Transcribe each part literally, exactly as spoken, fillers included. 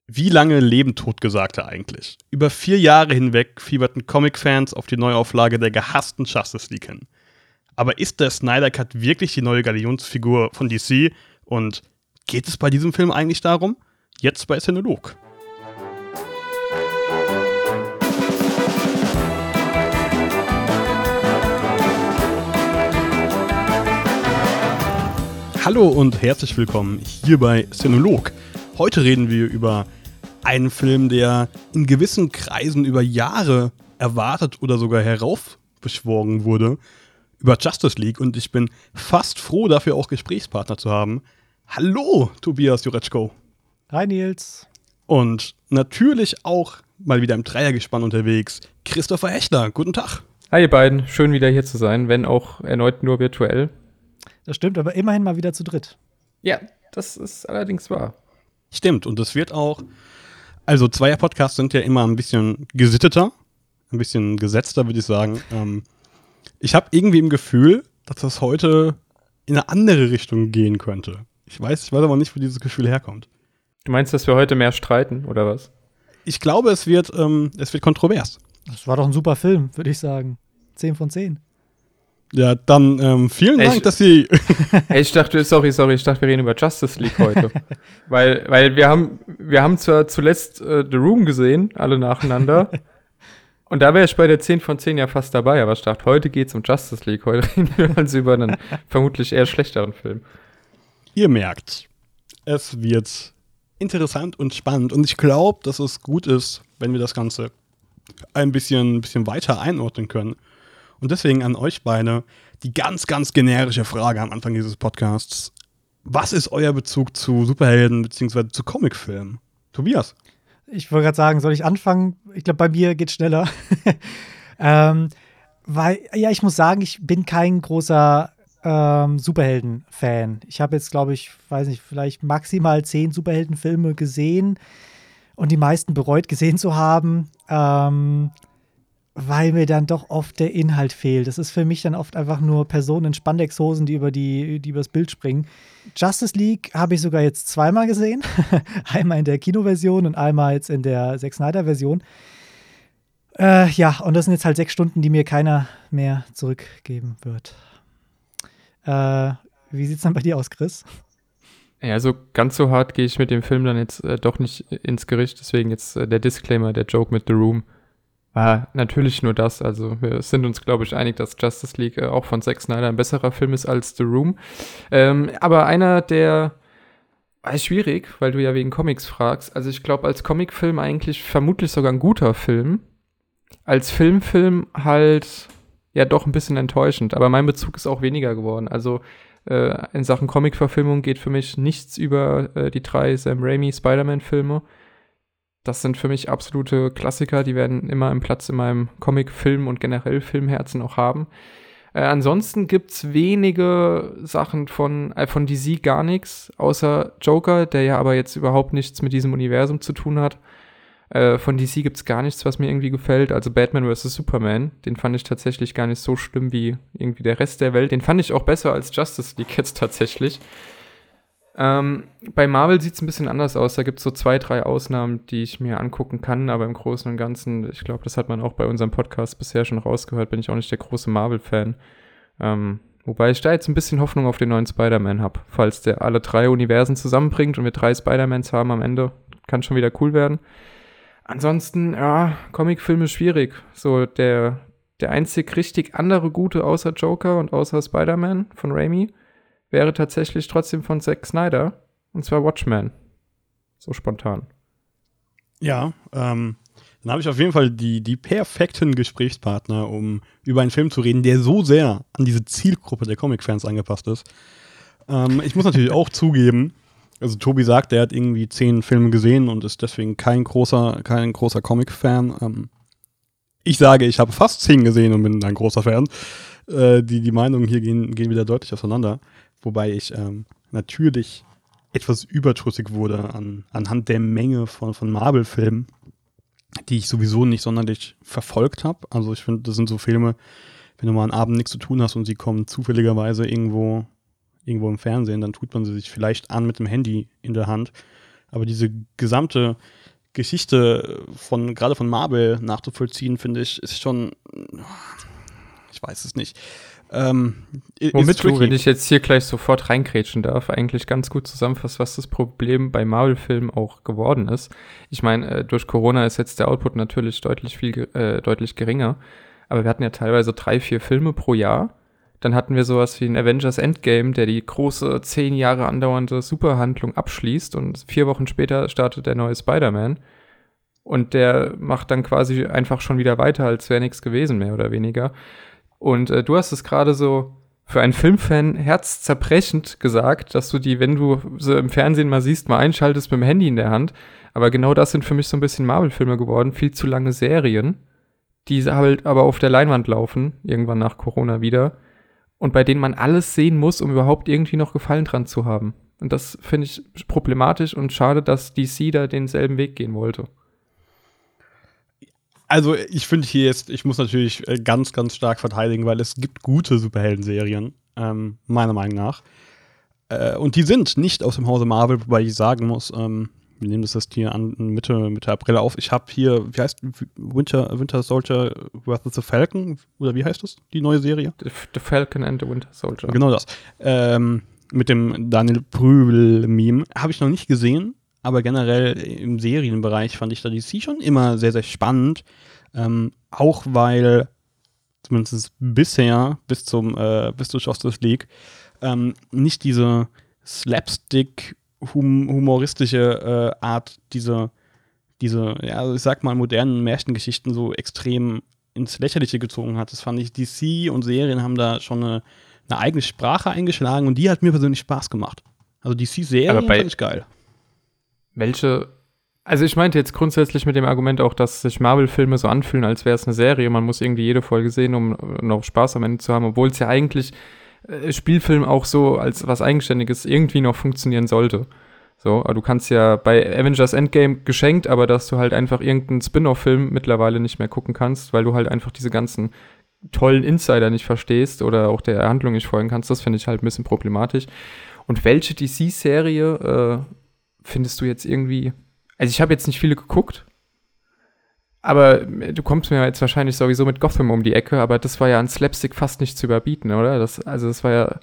Wie lange leben Totgesagte eigentlich? Über vier Jahre hinweg fieberten Comic-Fans auf die Neuauflage der gehassten Justice League hin. Aber ist der Snyder Cut wirklich die neue Galionsfigur von D C? Und geht es bei diesem Film eigentlich darum? Jetzt bei Szenolog. Hallo und herzlich willkommen hier bei Szenolog. Heute reden wir über einen Film, der in gewissen Kreisen über Jahre erwartet oder sogar heraufbeschworen wurde, über Justice League. Und ich bin fast froh, dafür auch Gesprächspartner zu haben. Hallo, Tobias Jureczko. Hi, Nils. Und natürlich auch mal wieder im Dreiergespann unterwegs, Christopher Hechler. Guten Tag. Hi, ihr beiden. Schön, wieder hier zu sein, wenn auch erneut nur virtuell. Das stimmt, aber immerhin mal wieder zu dritt. Ja, das ist allerdings wahr. Stimmt, und das wird auch, also Zweier-Podcasts sind ja immer ein bisschen gesitteter, ein bisschen gesetzter, würde ich sagen. Ähm, ich habe irgendwie im Gefühl, dass das heute in eine andere Richtung gehen könnte. Ich weiß, ich weiß aber nicht, wo dieses Gefühl herkommt. Du meinst, dass wir heute mehr streiten, oder was? Ich glaube, es wird, ähm, es wird kontrovers. Das war doch ein super Film, würde ich sagen. Zehn von zehn. Ja, dann ähm, vielen Ey, Dank, ich, dass Sie Ey, ich dachte, sorry, sorry, ich dachte, wir reden über Justice League heute. weil, weil wir haben, wir haben zwar zuletzt äh, The Room gesehen, alle nacheinander. Und da wäre ich bei der zehn von zehn ja fast dabei, aber ich dachte, heute geht's um Justice League. Heute reden wir also über einen vermutlich eher schlechteren Film. Ihr merkt, es wird interessant und spannend. Und ich glaube, dass es gut ist, wenn wir das Ganze ein bisschen, ein bisschen weiter einordnen können. Und deswegen an euch beide die ganz, ganz generische Frage am Anfang dieses Podcasts. Was ist euer Bezug zu Superhelden bzw. zu Comicfilmen? Tobias? Ich wollte gerade sagen, soll ich anfangen? Ich glaube, bei mir geht's schneller. ähm, weil, ja, ich muss sagen, ich bin kein großer ähm, Superhelden-Fan. Ich habe jetzt, glaube ich, weiß nicht, vielleicht maximal zehn Superheldenfilme gesehen und die meisten bereut gesehen zu haben. Ähm, weil mir dann doch oft der Inhalt fehlt. Das ist für mich dann oft einfach nur Personen in Spandexhosen, die über die, die übers Bild springen. Justice League habe ich sogar jetzt zweimal gesehen. Einmal in der Kinoversion und einmal jetzt in der Zack Snyder-Version. Äh, ja, und das sind jetzt halt sechs Stunden, die mir keiner mehr zurückgeben wird. Äh, wie sieht's dann bei dir aus, Chris? Ja, also ganz so hart gehe ich mit dem Film dann jetzt äh, doch nicht ins Gericht. Deswegen jetzt äh, der Disclaimer, der Joke mit The Room. War natürlich nur das, also wir sind uns, glaube ich, einig, dass Justice League äh, auch von Zack Snyder ein besserer Film ist als The Room. Ähm, aber einer, der war schwierig, weil du ja wegen Comics fragst. Also ich glaube, als Comicfilm eigentlich vermutlich sogar ein guter Film. Als Filmfilm halt ja doch ein bisschen enttäuschend, aber mein Bezug ist auch weniger geworden. Also äh, in Sachen Comic-Verfilmung geht für mich nichts über äh, die drei Sam Raimi Spider-Man-Filme. Das sind für mich absolute Klassiker, die werden immer einen Platz in meinem Comic-, Film- und generell Filmherzen auch haben. Äh, ansonsten gibt's wenige Sachen von, äh, von D C, gar nichts, außer Joker, der ja aber jetzt überhaupt nichts mit diesem Universum zu tun hat. Äh, von D C gibt's gar nichts, was mir irgendwie gefällt. Also Batman versus. Superman, den fand ich tatsächlich gar nicht so schlimm wie irgendwie der Rest der Welt. Den fand ich auch besser als Justice League jetzt tatsächlich. Ähm, bei Marvel sieht es ein bisschen anders aus. Da gibt es so zwei, drei Ausnahmen, die ich mir angucken kann. Aber im Großen und Ganzen, ich glaube, das hat man auch bei unserem Podcast bisher schon rausgehört, bin ich auch nicht der große Marvel-Fan. Ähm, wobei ich da jetzt ein bisschen Hoffnung auf den neuen Spider-Man habe. Falls der alle drei Universen zusammenbringt und wir drei Spider-Mans haben am Ende, kann schon wieder cool werden. Ansonsten, ja, Comicfilme schwierig. So, der, der einzig richtig andere gute außer Joker und außer Spider-Man von Raimi wäre tatsächlich trotzdem von Zack Snyder, und zwar Watchmen. So spontan. Ja, ähm, dann habe ich auf jeden Fall die, die perfekten Gesprächspartner, um über einen Film zu reden, der so sehr an diese Zielgruppe der Comic-Fans angepasst ist. Ähm, ich muss natürlich auch zugeben, also Tobi sagt, er hat irgendwie zehn Filme gesehen und ist deswegen kein großer, kein großer Comic-Fan. Ähm, ich sage, ich habe fast zehn gesehen und bin ein großer Fan. Äh, die, die Meinungen hier gehen, gehen wieder deutlich auseinander. Wobei ich ähm, natürlich etwas überdrüssig wurde an, anhand der Menge von, von Marvel-Filmen, die ich sowieso nicht sonderlich verfolgt habe. Also ich finde, das sind so Filme, wenn du mal einen Abend nichts zu tun hast und sie kommen zufälligerweise irgendwo, irgendwo im Fernsehen, dann tut man sie sich vielleicht an mit dem Handy in der Hand. Aber diese gesamte Geschichte von, gerade von Marvel nachzuvollziehen, finde ich, ist schon, ich weiß es nicht. Ähm, Womit du, wenn ich jetzt hier gleich sofort reinkrätschen darf, eigentlich ganz gut zusammenfasst, was das Problem bei Marvel-Filmen auch geworden ist. Ich meine, äh, durch Corona ist jetzt der Output natürlich deutlich viel, äh, deutlich geringer, aber wir hatten ja teilweise drei, vier Filme pro Jahr. Dann hatten wir sowas wie ein Avengers Endgame, der die große, zehn Jahre andauernde Superhandlung abschließt und vier Wochen später startet der neue Spider-Man. Und der macht dann quasi einfach schon wieder weiter, als wäre nichts gewesen, mehr oder weniger. Und äh, du hast es gerade so für einen Filmfan herzzerbrechend gesagt, dass du die, wenn du sie im Fernsehen mal siehst, mal einschaltest mit dem Handy in der Hand. Aber genau das sind für mich so ein bisschen Marvel-Filme geworden, viel zu lange Serien, die halt aber auf der Leinwand laufen, irgendwann nach Corona wieder. Und bei denen man alles sehen muss, um überhaupt irgendwie noch Gefallen dran zu haben. Und das finde ich problematisch und schade, dass D C da denselben Weg gehen wollte. Also ich finde hier jetzt, ich muss natürlich ganz, ganz stark verteidigen, weil es gibt gute Superhelden-Serien, ähm, meiner Meinung nach. Äh, und die sind nicht aus dem Hause Marvel, wobei ich sagen muss, ähm, wir nehmen das jetzt hier an Mitte, Mitte April auf. Ich habe hier, wie heißt Winter, Winter Soldier versus the Falcon? Oder wie heißt das, die neue Serie? The, the Falcon and the Winter Soldier. Genau das. Ähm, mit dem Daniel Brühl-Meme. Habe ich noch nicht gesehen, aber generell im Serienbereich fand ich da D C schon immer sehr, sehr spannend. Ähm, auch weil, zumindest bisher, bis zum äh, bis zur Justice League, ähm, nicht diese Slapstick- Hum- humoristische äh, Art, diese, diese, ja, ich sag mal, modernen Märchengeschichten so extrem ins Lächerliche gezogen hat. Das fand ich, D C und Serien haben da schon eine, eine eigene Sprache eingeschlagen und die hat mir persönlich Spaß gemacht. Also D C-Serien fand ich geil. Welche, also ich meinte jetzt grundsätzlich mit dem Argument auch, dass sich Marvel-Filme so anfühlen, als wäre es eine Serie. Man muss irgendwie jede Folge sehen, um noch Spaß am Ende zu haben, obwohl es ja eigentlich Spielfilm auch so als was Eigenständiges irgendwie noch funktionieren sollte. So, aber du kannst ja bei Avengers Endgame geschenkt, aber dass du halt einfach irgendeinen Spin-off-Film mittlerweile nicht mehr gucken kannst, weil du halt einfach diese ganzen tollen Insider nicht verstehst oder auch der Handlung nicht folgen kannst, das finde ich halt ein bisschen problematisch. Und welche D C-Serie äh, findest du jetzt irgendwie, also ich habe jetzt nicht viele geguckt, aber du kommst mir jetzt wahrscheinlich sowieso mit Gotham um die Ecke, aber das war ja an Slapstick fast nicht zu überbieten, oder? Das, also das war ja,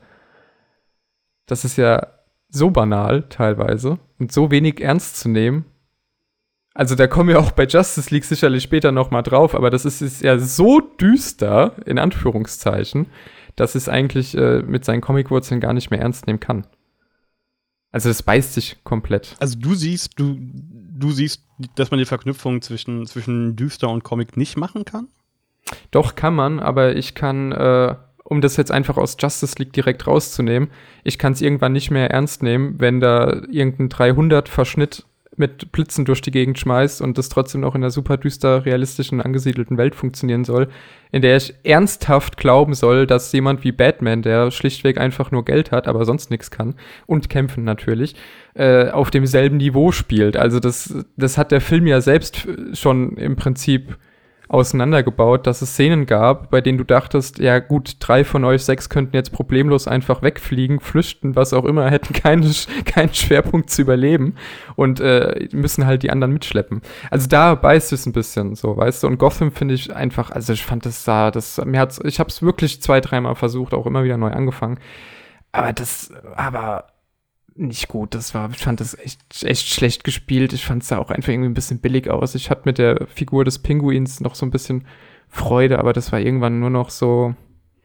das ist ja so banal teilweise und so wenig ernst zu nehmen. Also da kommen wir auch bei Justice League sicherlich später noch mal drauf, aber das ist, ist ja so düster, in Anführungszeichen, dass es eigentlich äh, mit seinen Comicwurzeln gar nicht mehr ernst nehmen kann. Also das beißt sich komplett. Also du siehst, du, du siehst, dass man die Verknüpfung zwischen, zwischen düster und Comic nicht machen kann? Doch, kann man, aber ich kann, äh, um das jetzt einfach aus Justice League direkt rauszunehmen, ich kann es irgendwann nicht mehr ernst nehmen, wenn da irgendein dreihundert-Verschnitt mit Blitzen durch die Gegend schmeißt und das trotzdem noch in einer super düster realistischen, angesiedelten Welt funktionieren soll, in der ich ernsthaft glauben soll, dass jemand wie Batman, der schlichtweg einfach nur Geld hat, aber sonst nichts kann, und kämpfen natürlich, äh, auf demselben Niveau spielt. Also das, das hat der Film ja selbst schon im Prinzip auseinandergebaut, dass es Szenen gab, bei denen du dachtest, ja gut, drei von euch sechs könnten jetzt problemlos einfach wegfliegen, flüchten, was auch immer, hätten keine, keinen Schwerpunkt zu überleben und äh, müssen halt die anderen mitschleppen. Also da beißt es ein bisschen so, weißt du, und Gotham finde ich einfach, also ich fand das da, das, mir hat's, ich habe es wirklich zwei, dreimal versucht, auch immer wieder neu angefangen, aber das, aber nicht gut, das war, ich fand das echt, echt schlecht gespielt, ich fand es da auch einfach irgendwie ein bisschen billig aus, ich hatte mit der Figur des Pinguins noch so ein bisschen Freude, aber das war irgendwann nur noch so,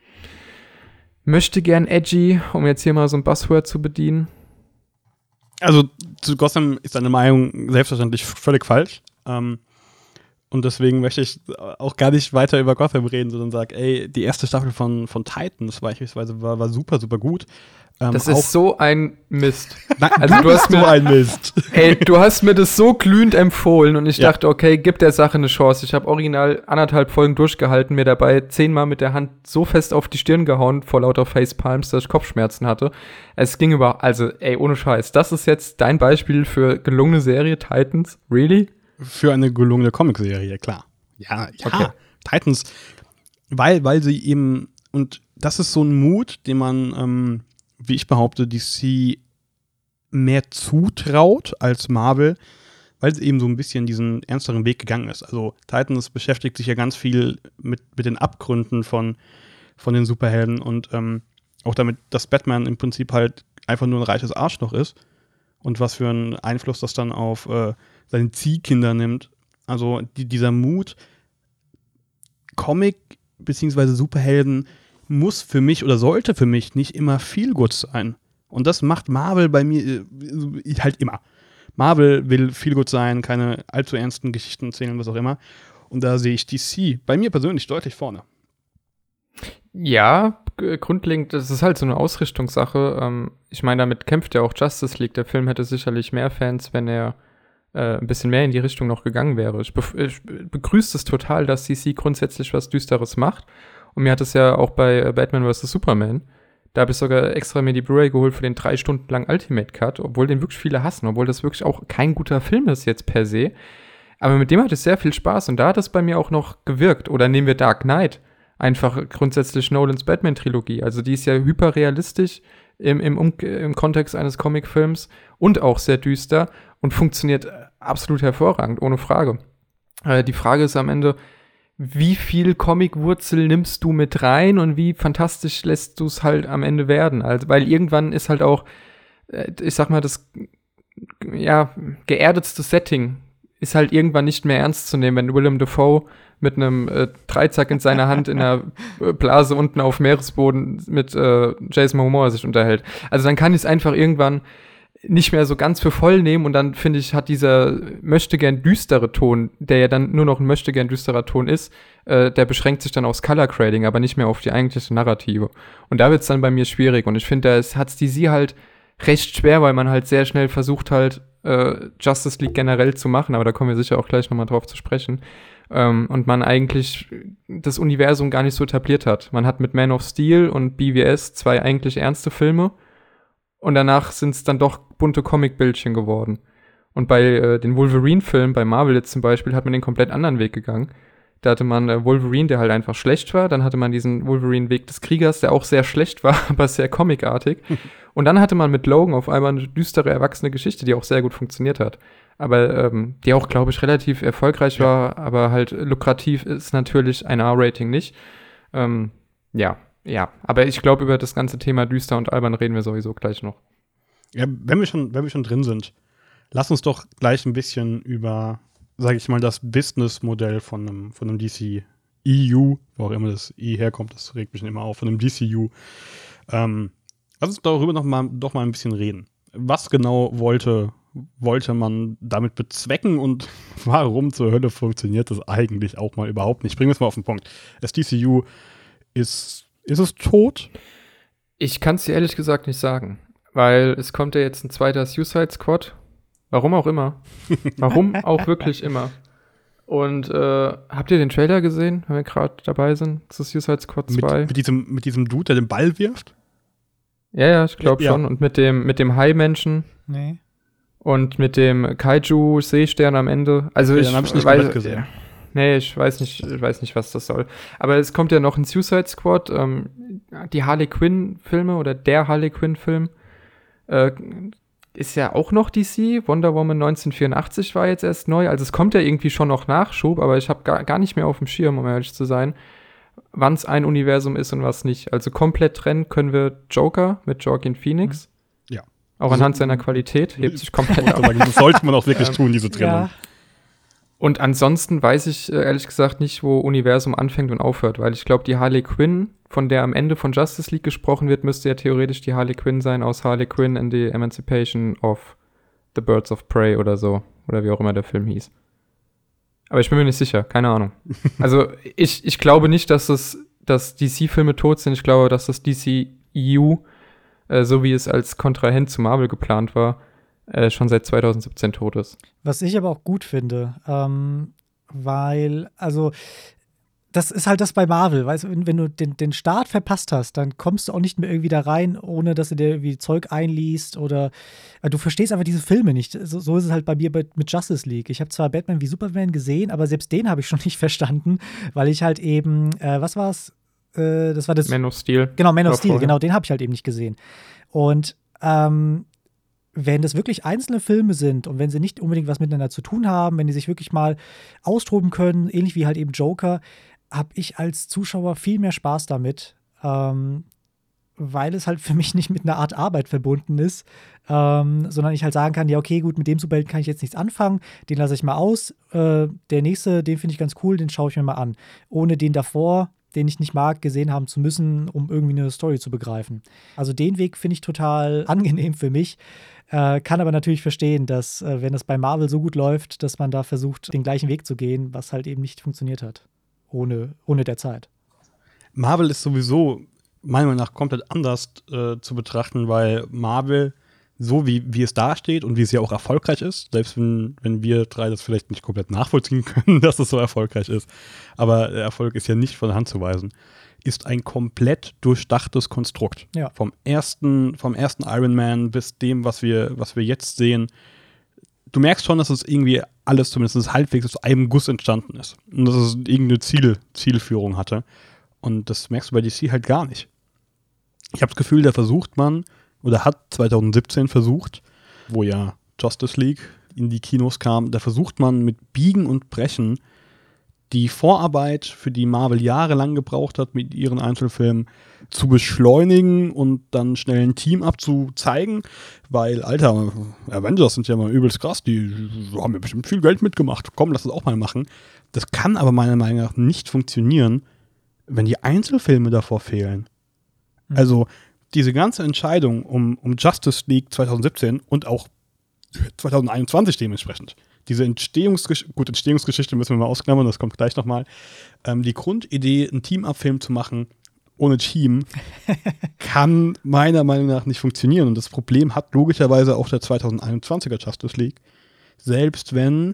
möchte gern edgy, um jetzt hier mal so ein Buzzword zu bedienen. Also zu Gotham ist deine Meinung selbstverständlich völlig falsch, ähm, und deswegen möchte ich auch gar nicht weiter über Gotham reden, sondern sage, ey, die erste Staffel von, von Titans beispielsweise war, war super, super gut. Ähm, das ist so ein Mist. Nein, also du hast mir so ein Mist. Ey, du hast mir das so glühend empfohlen und ich ja. dachte, okay, gib der Sache eine Chance. Ich habe original anderthalb Folgen durchgehalten, mir dabei zehnmal mit der Hand so fest auf die Stirn gehauen vor lauter Facepalms, dass ich Kopfschmerzen hatte. Es ging über, also ey, ohne Scheiß, das ist jetzt dein Beispiel für gelungene Serie, Titans? Really? Für eine gelungene Comicserie, klar. Ja, ja. Okay. Titans, weil, weil sie eben, und das ist so ein Mut, den man, ähm, wie ich behaupte, D C mehr zutraut als Marvel, weil es eben so ein bisschen diesen ernsteren Weg gegangen ist. Also Titans beschäftigt sich ja ganz viel mit, mit den Abgründen von, von den Superhelden und ähm, auch damit, dass Batman im Prinzip halt einfach nur ein reiches Arschloch ist und was für einen Einfluss das dann auf äh, seine Ziehkinder nimmt. Also die, dieser Mut, Comic beziehungsweise Superhelden muss für mich oder sollte für mich nicht immer viel gut sein. Und das macht Marvel bei mir äh, halt immer. Marvel will viel gut sein, keine allzu ernsten Geschichten erzählen, was auch immer. Und da sehe ich D C bei mir persönlich deutlich vorne. Ja, g- grundlegend, das ist halt so eine Ausrichtungssache. Ähm, ich meine, damit kämpft ja auch Justice League. Der Film hätte sicherlich mehr Fans, wenn er äh, ein bisschen mehr in die Richtung noch gegangen wäre. Ich, bef- ich begrüße es total, dass D C grundsätzlich was Düsteres macht. Und mir hat es ja auch bei äh, Batman versus. Superman, da habe ich sogar extra mir die Blu-ray geholt für den drei Stunden langen Ultimate Cut, obwohl den wirklich viele hassen, obwohl das wirklich auch kein guter Film ist jetzt per se. Aber mit dem hatte ich sehr viel Spaß und da hat es bei mir auch noch gewirkt. Oder nehmen wir Dark Knight. Einfach grundsätzlich Nolans Batman-Trilogie. Also die ist ja hyperrealistisch im, im, um, im Kontext eines Comicfilms und auch sehr düster und funktioniert absolut hervorragend, ohne Frage. Äh, die Frage ist am Ende, wie viel Comicwurzel nimmst du mit rein und wie fantastisch lässt du es halt am Ende werden? Also, weil irgendwann ist halt auch, äh, ich sag mal, das ja, geerdetste Setting ist halt irgendwann nicht mehr ernst zu nehmen, wenn Willem Dafoe mit einem äh, Dreizack in seiner Hand in einer äh, Blase unten auf Meeresboden mit äh, Jason Momoa sich unterhält. Also dann kann ich es einfach irgendwann nicht mehr so ganz für voll nehmen und dann, finde ich, hat dieser möchtegern düstere Ton, der ja dann nur noch ein möchtegern düsterer Ton ist, äh, der beschränkt sich dann aufs Color Grading, aber nicht mehr auf die eigentliche Narrative. Und da wird es dann bei mir schwierig und ich finde, da hat es D C halt recht schwer, weil man halt sehr schnell versucht halt, äh, Justice League generell zu machen, aber da kommen wir sicher auch gleich nochmal drauf zu sprechen. Ähm, und man eigentlich das Universum gar nicht so etabliert hat. Man hat mit Man of Steel und B V S zwei eigentlich ernste Filme und danach sind es dann doch bunte Comicbildchen geworden. Und bei äh, den Wolverine-Filmen, bei Marvel jetzt zum Beispiel, hat man den komplett anderen Weg gegangen. Da hatte man äh, Wolverine, der halt einfach schlecht war. Dann hatte man diesen Wolverine-Weg des Kriegers, der auch sehr schlecht war, aber sehr comicartig. Und dann hatte man mit Logan auf einmal eine düstere, erwachsene Geschichte, die auch sehr gut funktioniert hat. Aber ähm, die auch, glaube ich, relativ erfolgreich Ja. war, aber halt lukrativ ist natürlich ein R-Rating nicht. Ähm, ja, ja. Aber ich glaube, über das ganze Thema düster und albern reden wir sowieso gleich noch. Ja, wenn wir schon, wenn wir schon drin sind, lass uns doch gleich ein bisschen über, sage ich mal, das Businessmodell von einem, von einem D C E U, wo auch immer das I herkommt, das regt mich immer auf, von einem D C U. Ähm, lass uns darüber noch mal, doch mal ein bisschen reden. Was genau wollte, wollte man damit bezwecken und warum zur Hölle funktioniert das eigentlich auch mal überhaupt nicht? Bringen wir es mal auf den Punkt. Das D C U ist, ist es tot? Ich kann es dir ehrlich gesagt nicht sagen, weil es kommt ja jetzt ein zweiter Suicide Squad. Warum auch immer. Warum auch wirklich immer. Und äh, habt ihr den Trailer gesehen, wenn wir gerade dabei sind, zu Suicide Squad zwei? Mit, mit, diesem, mit diesem Dude, der den Ball wirft? Ja, ja, ich glaube Ja. schon. Und mit dem, mit dem Hai-Menschen Nee. und mit dem Kaiju-Seestern am Ende. Also Ja, ich dann hab ich nicht weiß, komplett gesehen. Nee, ich weiß nicht, ich weiß nicht, was das soll. Aber es kommt ja noch ein Suicide Squad, ähm, die Harley Quinn-Filme oder der Harley Quinn-Film äh, ist ja auch noch D C. Wonder Woman neunzehnhundertvierundachtzig war jetzt erst neu. Also es kommt ja irgendwie schon noch Nachschub, aber ich habe gar, gar nicht mehr auf dem Schirm, um ehrlich zu sein, wann es ein Universum ist und was nicht. Also komplett trennen können wir Joker mit Joaquin Phoenix. Ja. Auch anhand seiner Qualität hebt sich komplett ab. Aber das sollte man auch wirklich Ähm, tun, diese Trennung. Ja. Und ansonsten weiß ich äh, ehrlich gesagt nicht, wo Universum anfängt und aufhört, weil ich glaube, die Harley Quinn, von der am Ende von Justice League gesprochen wird, müsste ja theoretisch die Harley Quinn sein aus Harley Quinn and the Emancipation of the Birds of Prey oder so. Oder wie auch immer der Film hieß. Aber ich bin mir nicht sicher, keine Ahnung. Also ich, ich glaube nicht, dass es, dass D C-Filme tot sind. Ich glaube, dass das D C E U, äh, so wie es als Kontrahent zu Marvel geplant war, äh, schon seit zweitausendsiebzehn tot ist. Was ich aber auch gut finde, ähm, weil, also, das ist halt das bei Marvel, weißt du, wenn, wenn du den, den Start verpasst hast, dann kommst du auch nicht mehr irgendwie da rein, ohne dass du dir irgendwie Zeug einliest oder äh, du verstehst einfach diese Filme nicht. So, so ist es halt bei mir bei, mit Justice League. Ich habe zwar Batman wie Superman gesehen, aber selbst den habe ich schon nicht verstanden, weil ich halt eben, äh, was war's? Äh, das war das. Man of Steel. Genau, Man of War Steel, vorher. genau, den habe ich halt eben nicht gesehen. Und ähm, wenn das wirklich einzelne Filme sind und wenn sie nicht unbedingt was miteinander zu tun haben, wenn die sich wirklich mal austoben können, ähnlich wie halt eben Joker, habe ich als Zuschauer viel mehr Spaß damit, ähm, weil es halt für mich nicht mit einer Art Arbeit verbunden ist, ähm, sondern ich halt sagen kann, ja okay, gut, mit dem Superhelden kann ich jetzt nichts anfangen, den lasse ich mal aus, äh, der nächste, den finde ich ganz cool, den schaue ich mir mal an, ohne den davor, den ich nicht mag, gesehen haben zu müssen, um irgendwie eine Story zu begreifen. Also den Weg finde ich total angenehm für mich, äh, kann aber natürlich verstehen, dass, äh, wenn es bei Marvel so gut läuft, dass man da versucht, den gleichen Weg zu gehen, was halt eben nicht funktioniert hat, ohne, ohne der Zeit. Marvel ist sowieso meiner Meinung nach komplett anders äh, zu betrachten, weil Marvel, so wie, wie es dasteht und wie es ja auch erfolgreich ist, selbst wenn, wenn wir drei das vielleicht nicht komplett nachvollziehen können, dass es so erfolgreich ist, aber der Erfolg ist ja nicht von der Hand zu weisen, ist ein komplett durchdachtes Konstrukt. Ja. Vom ersten, vom ersten Iron Man bis dem, was wir, was wir jetzt sehen. Du merkst schon, dass es irgendwie alles zumindest halbwegs aus einem Guss entstanden ist. Und dass es irgendeine Ziel, Zielführung hatte. Und das merkst du bei D C halt gar nicht. Ich habe das Gefühl, da versucht man, oder hat zwanzig siebzehn versucht, wo ja Justice League in die Kinos kam, da versucht man mit Biegen und Brechen die Vorarbeit, für die Marvel jahrelang gebraucht hat mit ihren Einzelfilmen, zu beschleunigen und dann schnell ein Team-Up zu zeigen, weil, Alter, Avengers sind ja mal übelst krass, die haben ja bestimmt viel Geld mitgemacht, komm, lass das auch mal machen. Das kann aber meiner Meinung nach nicht funktionieren, wenn die Einzelfilme davor fehlen. Mhm. Also diese ganze Entscheidung um, um Justice League zwanzig siebzehn und auch zwanzig einundzwanzig dementsprechend, diese Entstehungsgeschichte, gut, Entstehungsgeschichte müssen wir mal ausklammern, das kommt gleich nochmal, ähm, die Grundidee, einen Team-Up-Film zu machen ohne Team, kann meiner Meinung nach nicht funktionieren. Und das Problem hat logischerweise auch der zwanzig einundzwanziger Justice League. Selbst wenn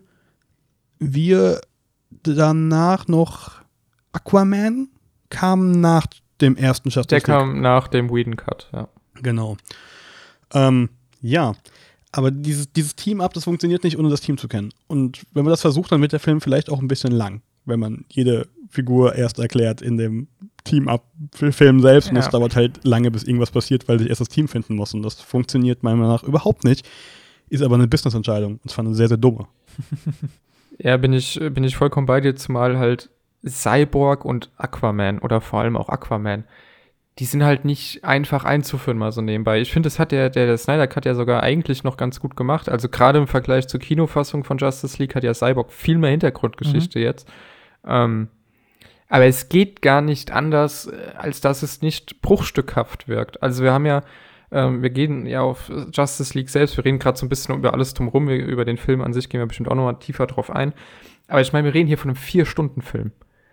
wir danach noch Aquaman kam nach dem ersten Justice Der League. Der kam nach dem Whedon-Cut, ja. Genau. Ähm, ja, aber dieses, dieses Team-Up, das funktioniert nicht, ohne das Team zu kennen. Und wenn man das versucht, dann wird der Film vielleicht auch ein bisschen lang, wenn man jede Figur erst erklärt in dem Team-Up-Film selbst. Und es Ja. dauert halt lange, bis irgendwas passiert, weil sich erst das Team finden muss. Und das funktioniert meiner Meinung nach überhaupt nicht. Ist aber eine Business-Entscheidung. Und zwar eine sehr, sehr dumme. Ja, bin ich, bin ich vollkommen bei dir, zumal halt Cyborg und Aquaman oder vor allem auch Aquaman, die sind halt nicht einfach einzuführen, mal so nebenbei. Ich finde, das hat der, der, der Snyder Cut ja sogar eigentlich noch ganz gut gemacht. Also gerade im Vergleich zur Kinofassung von Justice League hat ja Cyborg viel mehr Hintergrundgeschichte mhm. jetzt. Ähm, aber es geht gar nicht anders, als dass es nicht bruchstückhaft wirkt. Also wir haben ja, ähm, wir gehen ja auf Justice League selbst, wir reden gerade so ein bisschen über alles drumherum, wir, über den Film an sich gehen wir bestimmt auch nochmal tiefer drauf ein. Aber ich meine, wir reden hier von einem Vier-Stunden-Film,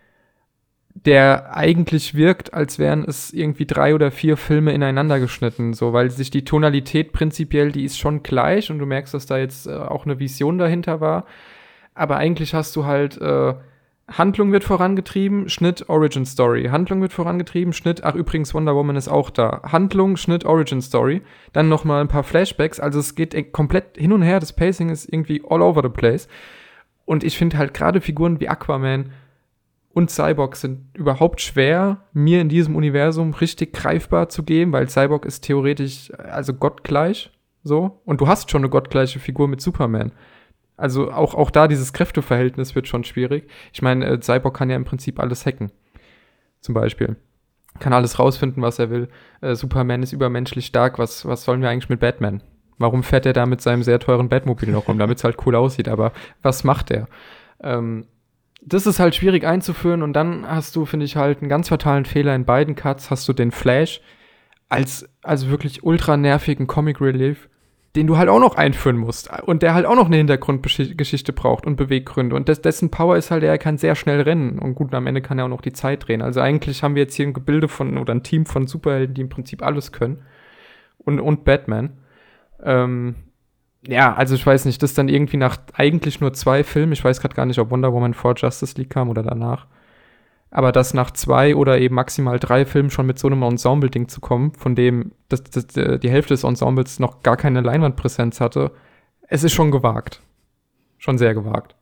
der eigentlich wirkt, als wären es irgendwie drei oder vier Filme ineinander geschnitten, so, weil sich die Tonalität prinzipiell, die ist schon gleich und du merkst, dass da jetzt äh, auch eine Vision dahinter war, aber eigentlich hast du halt äh, Handlung wird vorangetrieben, Schnitt, Origin Story, Handlung wird vorangetrieben, Schnitt, ach übrigens, Wonder Woman ist auch da, Handlung, Schnitt, Origin Story, dann nochmal ein paar Flashbacks, also es geht äh, komplett hin und her, das Pacing ist irgendwie all over the place und ich finde halt gerade Figuren wie Aquaman und Cyborg sind überhaupt schwer, mir in diesem Universum richtig greifbar zu geben, weil Cyborg ist theoretisch also gottgleich, so. Und du hast schon eine gottgleiche Figur mit Superman. Also auch, auch da dieses Kräfteverhältnis wird schon schwierig. Ich meine, äh, Cyborg kann ja im Prinzip alles hacken. Zum Beispiel. Kann alles rausfinden, was er will. Äh, Superman ist übermenschlich stark. Was, was sollen wir eigentlich mit Batman? Warum fährt er da mit seinem sehr teuren Batmobil noch rum, damit es halt cool aussieht? Aber was macht er? Ähm, Das ist halt schwierig einzuführen und dann hast du, finde ich, halt einen ganz fatalen Fehler in beiden Cuts, hast du den Flash als, als wirklich ultra nervigen Comic Relief, den du halt auch noch einführen musst und der halt auch noch eine Hintergrundgeschichte braucht und Beweggründe und des, dessen Power ist halt, er kann sehr schnell rennen und gut, am Ende kann er auch noch die Zeit drehen. Also eigentlich haben wir jetzt hier ein Gebilde von, oder ein Team von Superhelden, die im Prinzip alles können und, und Batman. Ähm, Ja, also ich weiß nicht, das dann irgendwie nach eigentlich nur zwei Filmen, ich weiß gerade gar nicht, ob Wonder Woman vor Justice League kam oder danach, aber das nach zwei oder eben maximal drei Filmen schon mit so einem Ensemble-Ding zu kommen, von dem das, das, die Hälfte des Ensembles noch gar keine Leinwandpräsenz hatte, es ist schon gewagt. Schon sehr gewagt.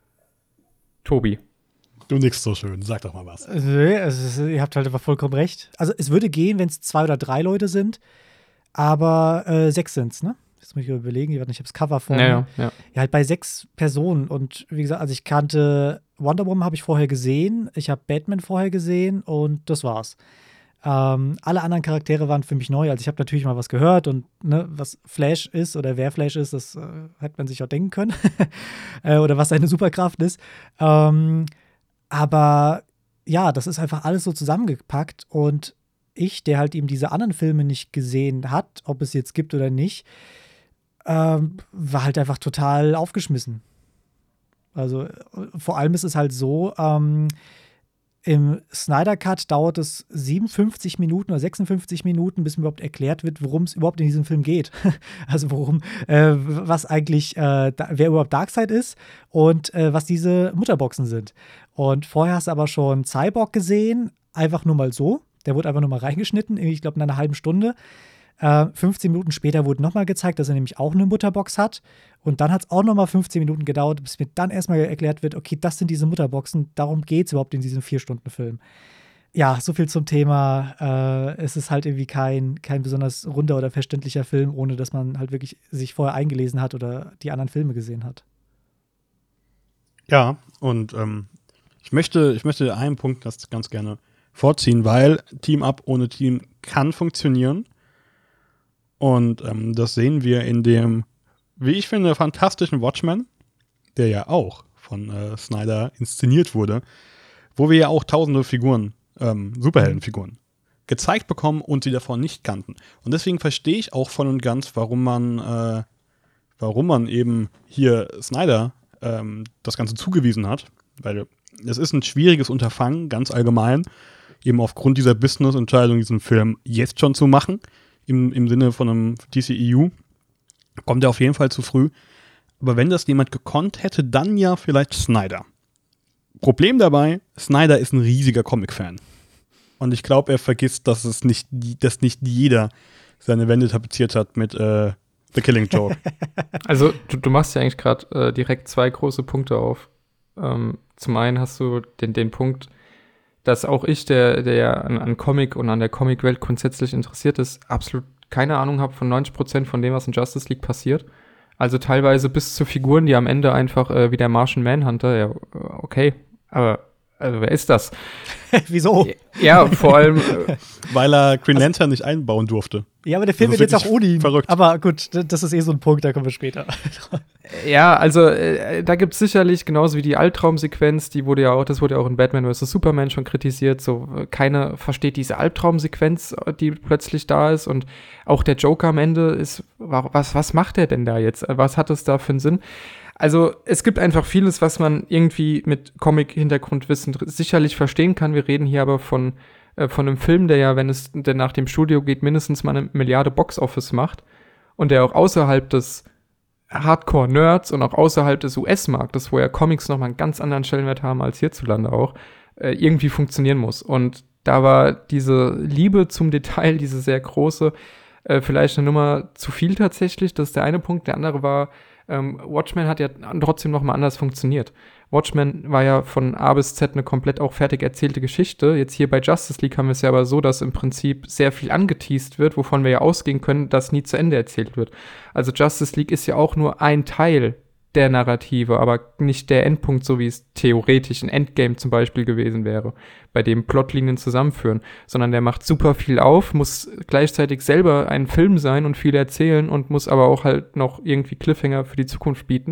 Tobi. Du nix so schön, sag doch mal was. Nee, es ist, ihr habt halt aber vollkommen recht. Also es würde gehen, wenn es zwei oder drei Leute sind, aber äh, sechs sind's, ne? jetzt muss ich überlegen, ich habe das Cover vor Ja, mir. ja, ja. Ja, halt bei sechs Personen. Und wie gesagt, also ich kannte Wonder Woman habe ich vorher gesehen, ich habe Batman vorher gesehen und das war's. Ähm, alle anderen Charaktere waren für mich neu. Also ich habe natürlich mal was gehört und ne, was Flash ist oder wer Flash ist, das äh, hätte man sich auch denken können. äh, oder was seine Superkraft ist. Ähm, aber ja, das ist einfach alles so zusammengepackt und ich, der halt eben diese anderen Filme nicht gesehen hat, ob es jetzt gibt oder nicht, ähm, war halt einfach total aufgeschmissen. Also äh, vor allem ist es halt so, ähm, im Snyder Cut dauert es siebenundfünfzig Minuten oder sechsundfünfzig Minuten, bis mir überhaupt erklärt wird, worum es überhaupt in diesem Film geht. Also worum, äh, was eigentlich, äh, da, wer überhaupt Darkseid ist und äh, was diese Mutterboxen sind. Und vorher hast du aber schon Cyborg gesehen, einfach nur mal so. Der wurde einfach nur mal reingeschnitten, ich glaube in einer halben Stunde. Äh, fünfzehn Minuten später wurde nochmal gezeigt, dass er nämlich auch eine Mutterbox hat. Und dann hat es auch nochmal fünfzehn Minuten gedauert, bis mir dann erstmal erklärt wird, okay, das sind diese Mutterboxen, darum geht es überhaupt in diesem vier-Stunden-Film. Ja, so viel zum Thema. Äh, es ist halt irgendwie kein, kein besonders runder oder verständlicher Film, ohne dass man halt wirklich sich vorher eingelesen hat oder die anderen Filme gesehen hat. Ja, und ähm, ich möchte, ich möchte einen Punkt das ganz gerne vorziehen, weil Team-Up ohne Team kann funktionieren. Und ähm, das sehen wir in dem, wie ich finde, fantastischen Watchmen, der ja auch von äh, Snyder inszeniert wurde, wo wir ja auch tausende Figuren, ähm, Superheldenfiguren, gezeigt bekommen und sie davor nicht kannten. Und deswegen verstehe ich auch voll und ganz, warum man, äh, warum man eben hier Snyder ähm, das Ganze zugewiesen hat, weil es ist ein schwieriges Unterfangen, ganz allgemein, eben aufgrund dieser Business-Entscheidung, diesen Film jetzt schon zu machen. Im, im Sinne von einem D C E U, kommt er auf jeden Fall zu früh. Aber wenn das jemand gekonnt hätte, dann ja vielleicht Snyder. Problem dabei, Snyder ist ein riesiger Comic-Fan. Und ich glaube, er vergisst, dass es nicht, dass nicht jeder seine Wände tapeziert hat mit äh, The Killing Joke. Also du, du machst ja eigentlich gerade äh, direkt zwei große Punkte auf. Ähm, zum einen hast du den, den Punkt, dass auch ich, der, der ja an, an Comic und an der Comicwelt grundsätzlich interessiert ist, absolut keine Ahnung habe von neunzig Prozent von dem, was in Justice League passiert. Also teilweise bis zu Figuren, die am Ende einfach äh, wie der Martian Manhunter, ja, okay, aber also wer ist das? Wieso? Ja, vor allem äh, weil er Green Lantern nicht einbauen durfte. Ja, aber der Film Das wird ist jetzt auch ohne ihn. verrückt. Aber gut, das ist eh so ein Punkt, da kommen wir später. ja, also äh, da gibt es sicherlich, genauso wie die Albtraumsequenz, die wurde ja auch, das wurde ja auch in Batman versus. Superman schon kritisiert, so äh, keiner versteht diese Albtraumsequenz, die plötzlich da ist, und auch der Joker am Ende ist, was, was macht der denn da jetzt? Was hat das da für einen Sinn? Also es gibt einfach vieles, was man irgendwie mit Comic-Hintergrundwissen sicherlich verstehen kann. Wir reden hier aber von, äh, von einem Film, der ja, wenn es denn nach dem Studio geht, mindestens mal eine Milliarde Box-Office macht und der auch außerhalb des Hardcore-Nerds und auch außerhalb des U S-Marktes, wo ja Comics nochmal einen ganz anderen Stellenwert haben als hierzulande auch, äh, irgendwie funktionieren muss. Und da war diese Liebe zum Detail, diese sehr große, äh, vielleicht eine Nummer zu viel tatsächlich. Das ist der eine Punkt. Der andere war, Ähm, Watchmen hat ja trotzdem noch mal anders funktioniert. Watchmen war ja von A bis Z eine komplett auch fertig erzählte Geschichte. Jetzt hier bei Justice League haben wir es ja aber so, dass im Prinzip sehr viel angeteast wird, wovon wir ja ausgehen können, dass nie zu Ende erzählt wird. Also Justice League ist ja auch nur ein Teil der Narrative, aber nicht der Endpunkt, so wie es theoretisch ein Endgame zum Beispiel gewesen wäre, bei dem Plotlinien zusammenführen, sondern der macht super viel auf, muss gleichzeitig selber ein Film sein und viel erzählen und muss aber auch halt noch irgendwie Cliffhanger für die Zukunft bieten.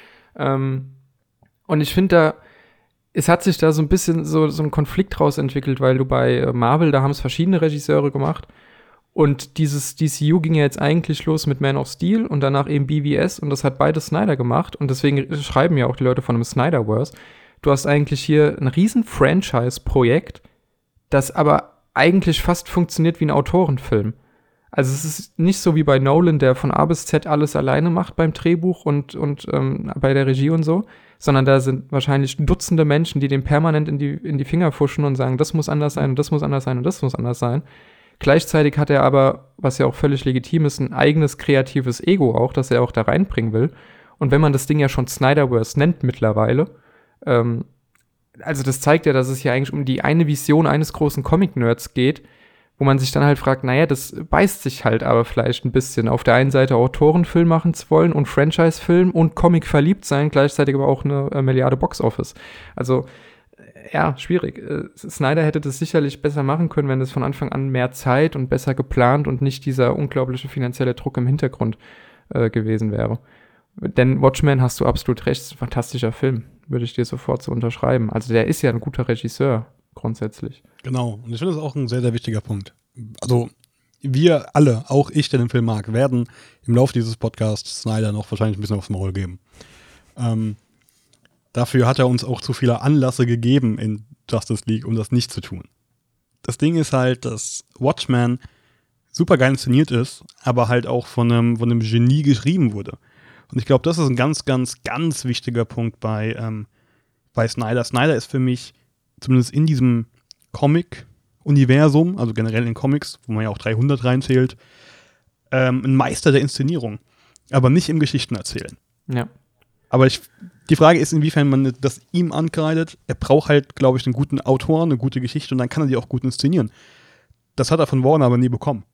Ähm, und ich finde da, es hat sich da so ein bisschen so, so ein Konflikt draus entwickelt, weil du bei Marvel, da haben es verschiedene Regisseure gemacht. Und dieses D C U ging ja jetzt eigentlich los mit Man of Steel und danach eben B V S, und das hat beides Snyder gemacht, und deswegen schreiben ja auch die Leute von einem Snyderverse. Du hast eigentlich hier ein riesen Franchise-Projekt, das aber eigentlich fast funktioniert wie ein Autorenfilm. Also es ist nicht so wie bei Nolan, der von A bis Z alles alleine macht beim Drehbuch und, und ähm, bei der Regie und so, sondern da sind wahrscheinlich Dutzende Menschen, die dem permanent in die, in die Finger fuschen und sagen, das muss anders sein und das muss anders sein und das muss anders sein. Gleichzeitig hat er aber, was ja auch völlig legitim ist, ein eigenes kreatives Ego auch, das er auch da reinbringen will. Und wenn man das Ding ja schon Snyderverse nennt mittlerweile, ähm, also das zeigt ja, dass es hier eigentlich um die eine Vision eines großen Comic-Nerds geht, wo man sich dann halt fragt, naja, das beißt sich halt aber vielleicht ein bisschen. Auf der einen Seite Autorenfilm machen zu wollen und Franchise-Film und Comic verliebt sein, gleichzeitig aber auch eine äh, Milliarde Box-Office. Also, äh, ja, schwierig. Äh, Snyder hätte das sicherlich besser machen können, wenn es von Anfang an mehr Zeit und besser geplant und nicht dieser unglaubliche finanzielle Druck im Hintergrund äh, gewesen wäre. Denn Watchmen, hast du absolut recht, ist ein fantastischer Film. Würde ich dir sofort so unterschreiben. Also, der ist ja ein guter Regisseur. Grundsätzlich. Genau. Und ich finde, das ist auch ein sehr, sehr wichtiger Punkt. Also, wir alle, auch ich, der den Film mag, werden im Laufe dieses Podcasts Snyder noch wahrscheinlich ein bisschen aufs Maul geben. Ähm, dafür hat er uns auch zu viele Anlässe gegeben in Justice League, um das nicht zu tun. Das Ding ist halt, dass Watchmen super geil inszeniert ist, aber halt auch von einem, von einem Genie geschrieben wurde. Und ich glaube, das ist ein ganz, ganz, ganz wichtiger Punkt bei, ähm, bei Snyder. Snyder ist für mich zumindest in diesem Comic-Universum, also generell in Comics, wo man ja auch dreihundert reinzählt, ähm, ein Meister der Inszenierung, aber nicht im Geschichtenerzählen. Ja. Aber ich, die Frage ist, inwiefern man das ihm ankreidet. Er braucht halt, glaube ich, einen guten Autor, eine gute Geschichte und dann kann er die auch gut inszenieren. Das hat er von Warner aber nie bekommen.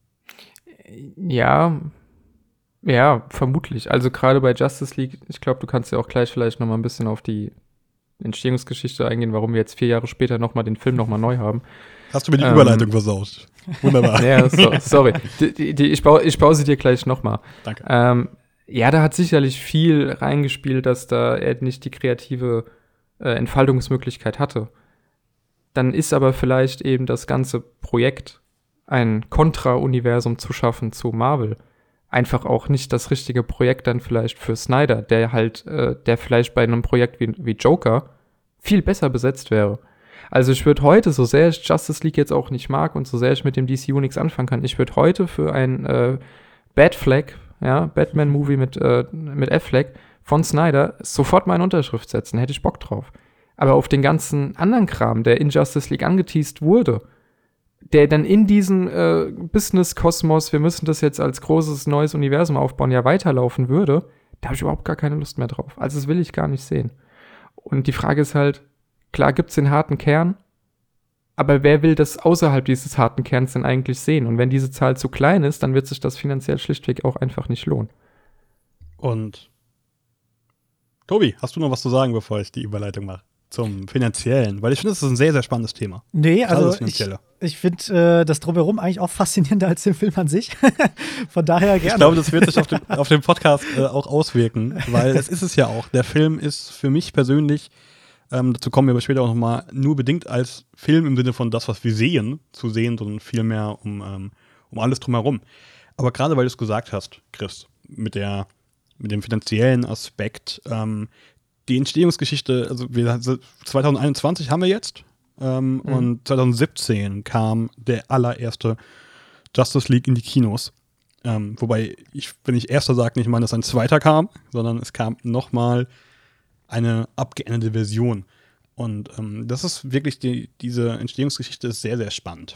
Ja, ja, vermutlich. Also gerade bei Justice League, ich glaube, du kannst ja auch gleich vielleicht noch mal ein bisschen auf die Entstehungsgeschichte eingehen, warum wir jetzt vier Jahre später nochmal den Film nochmal neu haben. Hast du mir die ähm, Überleitung versaut? Wunderbar. Ja, so, sorry. Die, die, die, ich, baue, ich baue sie dir gleich nochmal. Danke. Ähm, ja, da hat sicherlich viel reingespielt, dass da er nicht die kreative äh, Entfaltungsmöglichkeit hatte. Dann ist aber vielleicht eben das ganze Projekt, ein Kontra-Universum zu schaffen zu Marvel, einfach auch nicht das richtige Projekt dann vielleicht für Snyder, der halt, äh, der vielleicht bei einem Projekt wie, wie Joker viel besser besetzt wäre. Also ich würde heute, so sehr ich Justice League jetzt auch nicht mag und so sehr ich mit dem D C U nichts anfangen kann, ich würde heute für ein äh, Batfleck, ja, Batman-Movie mit, äh, mit Affleck von Snyder sofort meine Unterschrift setzen, hätte ich Bock drauf. Aber auf den ganzen anderen Kram, der in Justice League angeteased wurde, der dann in diesem äh, Business-Kosmos, wir müssen das jetzt als großes neues Universum aufbauen, ja weiterlaufen würde, da habe ich überhaupt gar keine Lust mehr drauf. Also das will ich gar nicht sehen. Und die Frage ist halt, klar gibt's den harten Kern, aber wer will das außerhalb dieses harten Kerns denn eigentlich sehen? Und wenn diese Zahl zu klein ist, dann wird sich das finanziell schlichtweg auch einfach nicht lohnen. Und Tobi, hast du noch was zu sagen, bevor ich die Überleitung mache? Zum Finanziellen, weil ich finde, das ist ein sehr, sehr spannendes Thema. Nee, also ich, ich finde äh, das Drumherum eigentlich auch faszinierender als den Film an sich. Von daher gerne. Ich glaube, das wird sich auf den, auf den Podcast äh, auch auswirken, weil es ist es ja auch. Der Film ist für mich persönlich, ähm, dazu kommen wir aber später auch nochmal, nur bedingt als Film im Sinne von das, was wir sehen, zu sehen, sondern vielmehr um, ähm, um alles drumherum. Aber gerade weil du es gesagt hast, Chris, mit, der, mit dem finanziellen Aspekt, ähm, die Entstehungsgeschichte, also wir, zwanzig einundzwanzig haben wir jetzt ähm, mhm. und zwanzig siebzehn kam der allererste Justice League in die Kinos. Ähm, wobei, ich, wenn ich erster sage, nicht meine, dass ein zweiter kam, sondern es kam nochmal eine abgeänderte Version. Und ähm, das ist wirklich, die, diese Entstehungsgeschichte ist sehr, sehr spannend.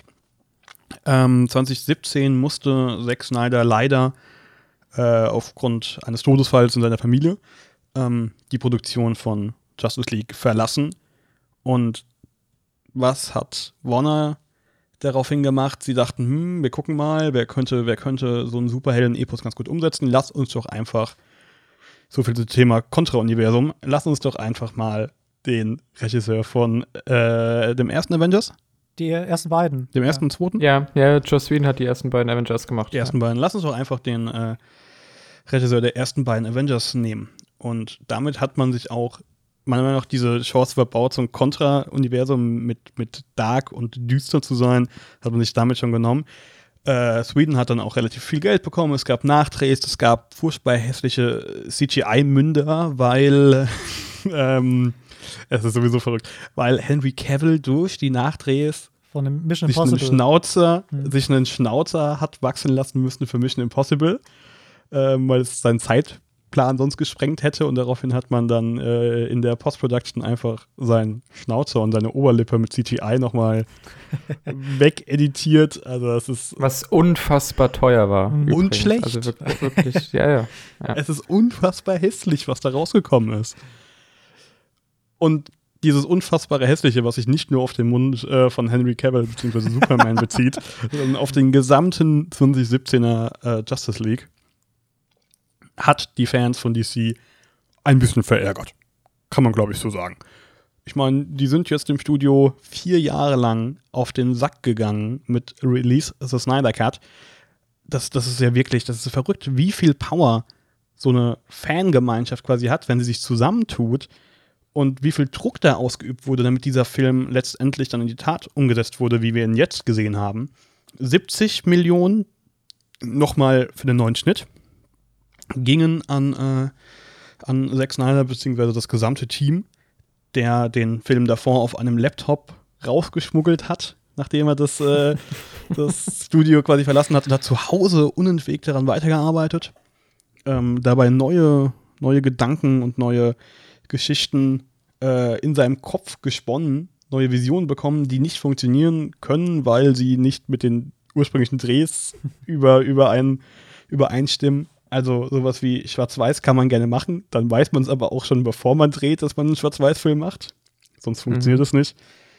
Ähm, zwanzig siebzehn musste Zack Snyder leider äh, aufgrund eines Todesfalls in seiner Familie ähm, die Produktion von Justice League verlassen. Und was hat Warner daraufhin gemacht? Sie dachten, hm, wir gucken mal, wer könnte, wer könnte so einen Superhelden-Epos ganz gut umsetzen. Lass uns doch einfach, so viel zum Thema Contra-Universum, lass uns doch einfach mal den Regisseur von äh, dem ersten Avengers, die ersten beiden. dem ersten ja. und zweiten? Ja, ja, Joss Whedon hat die ersten beiden Avengers gemacht. Die ersten ja. beiden. Lass uns doch einfach den äh, Regisseur der ersten beiden Avengers nehmen. Und damit hat man sich auch meiner Meinung nach diese Chance verbaut, so ein Contra-Universum mit, mit dark und düster zu sein, hat man sich damit schon genommen. Äh, Sweden hat dann auch relativ viel Geld bekommen, es gab Nachdrehs, es gab furchtbar hässliche C G I-Münder, weil ähm, es ist sowieso verrückt, weil Henry Cavill durch die Nachdrehs von dem Mission sich Impossible einen Schnauzer, hm. sich einen Schnauzer hat wachsen lassen müssen für Mission Impossible, ähm, weil es seinen Zeit Plan sonst gesprengt hätte und daraufhin hat man dann äh, in der Post-Production einfach seinen Schnauzer und seine Oberlippe mit C G I nochmal wegeditiert. Also das ist was unfassbar teuer war. Mhm. Und schlecht. Also wirklich, wirklich ja, ja, ja. Es ist unfassbar hässlich, was da rausgekommen ist. Und dieses unfassbare Hässliche, was sich nicht nur auf den Mund äh, von Henry Cavill bzw. Superman bezieht, sondern auf den gesamten zwanzig siebzehner äh, Justice League, hat die Fans von D C ein bisschen verärgert. Kann man, glaube ich, so sagen. Ich meine, die sind jetzt im Studio vier Jahre lang auf den Sack gegangen mit Release The Snyder Cut. Das, das ist ja wirklich, das ist verrückt, wie viel Power so eine Fangemeinschaft quasi hat, wenn sie sich zusammentut und wie viel Druck da ausgeübt wurde, damit dieser Film letztendlich dann in die Tat umgesetzt wurde, wie wir ihn jetzt gesehen haben. siebzig Millionen nochmal für den neuen Schnitt gingen an, äh, an Zack Snyder bzw. das gesamte Team, der den Film davor auf einem Laptop rausgeschmuggelt hat, nachdem er das, äh, das Studio quasi verlassen hat und hat zu Hause unentwegt daran weitergearbeitet. Ähm, dabei neue, neue Gedanken und neue Geschichten äh, in seinem Kopf gesponnen, neue Visionen bekommen, die nicht funktionieren können, weil sie nicht mit den ursprünglichen Drehs über, überein, übereinstimmen. Also sowas wie Schwarz-Weiß kann man gerne machen, dann weiß man es aber auch schon, bevor man dreht, dass man einen Schwarz-Weiß-Film macht. Sonst funktioniert es mhm. nicht.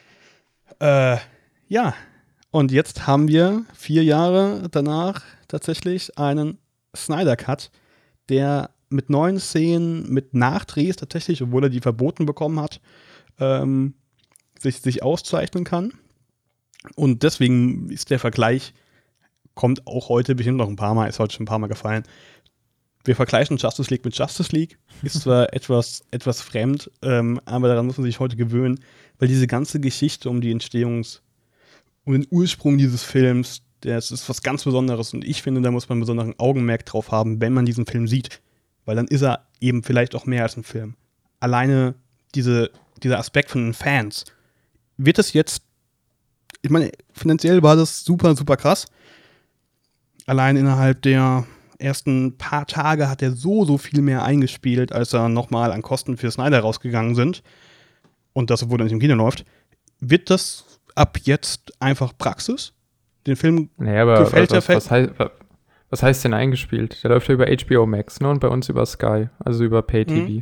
Äh, ja, und jetzt haben wir vier Jahre danach tatsächlich einen Snyder-Cut, der mit neuen Szenen, mit Nachdrehs tatsächlich, obwohl er die verboten bekommen hat, ähm, sich, sich auszeichnen kann. Und deswegen ist der Vergleich, kommt auch heute bestimmt noch ein paar Mal, ist heute schon ein paar Mal gefallen. Wir vergleichen Justice League mit Justice League. Ist zwar etwas, etwas fremd, ähm, aber daran muss man sich heute gewöhnen, weil diese ganze Geschichte um die Entstehungs-, um den Ursprung dieses Films, das ist was ganz Besonderes und ich finde, da muss man einen besonderen Augenmerk drauf haben, wenn man diesen Film sieht. Weil dann ist er eben vielleicht auch mehr als ein Film. Alleine diese, dieser Aspekt von den Fans. Wird es jetzt, ich meine, finanziell war das super, super krass. Allein innerhalb der ersten paar Tage hat er so, so viel mehr eingespielt, als er nochmal an Kosten für Snyder rausgegangen sind. Und das, obwohl er nicht im Kino läuft. Wird das ab jetzt einfach Praxis? Den Film naja, aber gefällt was, der was, heißt, was heißt denn eingespielt? Der läuft ja über H B O Max, ne? Und bei uns über Sky, also über Pay-T V. Mhm.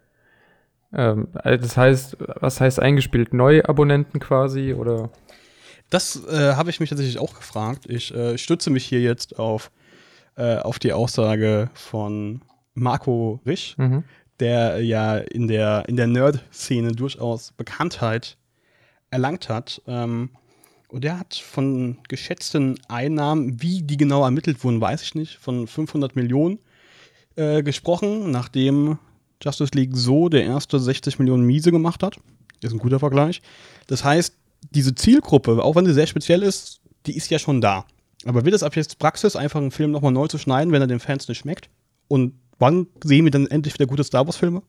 Ähm, das heißt, was heißt eingespielt? Neue Abonnenten quasi, oder? Das äh, habe ich mich tatsächlich auch gefragt. Ich äh, stütze mich hier jetzt auf auf die Aussage von Marco Risch, mhm. der ja in der, in der Nerd-Szene durchaus Bekanntheit erlangt hat. Ähm, und der hat von geschätzten Einnahmen, wie die genau ermittelt wurden, weiß ich nicht, von fünfhundert Millionen äh, gesprochen, nachdem Justice League so der erste sechzig Millionen miese gemacht hat. Das ist ein guter Vergleich. Das heißt, diese Zielgruppe, auch wenn sie sehr speziell ist, die ist ja schon da. Aber wird es ab jetzt Praxis, einfach einen Film nochmal neu zu schneiden, wenn er den Fans nicht schmeckt? Und wann sehen wir dann endlich wieder gute Star Wars-Filme?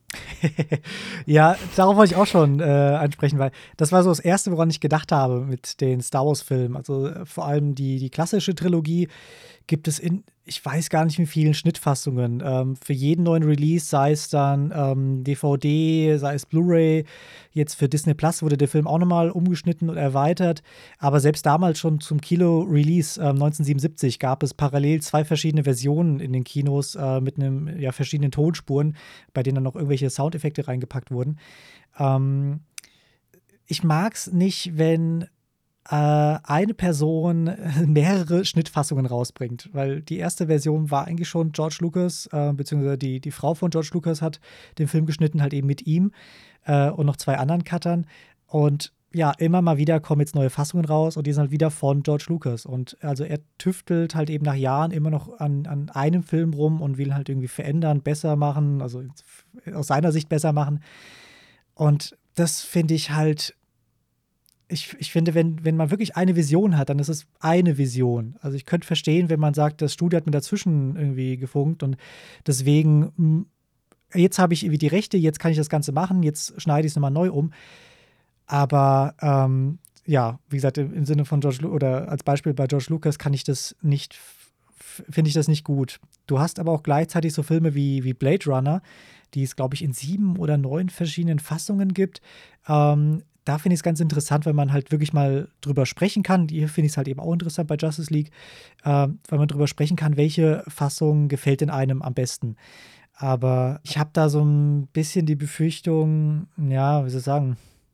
Ja, darauf wollte ich auch schon äh, ansprechen, weil das war so das Erste, woran ich gedacht habe mit den Star Wars-Filmen. Also äh, vor allem die, die klassische Trilogie gibt es in, ich weiß gar nicht, wie vielen Schnittfassungen. Ähm, für jeden neuen Release, sei es dann ähm, D V D, sei es Blu-ray. Jetzt für Disney Plus wurde der Film auch nochmal umgeschnitten und erweitert. Aber selbst damals schon zum Kino-Release ähm, neunzehnhundertsiebenundsiebzig gab es parallel zwei verschiedene Versionen in den Kinos äh, mit einem, ja, verschiedenen Tonspuren, bei denen dann noch irgendwelche Soundeffekte reingepackt wurden. Ähm, ich mag es nicht, wenn äh, eine Person mehrere Schnittfassungen rausbringt, weil die erste Version war eigentlich schon George Lucas, äh, beziehungsweise die, die Frau von George Lucas hat den Film geschnitten, halt eben mit ihm äh, und noch zwei anderen Cuttern. Und ja, immer mal wieder kommen jetzt neue Fassungen raus und die sind halt wieder von George Lucas. Und also er tüftelt halt eben nach Jahren immer noch an, an einem Film rum und will halt irgendwie verändern, besser machen, also aus seiner Sicht besser machen. Und das finde ich halt, ich, ich finde, wenn, wenn man wirklich eine Vision hat, dann ist es eine Vision. Also ich könnte verstehen, wenn man sagt, das Studio hat mir dazwischen irgendwie gefunkt und deswegen, jetzt habe ich irgendwie die Rechte, jetzt kann ich das Ganze machen, jetzt schneide ich es nochmal neu um. Aber ähm, ja, wie gesagt, im, im Sinne von George Lu- oder als Beispiel bei George Lucas kann ich das nicht, finde ich das nicht gut. Du hast aber auch gleichzeitig so Filme wie, wie Blade Runner, die es, glaube ich, in sieben oder neun verschiedenen Fassungen gibt. Ähm, da finde ich es ganz interessant, wenn man halt wirklich mal drüber sprechen kann. Hier finde ich es halt eben auch interessant bei Justice League, ähm, weil man drüber sprechen kann, welche Fassung gefällt denn einem am besten. Aber ich habe da so ein bisschen die Befürchtung, ja, wie soll ich sagen,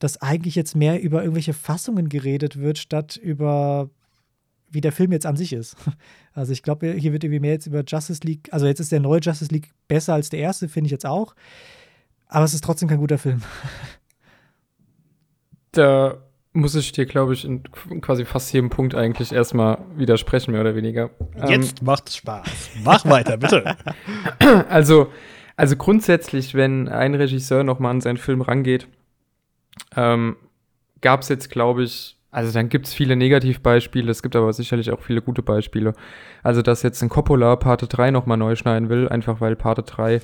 dass eigentlich jetzt mehr über irgendwelche Fassungen geredet wird, statt über wie der Film jetzt an sich ist. Also ich glaube, hier wird irgendwie mehr jetzt über Justice League, also jetzt ist der neue Justice League besser als der erste, finde ich jetzt auch. Aber es ist trotzdem kein guter Film. Da muss ich dir, glaube ich, in quasi fast jedem Punkt eigentlich erstmal widersprechen, mehr oder weniger. Jetzt ähm, macht's Spaß. Mach weiter, bitte. Also, also grundsätzlich, wenn ein Regisseur nochmal an seinen Film rangeht, ähm, gab es jetzt, glaube ich, also dann gibt es viele Negativbeispiele, es gibt aber sicherlich auch viele gute Beispiele. Also, dass jetzt ein Coppola Parte drei nochmal neu schneiden will, einfach weil Parte drei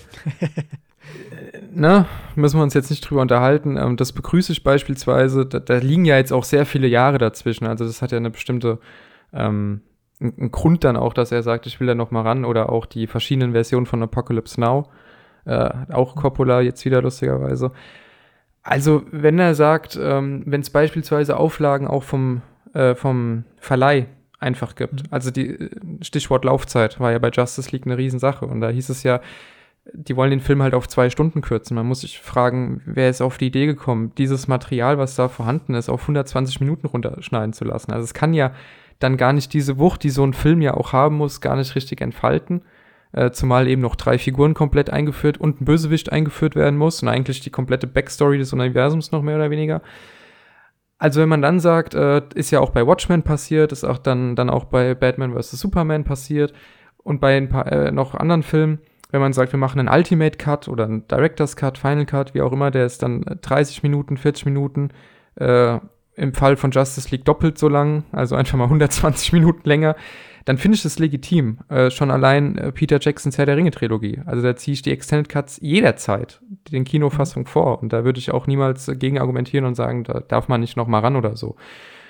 ne, müssen wir uns jetzt nicht drüber unterhalten. Ähm, das begrüße ich beispielsweise. Da, da liegen ja jetzt auch sehr viele Jahre dazwischen. Also das hat ja eine bestimmte ähm, einen Grund dann auch, dass er sagt, ich will da noch mal ran. Oder auch die verschiedenen Versionen von Apocalypse Now. Äh, auch Coppola jetzt wieder lustigerweise. Also wenn er sagt, ähm, wenn es beispielsweise Auflagen auch vom, äh, vom Verleih einfach gibt. Also die Stichwort Laufzeit war ja bei Justice League eine Riesensache. Und da hieß es ja, die wollen den Film halt auf zwei Stunden kürzen. Man muss sich fragen, wer ist auf die Idee gekommen, dieses Material, was da vorhanden ist, auf hundertzwanzig Minuten runterschneiden zu lassen. Also es kann ja dann gar nicht diese Wucht, die so ein Film ja auch haben muss, gar nicht richtig entfalten. Äh, zumal eben noch drei Figuren komplett eingeführt und ein Bösewicht eingeführt werden muss und eigentlich die komplette Backstory des Universums noch mehr oder weniger. Also wenn man dann sagt, äh, ist ja auch bei Watchmen passiert, ist auch dann, dann auch bei Batman versus. Superman passiert und bei ein paar äh, noch anderen Filmen, wenn man sagt, wir machen einen Ultimate Cut oder einen Director's Cut, Final Cut, wie auch immer, der ist dann dreißig Minuten, vierzig Minuten, äh, im Fall von Justice League doppelt so lang, also einfach mal hundertzwanzig Minuten länger, dann finde ich das legitim. Äh, schon allein äh, Peter Jacksons Herr der Ringe-Trilogie. Also da ziehe ich die Extended Cuts jederzeit den Kinofassung mhm. vor. Und da würde ich auch niemals äh, gegen argumentieren und sagen, da darf man nicht noch mal ran oder so.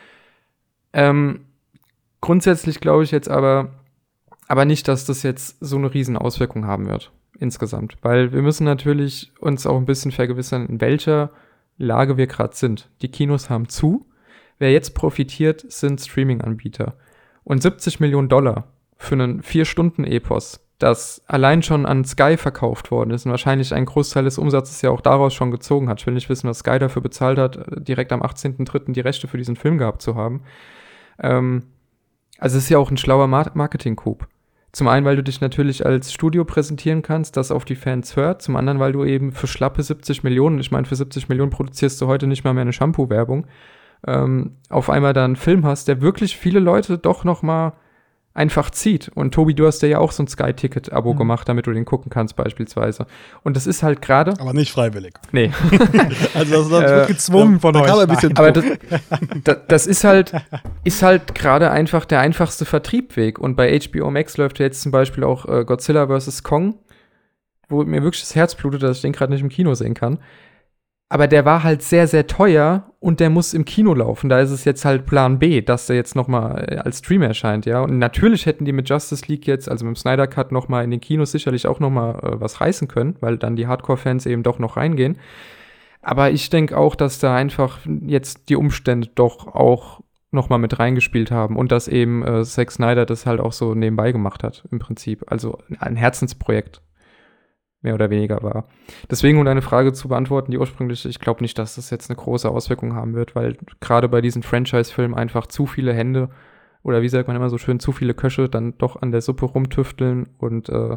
Ähm, grundsätzlich glaube ich jetzt aber, aber nicht, dass das jetzt so eine riesen Auswirkung haben wird insgesamt. Weil wir müssen natürlich uns auch ein bisschen vergewissern, in welcher Lage wir gerade sind. Die Kinos haben zu. Wer jetzt profitiert, sind Streaming-Anbieter. Und siebzig Millionen Dollar für einen vier Stunden Epos, das allein schon an Sky verkauft worden ist und wahrscheinlich einen Großteil des Umsatzes ja auch daraus schon gezogen hat. Ich will nicht wissen, was Sky dafür bezahlt hat, direkt am achtzehnten dritten die Rechte für diesen Film gehabt zu haben. Ähm, also es ist ja auch ein schlauer Mar- Marketing-Coup. Zum einen, weil du dich natürlich als Studio präsentieren kannst, das auf die Fans hört. Zum anderen, weil du eben für schlappe siebzig Millionen, ich meine, für siebzig Millionen produzierst du heute nicht mal mehr eine Shampoo-Werbung, ähm, auf einmal da einen Film hast, der wirklich viele Leute doch noch mal einfach zieht. Und Tobi, du hast ja auch so ein Sky-Ticket-Abo mhm. gemacht, damit du den gucken kannst beispielsweise. Und das ist halt gerade... Aber nicht freiwillig. Nee. Also das, das wird äh, gezwungen von da euch. Ein bisschen aber das, das, das ist halt, ist halt gerade einfach der einfachste Vertriebweg. Und bei H B O Max läuft ja jetzt zum Beispiel auch äh, Godzilla versus. Kong, wo mir wirklich das Herz blutet, dass ich den gerade nicht im Kino sehen kann. Aber der war halt sehr, sehr teuer und der muss im Kino laufen. Da ist es jetzt halt Plan B, dass der jetzt noch mal als Stream erscheint, ja. Und natürlich hätten die mit Justice League jetzt, also mit dem Snyder Cut, noch mal in den Kinos sicherlich auch noch mal äh, was reißen können, weil dann die Hardcore-Fans eben doch noch reingehen. Aber ich denke auch, dass da einfach jetzt die Umstände doch auch noch mal mit reingespielt haben und dass eben äh, Zack Snyder das halt auch so nebenbei gemacht hat, im Prinzip. Also ein Herzensprojekt. Mehr oder weniger war. Deswegen, um deine Frage zu beantworten, die ursprüngliche, ich glaube nicht, dass das jetzt eine große Auswirkung haben wird, weil gerade bei diesen Franchise-Filmen einfach zu viele Hände oder wie sagt man immer so schön, zu viele Köche dann doch an der Suppe rumtüfteln und äh,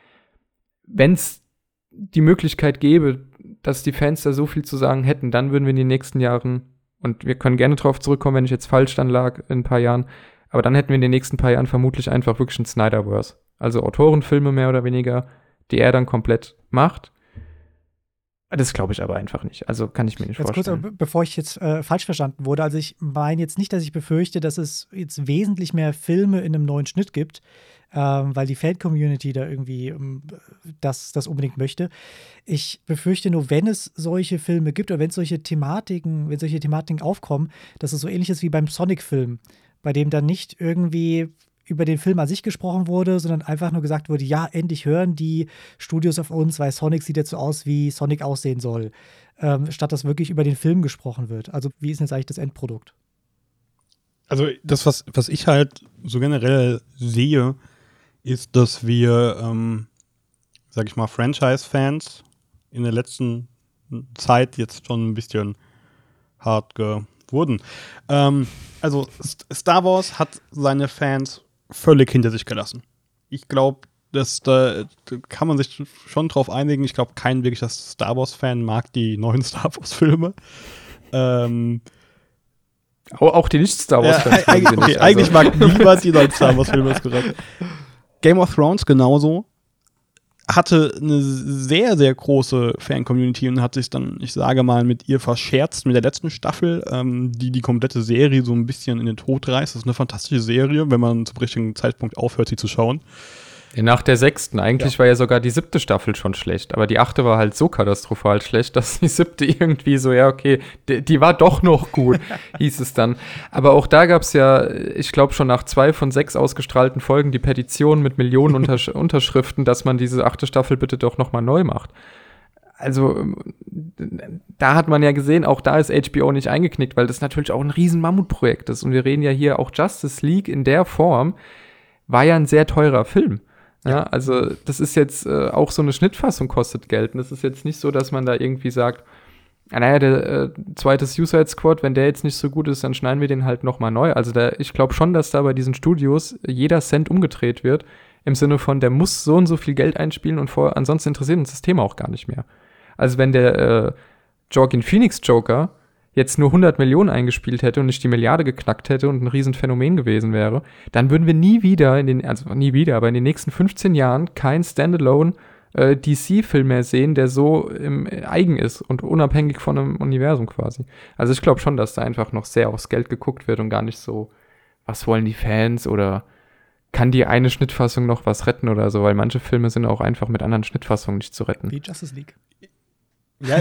wenn es die Möglichkeit gäbe, dass die Fans da so viel zu sagen hätten, dann würden wir in den nächsten Jahren, und wir können gerne drauf zurückkommen, wenn ich jetzt falsch dann lag in ein paar Jahren, aber dann hätten wir in den nächsten paar Jahren vermutlich einfach wirklich ein Snyderverse. Also Autorenfilme mehr oder weniger, die er dann komplett macht. Das glaube ich aber einfach nicht. Also kann ich mir nicht jetzt vorstellen. Kurz, bevor ich jetzt äh, falsch verstanden wurde, also ich meine jetzt nicht, dass ich befürchte, dass es jetzt wesentlich mehr Filme in einem neuen Schnitt gibt, ähm, weil die Fan-Community da irgendwie ähm, das, das unbedingt möchte. Ich befürchte nur, wenn es solche Filme gibt oder wenn solche Thematiken, wenn solche Thematiken aufkommen, dass es so ähnlich ist wie beim Sonic-Film, bei dem dann nicht irgendwie über den Film an sich gesprochen wurde, sondern einfach nur gesagt wurde, ja, endlich hören die Studios auf uns, weil Sonic sieht jetzt so aus, wie Sonic aussehen soll, ähm, statt dass wirklich über den Film gesprochen wird. Also wie ist denn jetzt eigentlich das Endprodukt? Also das, was, was ich halt so generell sehe, ist, dass wir, ähm, sag ich mal, Franchise-Fans in der letzten Zeit jetzt schon ein bisschen hart geworden. Ähm, also Star Wars hat seine Fans völlig hinter sich gelassen. Ich glaube, das, da kann man sich schon drauf einigen. Ich glaube, kein wirklicher Star Wars-Fan mag die neuen Star Wars-Filme. Ähm, auch die Nicht-Star Wars-Fans. Ja, eigentlich, okay, also. eigentlich mag niemand die neuen Star Wars-Filme, ist korrekt. Game of Thrones genauso. Hatte eine sehr, sehr große Fan-Community und hat sich dann, ich sage mal, mit ihr verscherzt mit der letzten Staffel, ähm, die die komplette Serie so ein bisschen in den Tod reißt. Das ist eine fantastische Serie, wenn man zum richtigen Zeitpunkt aufhört, sie zu schauen. Nach der sechsten. Eigentlich ja. war ja sogar die siebte Staffel schon schlecht. Aber die achte war halt so katastrophal schlecht, dass die siebte irgendwie so, ja, okay, die, die war doch noch gut, hieß es dann. Aber auch da gab es ja, ich glaube, schon nach zwei von sechs ausgestrahlten Folgen die Petition mit Millionen Untersch- Unterschriften, dass man diese achte Staffel bitte doch noch mal neu macht. Also, da hat man ja gesehen, auch da ist H B O nicht eingeknickt, weil das natürlich auch ein riesen Mammutprojekt ist. Und wir reden ja hier auch Justice League in der Form, war ja ein sehr teurer Film. Ja, also das ist jetzt äh, auch so eine Schnittfassung kostet Geld. Und es ist jetzt nicht so, dass man da irgendwie sagt, naja, der äh, zweite Suicide Squad, wenn der jetzt nicht so gut ist, dann schneiden wir den halt nochmal neu. Also da, ich glaube schon, dass da bei diesen Studios jeder Cent umgedreht wird, im Sinne von, der muss so und so viel Geld einspielen und vor, ansonsten interessiert uns das Thema auch gar nicht mehr. Also wenn der äh, Joaquin Phoenix Joker jetzt nur hundert Millionen eingespielt hätte und nicht die Milliarde geknackt hätte und ein Riesenphänomen gewesen wäre, dann würden wir nie wieder in den, also nie wieder, aber in den nächsten fünfzehn Jahren kein Standalone äh, D C-Film mehr sehen, der so im, äh, eigen ist und unabhängig von einem Universum quasi. Also ich glaube schon, dass da einfach noch sehr aufs Geld geguckt wird und gar nicht so, was wollen die Fans oder kann die eine Schnittfassung noch was retten oder so, weil manche Filme sind auch einfach mit anderen Schnittfassungen nicht zu retten. Wie Justice League. Ja.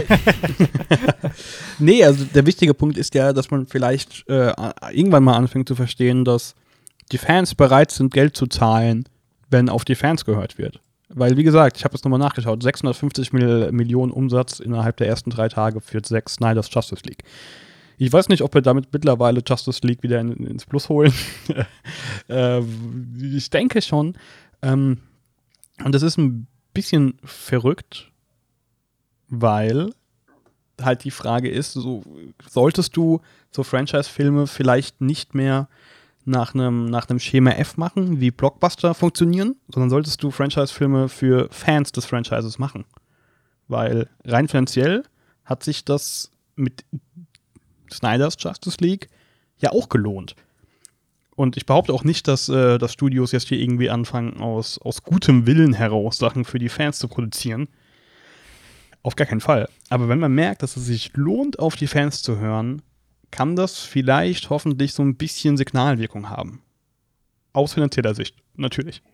Nee, also der wichtige Punkt ist ja, dass man vielleicht äh, irgendwann mal anfängt zu verstehen, dass die Fans bereit sind, Geld zu zahlen, wenn auf die Fans gehört wird. Weil, wie gesagt, ich habe jetzt nochmal nachgeschaut, sechshundertfünfzig Mil- Millionen Umsatz innerhalb der ersten drei Tage für Zack Snyders Justice League. Ich weiß nicht, ob wir damit mittlerweile Justice League wieder in, ins Plus holen. äh, ich denke schon. Ähm, und das ist ein bisschen verrückt, weil halt die Frage ist, so, solltest du so Franchise-Filme vielleicht nicht mehr nach einem nach einem Schema F machen, wie Blockbuster funktionieren, sondern solltest du Franchise-Filme für Fans des Franchises machen. Weil rein finanziell hat sich das mit Snyders Justice League ja auch gelohnt. Und ich behaupte auch nicht, dass, äh, dass Studios jetzt hier irgendwie anfangen, aus, aus gutem Willen heraus Sachen für die Fans zu produzieren. Auf gar keinen Fall. Aber wenn man merkt, dass es sich lohnt, auf die Fans zu hören, kann das vielleicht hoffentlich so ein bisschen Signalwirkung haben. Aus finanzieller Sicht, natürlich.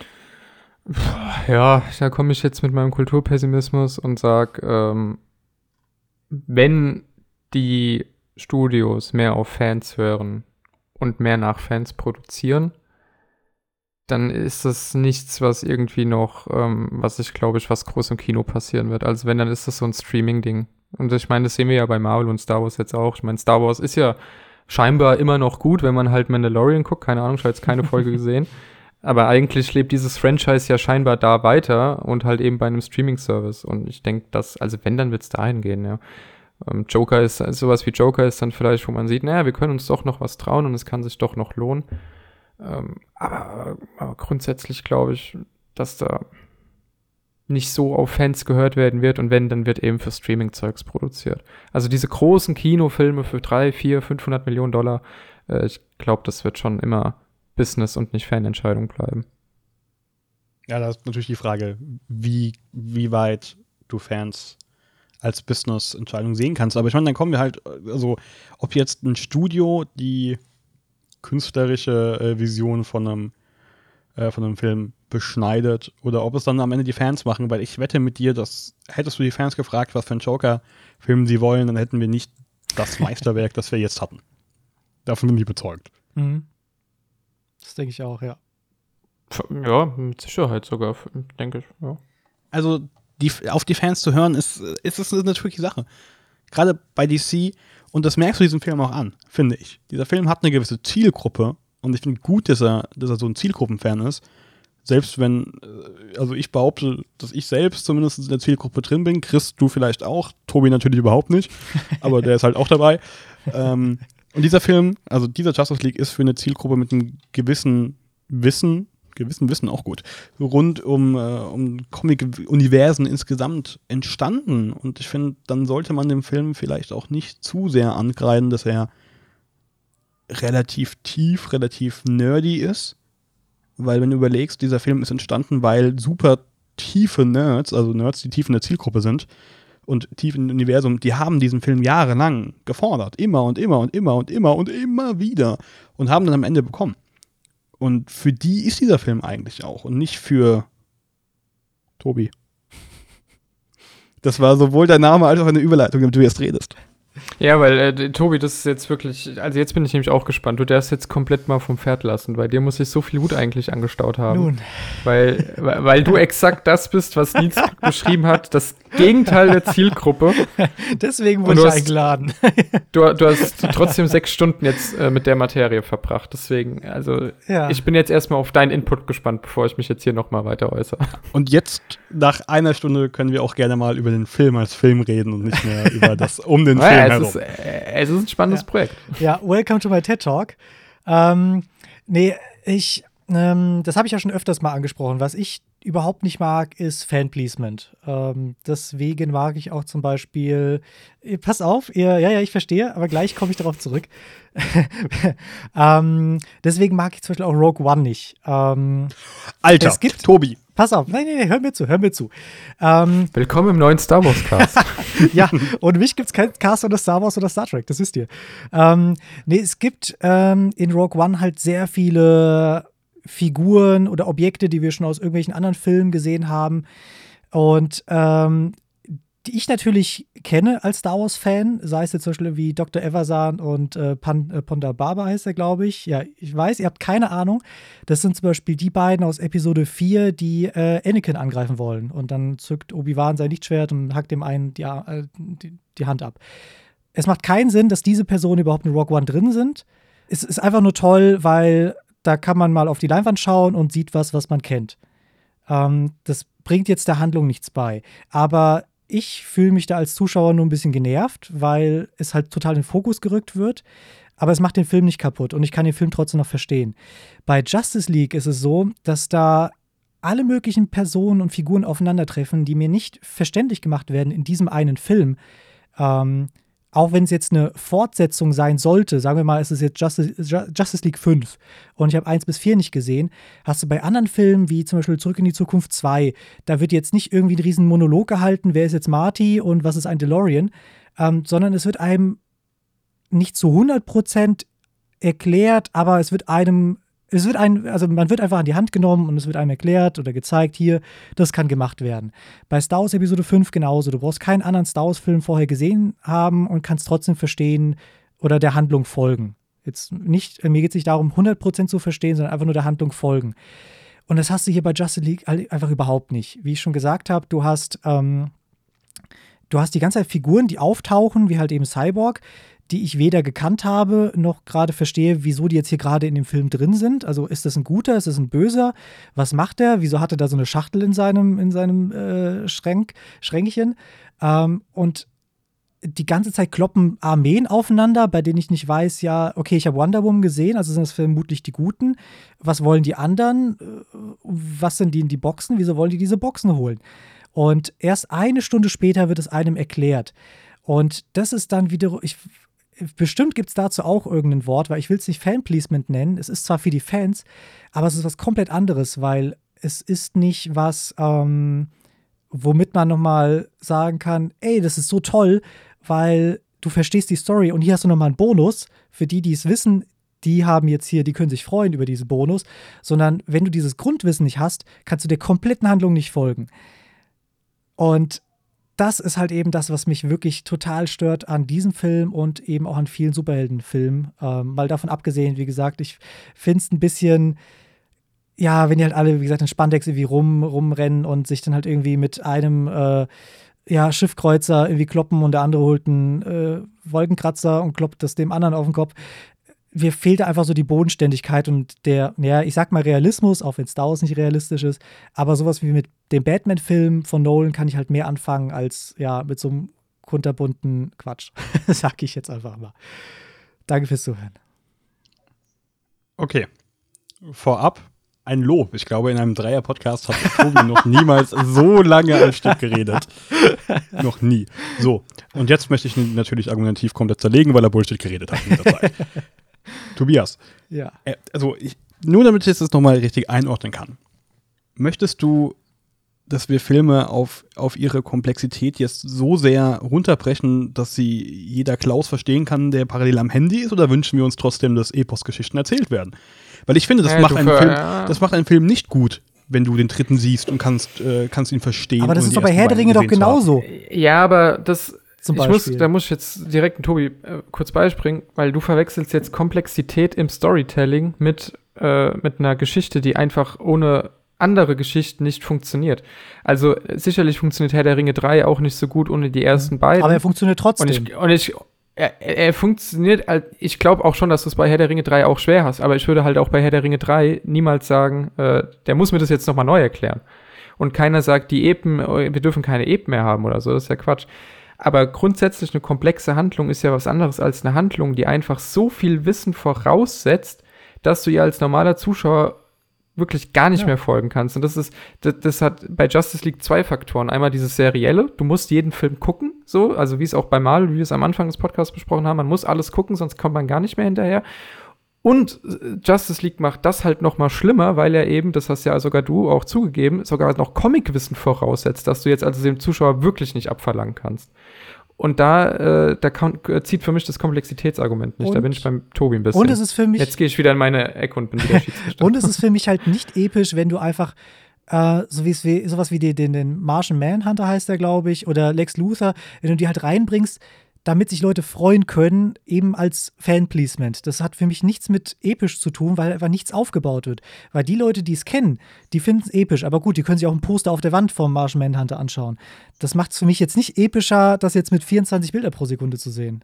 Ja, da komme ich jetzt mit meinem Kulturpessimismus und sage, ähm, wenn die Studios mehr auf Fans hören und mehr nach Fans produzieren, dann ist das nichts, was irgendwie noch, ähm, was ich glaube ich, was groß im Kino passieren wird. Also wenn, dann ist das so ein Streaming-Ding. Und ich meine, das sehen wir ja bei Marvel und Star Wars jetzt auch. Ich meine, Star Wars ist ja scheinbar immer noch gut, wenn man halt Mandalorian guckt. Keine Ahnung, ich habe jetzt keine Folge gesehen. Aber eigentlich lebt dieses Franchise ja scheinbar da weiter und halt eben bei einem Streaming-Service. Und ich denke, dass, also wenn, dann wird es dahin gehen, ja. Ähm, Joker ist, also sowas wie Joker ist dann vielleicht, wo man sieht, naja, wir können uns doch noch was trauen und es kann sich doch noch lohnen. Ähm, aber, aber grundsätzlich glaube ich, dass da nicht so auf Fans gehört werden wird und wenn, dann wird eben für Streaming-Zeugs produziert. Also diese großen Kinofilme für drei, vier, fünfhundert Millionen Dollar, äh, ich glaube, das wird schon immer Business und nicht Fanentscheidung bleiben. Ja, da ist natürlich die Frage, wie, wie weit du Fans als Business-Entscheidung sehen kannst. Aber ich meine, dann kommen wir halt, also ob jetzt ein Studio die künstlerische äh, Vision von einem, äh, von einem Film beschneidet oder ob es dann am Ende die Fans machen, weil ich wette mit dir, dass hättest du die Fans gefragt, was für einen Joker-Film sie wollen, dann hätten wir nicht das Meisterwerk, das wir jetzt hatten. Davon bin ich überzeugt. Mhm. Das denke ich auch, ja. Ja, mit Sicherheit sogar, denke ich, ja. Also die, auf die Fans zu hören, ist, ist, ist eine tricky Sache. Gerade bei D C, und das merkst du diesem Film auch an, finde ich. Dieser Film hat eine gewisse Zielgruppe und ich finde gut, dass er, dass er so ein Zielgruppenfan ist. selbst wenn, also ich behaupte, dass ich selbst zumindest in der Zielgruppe drin bin, Chris, du vielleicht auch, Tobi natürlich überhaupt nicht, aber der ist halt auch dabei. ähm, und dieser Film, also dieser Justice League ist für eine Zielgruppe mit einem gewissen Wissen, gewissen Wissen auch gut, rund um, äh, um Comic-Universen insgesamt entstanden. Und ich finde, dann sollte man dem Film vielleicht auch nicht zu sehr ankreiden, dass er relativ tief, relativ nerdy ist. Weil wenn du überlegst, dieser Film ist entstanden, weil super tiefe Nerds, also Nerds, die tief in der Zielgruppe sind und tief im Universum, die haben diesen Film jahrelang gefordert. Immer und immer und immer und immer und immer wieder. Und haben dann am Ende bekommen. Und für die ist dieser Film eigentlich auch. Und nicht für Tobi. Das war sowohl dein Name als auch eine Überleitung, damit du jetzt redest. Ja, weil, äh, Tobi, das ist jetzt wirklich, also jetzt bin ich nämlich auch gespannt. Du darfst jetzt komplett mal vom Pferd lassen, weil dir muss sich so viel Wut eigentlich angestaut haben. Nun. Weil, weil, weil du exakt das bist, was Nils beschrieben hat, das Gegenteil der Zielgruppe. Deswegen wurde ich hast, eingeladen. Du, du hast trotzdem sechs Stunden jetzt äh, mit der Materie verbracht. Deswegen, also ja. Ich bin jetzt erstmal auf deinen Input gespannt, bevor ich mich jetzt hier nochmal weiter äußere. Und jetzt, nach einer Stunde, können wir auch gerne mal über den Film als Film reden und nicht mehr über das um den Film ja, herum. Es ist, äh, es ist ein spannendes ja. Projekt. Ja, welcome to my TED Talk. Ähm, nee, ich, ähm, das habe ich ja schon öfters mal angesprochen. Was ich überhaupt nicht mag, ist Fanpleasement. Ähm, deswegen mag ich auch zum Beispiel, äh, pass auf, ihr, ja, ja, ich verstehe, aber gleich komme ich darauf zurück. ähm, deswegen mag ich zum Beispiel auch Rogue One nicht. Ähm, Alter, es gibt, Tobi. Pass auf, nein, nein, nein, hör mir zu, hör mir zu. Ähm, Willkommen im neuen Star Wars Cast. Ja, und mich gibt es kein Cast oder Star Wars oder Star Trek, das wisst ihr. Ähm, nee, es gibt ähm, in Rogue One halt sehr viele Figuren oder Objekte, die wir schon aus irgendwelchen anderen Filmen gesehen haben und ähm, die ich natürlich kenne als Star Wars-Fan, sei es jetzt zum Beispiel wie Doktor Evazan und äh, Pan, äh, Ponda Baba heißt er, glaube ich. Ja, ich weiß, ihr habt keine Ahnung. Das sind zum Beispiel die beiden aus Episode vier, die äh, Anakin angreifen wollen. Und dann zückt Obi-Wan sein Lichtschwert und hackt dem einen die, äh, die, die Hand ab. Es macht keinen Sinn, dass diese Personen überhaupt in Rogue One drin sind. Es ist einfach nur toll, weil da kann man mal auf die Leinwand schauen und sieht was, was man kennt. Ähm, das bringt jetzt der Handlung nichts bei. Aber ich fühle mich da als Zuschauer nur ein bisschen genervt, weil es halt total in den Fokus gerückt wird. Aber es macht den Film nicht kaputt und ich kann den Film trotzdem noch verstehen. Bei Justice League ist es so, dass da alle möglichen Personen und Figuren aufeinandertreffen, die mir nicht verständlich gemacht werden in diesem einen Film. Ähm, auch wenn es jetzt eine Fortsetzung sein sollte, sagen wir mal, es ist jetzt Justice, Justice League fünf und ich habe eins bis vier nicht gesehen, hast du bei anderen Filmen, wie zum Beispiel Zurück in die Zukunft zwei, da wird jetzt nicht irgendwie ein riesen Monolog gehalten, wer ist jetzt Marty und was ist ein DeLorean, ähm, sondern es wird einem nicht zu hundert Prozent erklärt, aber es wird einem Es wird ein, also man wird einfach an die Hand genommen und es wird einem erklärt oder gezeigt, hier, das kann gemacht werden. Bei Star Wars Episode fünf genauso. Du brauchst keinen anderen Star Wars-Film vorher gesehen haben und kannst trotzdem verstehen oder der Handlung folgen. Jetzt nicht, mir geht es nicht darum, hundert Prozent zu verstehen, sondern einfach nur der Handlung folgen. Und das hast du hier bei Justice League einfach überhaupt nicht. Wie ich schon gesagt habe, du hast, ähm, du hast die ganze Zeit Figuren, die auftauchen, wie halt eben Cyborg, die ich weder gekannt habe, noch gerade verstehe, wieso die jetzt hier gerade in dem Film drin sind. Also ist das ein guter, ist das ein böser? Was macht er? Wieso hat er da so eine Schachtel in seinem, in seinem äh, Schränk, Schränkchen? Ähm, und die ganze Zeit kloppen Armeen aufeinander, bei denen ich nicht weiß, ja, okay, ich habe Wonder Woman gesehen, also sind das vermutlich die Guten. Was wollen die anderen? Was sind die in die Boxen? Wieso wollen die diese Boxen holen? Und erst eine Stunde später wird es einem erklärt. Und das ist dann wieder, ich bestimmt gibt es dazu auch irgendein Wort, weil ich will es nicht Fanpleasement nennen. Es ist zwar für die Fans, aber es ist was komplett anderes, weil es ist nicht was, ähm, womit man nochmal sagen kann, ey, das ist so toll, weil du verstehst die Story und hier hast du nochmal einen Bonus. Für die, die es wissen, die haben jetzt hier, die können sich freuen über diesen Bonus, sondern wenn du dieses Grundwissen nicht hast, kannst du der kompletten Handlung nicht folgen. Und das ist halt eben das, was mich wirklich total stört an diesem Film und eben auch an vielen Superheldenfilmen. Ähm, mal davon abgesehen, wie gesagt, ich finde es ein bisschen, ja, wenn die halt alle, wie gesagt, in Spandex irgendwie rum, rumrennen und sich dann halt irgendwie mit einem äh, ja, Schiffkreuzer irgendwie kloppen und der andere holt einen äh, Wolkenkratzer und kloppt das dem anderen auf den Kopf. mir fehlte einfach so die Bodenständigkeit und der, ja, ich sag mal Realismus, auch wenn Star Wars nicht realistisch ist, aber sowas wie mit dem Batman-Film von Nolan kann ich halt mehr anfangen als, ja, mit so einem kunterbunten Quatsch. Sag ich jetzt einfach mal. Danke fürs Zuhören. Okay. Vorab ein Lob. Ich glaube, in einem Dreier-Podcast hat Tobi noch niemals so lange am Stück geredet. Noch nie. So, und jetzt möchte ich ihn natürlich argumentativ komplett zerlegen, weil er Bullshit geredet hat in dieser Zeit. Tobias. Ja. Äh, also, ich, nur damit ich das nochmal richtig einordnen kann. Möchtest du, dass wir Filme auf, auf ihre Komplexität jetzt so sehr runterbrechen, dass sie jeder Klaus verstehen kann, der parallel am Handy ist, oder wünschen wir uns trotzdem, dass Epos-Geschichten erzählt werden? Weil ich finde, das, Ja, macht du einen ver- Film, ja. das macht einen Film nicht gut, wenn du den dritten siehst und kannst, äh, kannst ihn verstehen. Aber das ohne ist die doch bei ersten Herr der beiden Ringe doch gesehen zu haben. genauso. Ja, aber das, Zum ich muss, Beispiel. da muss ich jetzt direkt einen Tobi äh, kurz beispringen, weil du verwechselst jetzt Komplexität im Storytelling mit, äh, mit einer Geschichte, die einfach ohne andere Geschichten nicht funktioniert. Also äh, sicherlich funktioniert Herr der Ringe drei auch nicht so gut ohne die ersten beiden. Aber er funktioniert trotzdem. Und ich, und ich er, er funktioniert, halt- ich glaube auch schon, dass du es bei Herr der Ringe drei auch schwer hast, aber ich würde halt auch bei Herr der Ringe drei niemals sagen, äh, der muss mir das jetzt nochmal neu erklären. Und keiner sagt, die Epen, äh, wir dürfen keine Epen mehr haben oder so, das ist ja Quatsch. Aber grundsätzlich eine komplexe Handlung ist ja was anderes als eine Handlung, die einfach so viel Wissen voraussetzt, dass du ja als normaler Zuschauer wirklich gar nicht Ja. mehr folgen kannst. Und das ist, das, das hat bei Justice League zwei Faktoren. Einmal dieses Serielle, du musst jeden Film gucken, so, also wie es auch bei Marvel, wie wir es am Anfang des Podcasts besprochen haben, man muss alles gucken, sonst kommt man gar nicht mehr hinterher. Und äh, Justice League macht das halt noch mal schlimmer, weil er eben, das hast ja sogar du auch zugegeben, sogar noch Comicwissen voraussetzt, dass du jetzt also dem Zuschauer wirklich nicht abverlangen kannst. Und da, äh, da kann, äh, zieht für mich das Komplexitätsargument nicht. Da Und- bin ich beim Tobi ein bisschen. Und es ist für mich Jetzt gehe ich wieder in meine Ecke und bin wieder Schiedsrichter. Und es ist für mich halt nicht episch, wenn du einfach äh, so wie's wie sowas wie den, den, den Martian Manhunter heißt der, glaube ich, oder Lex Luthor, wenn du die halt reinbringst, damit sich Leute freuen können, eben als Fan-Pleasement. Das hat für mich nichts mit episch zu tun, weil einfach nichts aufgebaut wird. Weil die Leute, die es kennen, die finden es episch. Aber gut, die können sich auch ein Poster auf der Wand vom Martian Manhunter anschauen. Das macht es für mich jetzt nicht epischer, das jetzt mit vierundzwanzig Bilder pro Sekunde zu sehen.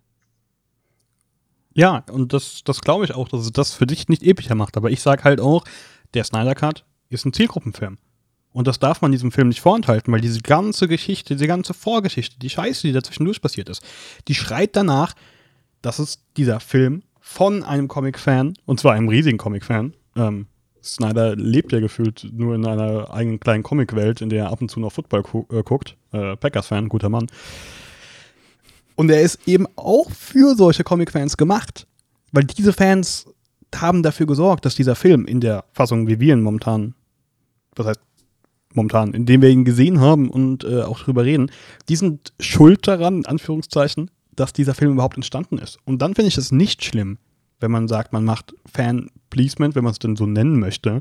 Ja, und das, das glaube ich auch, dass es das für dich nicht epischer macht. Aber ich sage halt auch, der Snyder Cut ist ein Zielgruppenfilm. Und das darf man diesem Film nicht vorenthalten, weil diese ganze Geschichte, diese ganze Vorgeschichte, die Scheiße, die dazwischendurch passiert ist, die schreit danach, dass es dieser Film von einem Comic-Fan, und zwar einem riesigen Comic-Fan, ähm, Snyder lebt ja gefühlt nur in einer eigenen kleinen Comic-Welt, in der er ab und zu noch Football gu- äh, guckt, äh, Packers-Fan, guter Mann. Und er ist eben auch für solche Comic-Fans gemacht, weil diese Fans haben dafür gesorgt, dass dieser Film in der Fassung, wie wir ihn momentan, was heißt momentan, in dem wir ihn gesehen haben und äh, auch drüber reden, die sind schuld daran, in Anführungszeichen, dass dieser Film überhaupt entstanden ist. Und dann finde ich es nicht schlimm, wenn man sagt, man macht Fan-Pleasement, wenn man es denn so nennen möchte,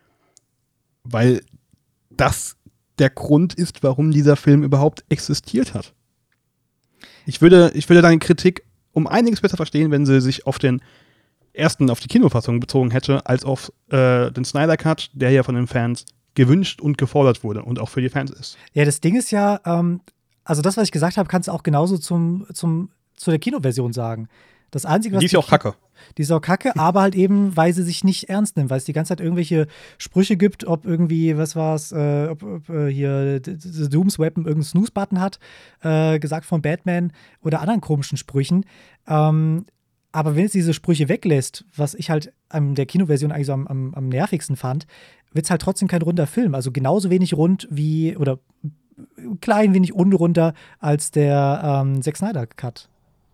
weil das der Grund ist, warum dieser Film überhaupt existiert hat. Ich würde, ich würde deine Kritik um einiges besser verstehen, wenn sie sich auf den ersten, auf die Kinofassung bezogen hätte, als auf äh, den Snyder Cut, der ja von den Fans gewünscht und gefordert wurde und auch für die Fans ist. Ja, das Ding ist ja, ähm, also das, was ich gesagt habe, kannst du auch genauso zum, zum, zu der Kinoversion sagen. Das Einzige, was Die ist ja auch kacke. Die ist auch kacke, aber halt eben, weil sie sich nicht ernst nimmt, weil es die ganze Zeit irgendwelche Sprüche gibt, ob irgendwie, was war's, äh, ob, ob äh, hier The Doom's Weapon irgendeinen Snooze-Button hat, äh, gesagt von Batman oder anderen komischen Sprüchen. Ähm, aber wenn es diese Sprüche weglässt, was ich halt an der Kinoversion eigentlich so am, am, am nervigsten fand, wird es halt trotzdem kein runder Film. Also genauso wenig rund wie, oder ein klein wenig unrunder als der ähm, Zack Snyder-Cut.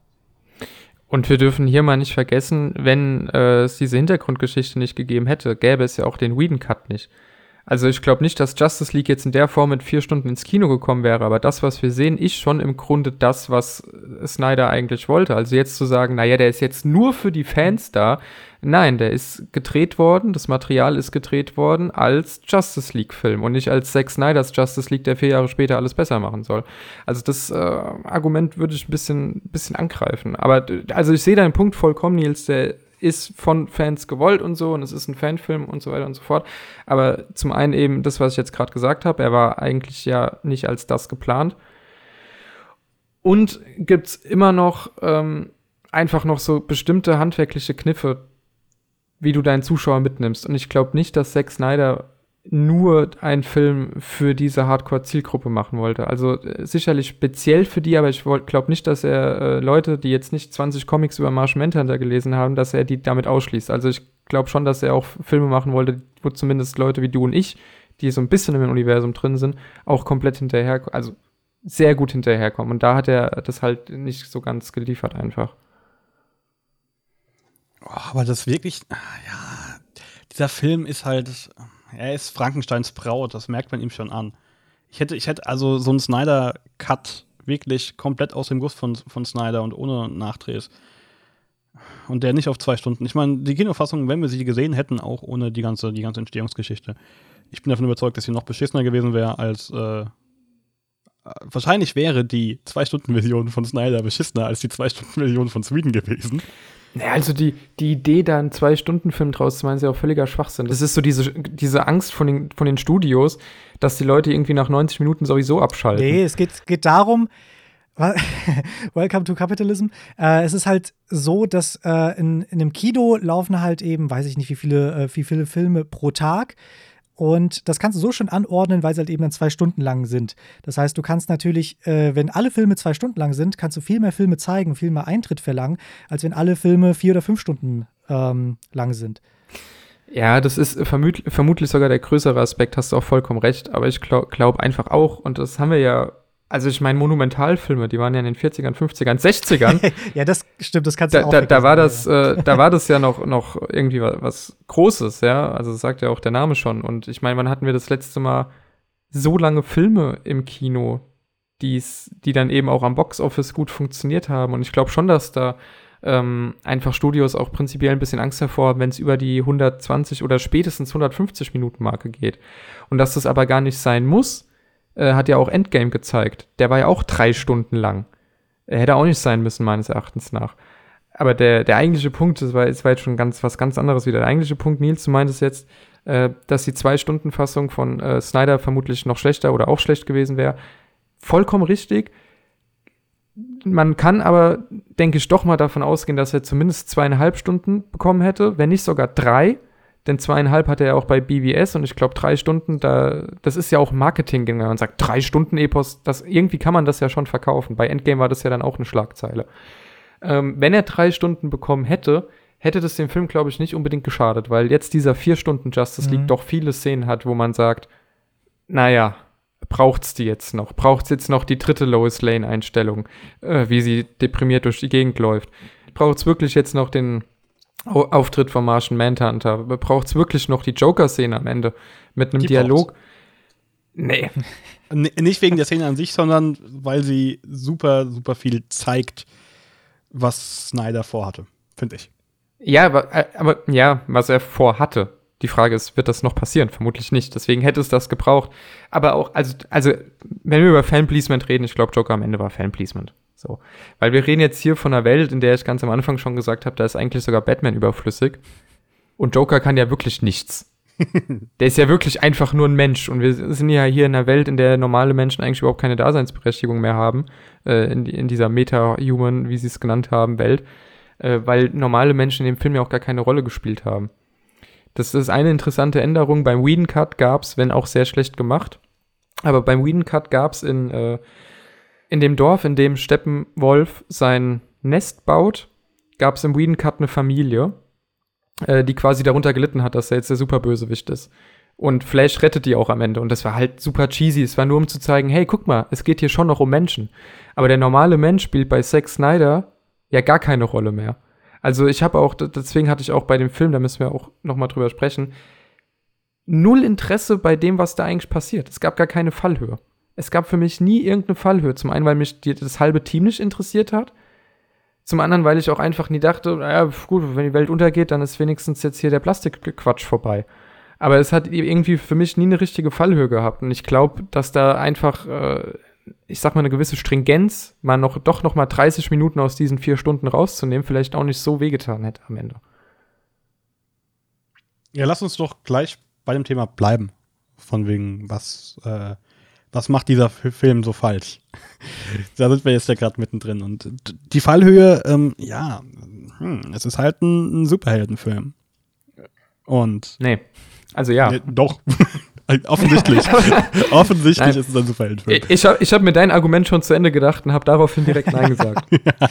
Und wir dürfen hier mal nicht vergessen, wenn äh, es diese Hintergrundgeschichte nicht gegeben hätte, gäbe es ja auch den Whedon-Cut nicht. Also ich glaube nicht, dass Justice League jetzt in der Form mit vier Stunden ins Kino gekommen wäre, aber das, was wir sehen, ist schon im Grunde das, was Snyder eigentlich wollte. Also jetzt zu sagen, naja, der ist jetzt nur für die Fans da. Nein, der ist gedreht worden, das Material ist gedreht worden als Justice League-Film und nicht als Zack Snyders Justice League, der vier Jahre später alles besser machen soll. Also das äh, Argument würde ich ein bisschen, bisschen angreifen. Aber also ich sehe deinen Punkt vollkommen, Nils, der ist von Fans gewollt und so und es ist ein Fanfilm und so weiter und so fort. Aber zum einen eben das, was ich jetzt gerade gesagt habe, er war eigentlich ja nicht als das geplant. Und gibt's immer noch ähm, einfach noch so bestimmte handwerkliche Kniffe, wie du deinen Zuschauer mitnimmst. Und ich glaube nicht, dass Zack Snyder nur einen Film für diese Hardcore-Zielgruppe machen wollte. Also äh, sicherlich speziell für die, aber ich glaube nicht, dass er äh, Leute, die jetzt nicht zwanzig Comics über Martian Manhunter gelesen haben, dass er die damit ausschließt. Also ich glaube schon, dass er auch Filme machen wollte, wo zumindest Leute wie du und ich, die so ein bisschen im Universum drin sind, auch komplett hinterher, also sehr gut hinterherkommen. Und da hat er das halt nicht so ganz geliefert einfach. Oh, aber das wirklich, ja, dieser Film ist halt, er ist Frankensteins Braut, das merkt man ihm schon an. Ich hätte, ich hätte also so einen Snyder-Cut wirklich komplett aus dem Guss von, von Snyder und ohne Nachdrehs. Und der nicht auf zwei Stunden. Ich meine, die Kinofassung, wenn wir sie gesehen hätten, auch ohne die ganze, die ganze Entstehungsgeschichte. Ich bin davon überzeugt, dass sie noch beschissener gewesen wäre als, äh, wahrscheinlich wäre die zwei-Stunden-Version von Snyder beschissener als die zwei-Stunden-Version von Sweden gewesen. Naja, also die, die Idee, da einen Zwei-Stunden-Film draus zu machen, ist ja auch völliger Schwachsinn. Das ist so diese, diese Angst von den, von den Studios, dass die Leute irgendwie nach neunzig Minuten sowieso abschalten. Nee, es geht, geht darum, Welcome to Capitalism. Äh, es ist halt so, dass äh, in, in einem Kino laufen halt eben, weiß ich nicht, wie viele, äh, wie viele Filme pro Tag. Und das kannst du so schon anordnen, weil sie halt eben dann zwei Stunden lang sind. Das heißt, du kannst natürlich, äh, wenn alle Filme zwei Stunden lang sind, kannst du viel mehr Filme zeigen, viel mehr Eintritt verlangen, als wenn alle Filme vier oder fünf Stunden ähm, lang sind. Ja, das ist vermut- vermutlich sogar der größere Aspekt, hast du auch vollkommen recht. Aber ich glaube glaub einfach auch, und das haben wir ja, also ich meine, Monumentalfilme, die waren ja in den vierzigern, fünfzigern, sechzigern. Ja, das stimmt, das kannst du da, auch da, da war das, ja. äh, da war das ja noch, noch irgendwie was, was Großes, ja. Also das sagt ja auch der Name schon. Und ich meine, wann hatten wir das letzte Mal so lange Filme im Kino, die's, die dann eben auch am Boxoffice gut funktioniert haben? Und ich glaube schon, dass da ähm, einfach Studios auch prinzipiell ein bisschen Angst davor haben, wenn es über die hundertzwanzig oder spätestens hundertfünfzig Minuten Marke geht. Und dass das aber gar nicht sein muss, äh, hat ja auch Endgame gezeigt. Der war ja auch drei Stunden lang. Er hätte auch nicht sein müssen, meines Erachtens nach. Aber der, der eigentliche Punkt, das war, das war jetzt schon ganz, was ganz anderes wieder. Der eigentliche Punkt, Nils, du meintest jetzt, äh, dass die Zwei-Stunden-Fassung von äh, Snyder vermutlich noch schlechter oder auch schlecht gewesen wäre. Vollkommen richtig. Man kann aber, denke ich, doch mal davon ausgehen, dass er zumindest zweieinhalb Stunden bekommen hätte, wenn nicht sogar drei. Denn zweieinhalb hatte er auch bei B V S und ich glaube drei Stunden, da, das ist ja auch Marketing, wenn man sagt, drei Stunden Epos, das, irgendwie kann man das ja schon verkaufen. Bei Endgame war das ja dann auch eine Schlagzeile. Ähm, wenn er drei Stunden bekommen hätte, hätte das dem Film, glaube ich, nicht unbedingt geschadet, weil jetzt dieser vier Stunden Justice League mhm. doch viele Szenen hat, wo man sagt, naja, braucht's die jetzt noch? Braucht's jetzt noch die dritte Lois Lane-Einstellung, äh, wie sie deprimiert durch die Gegend läuft? Braucht's wirklich jetzt noch den Auftritt von Martian Manhunter? Braucht's wirklich noch die Joker-Szene am Ende mit einem die Dialog? Braucht's. Nee. N- nicht wegen der Szene an sich, sondern weil sie super, super viel zeigt, was Snyder vorhatte, finde ich. Ja, aber, aber ja, was er vorhatte. Die Frage ist, wird das noch passieren? Vermutlich nicht. Deswegen hätte es das gebraucht. Aber auch, also, also wenn wir über Fanpleasement reden, ich glaube, Joker am Ende war Fanpleasement. So. Weil wir reden jetzt hier von einer Welt, in der ich ganz am Anfang schon gesagt habe, da ist eigentlich sogar Batman überflüssig. Und Joker kann ja wirklich nichts. Der ist ja wirklich einfach nur ein Mensch. Und wir sind ja hier in einer Welt, in der normale Menschen eigentlich überhaupt keine Daseinsberechtigung mehr haben. Äh, in, in dieser Meta-Human, wie sie es genannt haben, Welt. Äh, weil normale Menschen in dem Film ja auch gar keine Rolle gespielt haben. Das ist eine interessante Änderung. Beim Whedon-Cut gab's, wenn auch sehr schlecht gemacht, aber beim Whedon-Cut gab's in, äh, in dem Dorf, in dem Steppenwolf sein Nest baut, gab's im Whedon-Cut eine Familie, äh, die quasi darunter gelitten hat, dass er jetzt der Superbösewicht ist. Und Flash rettet die auch am Ende. Und das war halt super cheesy. Es war nur, um zu zeigen, hey, guck mal, es geht hier schon noch um Menschen. Aber der normale Mensch spielt bei Zack Snyder ja gar keine Rolle mehr. Also ich habe auch, deswegen hatte ich auch bei dem Film, da müssen wir auch noch mal drüber sprechen, null Interesse bei dem, was da eigentlich passiert. Es gab gar keine Fallhöhe. Es gab für mich nie irgendeine Fallhöhe. Zum einen, weil mich die, das halbe Team nicht interessiert hat. Zum anderen, weil ich auch einfach nie dachte, naja, gut, wenn die Welt untergeht, dann ist wenigstens jetzt hier der Plastikquatsch vorbei. Aber es hat irgendwie für mich nie eine richtige Fallhöhe gehabt. Und ich glaube, dass da einfach äh, ich sag mal, eine gewisse Stringenz, mal noch, doch noch mal dreißig Minuten aus diesen vier Stunden rauszunehmen, vielleicht auch nicht so wehgetan hätte am Ende. Ja, lass uns doch gleich bei dem Thema bleiben. Von wegen, was äh, was macht dieser F- Film so falsch? Da sind wir jetzt ja gerade mittendrin. Und die Fallhöhe, ähm, ja, hm, es ist halt ein, ein Superheldenfilm. Und Nee. Also ja. Nee, doch. Offensichtlich. Offensichtlich Nein. ist es ein Superheldenfilm. Ich habe ich hab mir dein Argument schon zu Ende gedacht und habe daraufhin direkt Nein gesagt.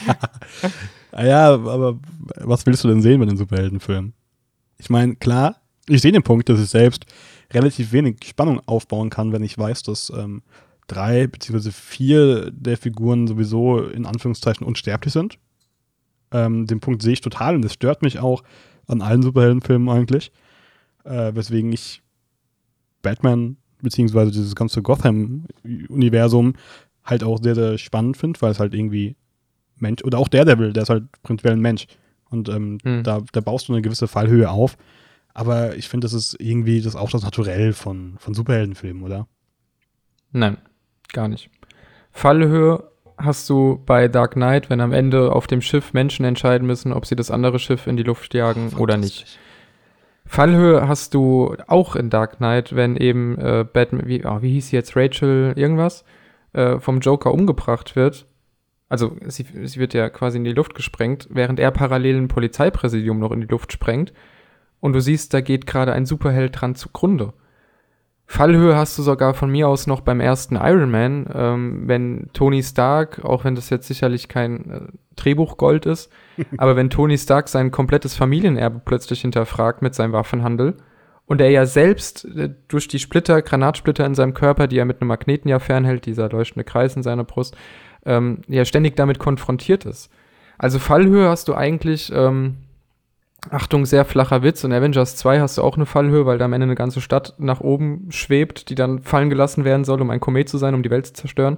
Ja, aber was willst du denn sehen bei einem Superheldenfilm? Ich meine, klar, ich sehe den Punkt, dass ich selbst relativ wenig Spannung aufbauen kann, wenn ich weiß, dass ähm, drei beziehungsweise vier der Figuren sowieso in Anführungszeichen unsterblich sind. Ähm, den Punkt sehe ich total und das stört mich auch an allen Superheldenfilmen eigentlich. Äh, weswegen ich Batman beziehungsweise dieses ganze Gotham-Universum halt auch sehr, sehr spannend finde, weil es halt irgendwie Mensch, oder auch Daredevil, der ist halt prinzipiell ein Mensch. Und ähm, Hm. da, da baust du eine gewisse Fallhöhe auf. Aber ich finde, das ist irgendwie das auch das Naturell von, von Superheldenfilmen, oder? Nein, gar nicht. Fallhöhe hast du bei Dark Knight, wenn am Ende auf dem Schiff Menschen entscheiden müssen, ob sie das andere Schiff in die Luft jagen oder nicht. Fallhöhe hast du auch in Dark Knight, wenn eben äh, Batman, wie, oh, wie hieß sie jetzt, Rachel irgendwas, äh, vom Joker umgebracht wird. Also sie, sie wird ja quasi in die Luft gesprengt, während er parallel ein Polizeipräsidium noch in die Luft sprengt. Und du siehst, da geht gerade ein Superheld dran zugrunde. Fallhöhe hast du sogar von mir aus noch beim ersten Iron Man, ähm, wenn Tony Stark, auch wenn das jetzt sicherlich kein äh, Drehbuchgold ist, aber wenn Tony Stark sein komplettes Familienerbe plötzlich hinterfragt mit seinem Waffenhandel und er ja selbst äh, durch die Splitter, Granatsplitter in seinem Körper, die er mit einem Magneten ja fernhält, dieser leuchtende Kreis in seiner Brust, ähm, ja ständig damit konfrontiert ist. Also Fallhöhe hast du eigentlich, ähm, Achtung, sehr flacher Witz, in Avengers zwei hast du auch eine Fallhöhe, weil da am Ende eine ganze Stadt nach oben schwebt, die dann fallen gelassen werden soll, um ein Komet zu sein, um die Welt zu zerstören.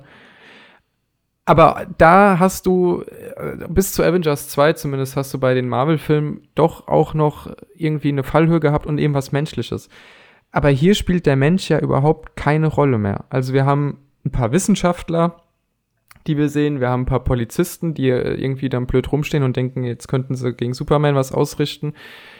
Aber da hast du, äh, bis zu Avengers zwei zumindest, hast du bei den Marvel-Filmen doch auch noch irgendwie eine Fallhöhe gehabt und eben was Menschliches. Aber hier spielt der Mensch ja überhaupt keine Rolle mehr. Also wir haben ein paar Wissenschaftler, die wir sehen. Wir haben ein paar Polizisten, die irgendwie dann blöd rumstehen und denken, jetzt könnten sie gegen Superman was ausrichten.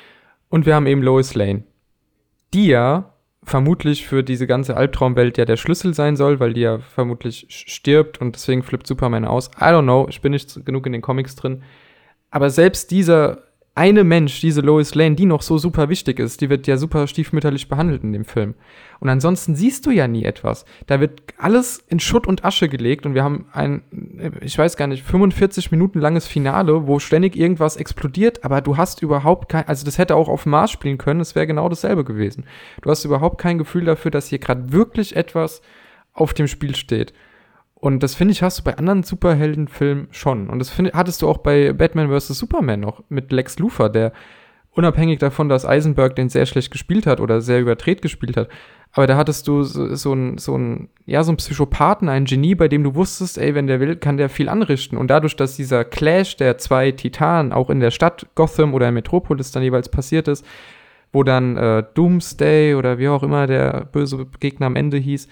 Und wir haben eben Lois Lane, die ja vermutlich für diese ganze Albtraumwelt ja der Schlüssel sein soll, weil die ja vermutlich stirbt und deswegen flippt Superman aus. I don't know, ich bin nicht genug in den Comics drin. Aber selbst dieser eine Mensch, diese Lois Lane, die noch so super wichtig ist, die wird ja super stiefmütterlich behandelt in dem Film. Und ansonsten siehst du ja nie etwas. Da wird alles in Schutt und Asche gelegt und wir haben ein, ich weiß gar nicht, fünfundvierzig Minuten langes Finale, wo ständig irgendwas explodiert, aber du hast überhaupt kein, also das hätte auch auf dem Mars spielen können, es wäre genau dasselbe gewesen. Du hast überhaupt kein Gefühl dafür, dass hier gerade wirklich etwas auf dem Spiel steht. Und das, finde ich, hast du bei anderen Superheldenfilmen schon. Und das find, hattest du auch bei Batman versus. Superman noch mit Lex Luthor, der unabhängig davon, dass Eisenberg den sehr schlecht gespielt hat oder sehr überdreht gespielt hat, aber da hattest du so, so einen so ein, ja, so einen Psychopathen, einen Genie, bei dem du wusstest, ey, wenn der will, kann der viel anrichten. Und dadurch, dass dieser Clash der zwei Titanen auch in der Stadt Gotham oder in Metropolis dann jeweils passiert ist, wo dann äh, Doomsday oder wie auch immer der böse Gegner am Ende hieß,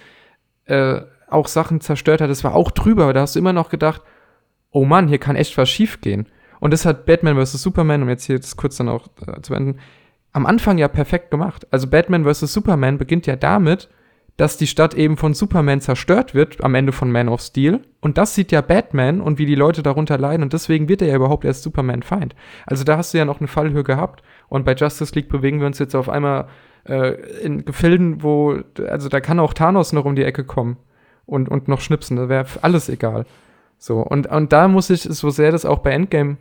äh, auch Sachen zerstört hat, das war auch drüber, aber da hast du immer noch gedacht, oh Mann, hier kann echt was schief gehen. Und das hat Batman versus. Superman, um jetzt hier das kurz dann auch äh, zu enden, am Anfang ja perfekt gemacht. Also Batman versus. Superman beginnt ja damit, dass die Stadt eben von Superman zerstört wird, am Ende von Man of Steel. Und das sieht ja Batman und wie die Leute darunter leiden und deswegen wird er ja überhaupt erst Superman-Feind. Also da hast du ja noch eine Fallhöhe gehabt und bei Justice League bewegen wir uns jetzt auf einmal äh, in Gefilden, wo, also da kann auch Thanos noch um die Ecke kommen. Und, und noch schnipsen, da wäre alles egal. So, und, und da muss ich, so sehr das auch bei Endgame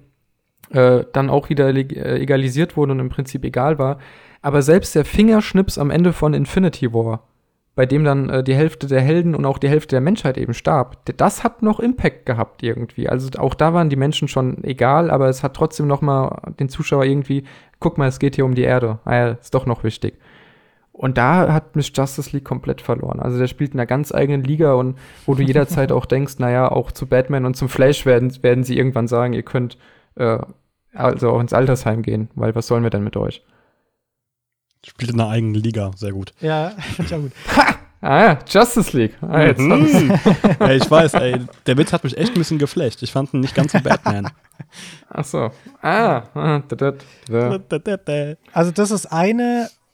äh, dann auch wieder leg- äh, egalisiert wurde und im Prinzip egal war, aber selbst der Fingerschnips am Ende von Infinity War, bei dem dann äh, die Hälfte der Helden und auch die Hälfte der Menschheit eben starb, das hat noch Impact gehabt irgendwie. Also auch da waren die Menschen schon egal, aber es hat trotzdem noch mal den Zuschauer irgendwie, guck mal, es geht hier um die Erde, ah ja, ist doch noch wichtig. Und da hat mich Justice League komplett verloren. Also der spielt in einer ganz eigenen Liga und wo du jederzeit auch denkst, naja, auch zu Batman und zum Flash werden, werden sie irgendwann sagen, ihr könnt äh, also auch ins Altersheim gehen, weil was sollen wir denn mit euch? Spielt in einer eigenen Liga, sehr gut. Ja, finde ich auch gut. Ha! Ah ja, Justice League. Ah, jetzt Mhm. Ja, ich weiß, ey, der Witz hat mich echt ein bisschen geflasht. Ich fand ihn nicht ganz so Batman. Ach so. Ah. ah da, da, da. Also das ist eine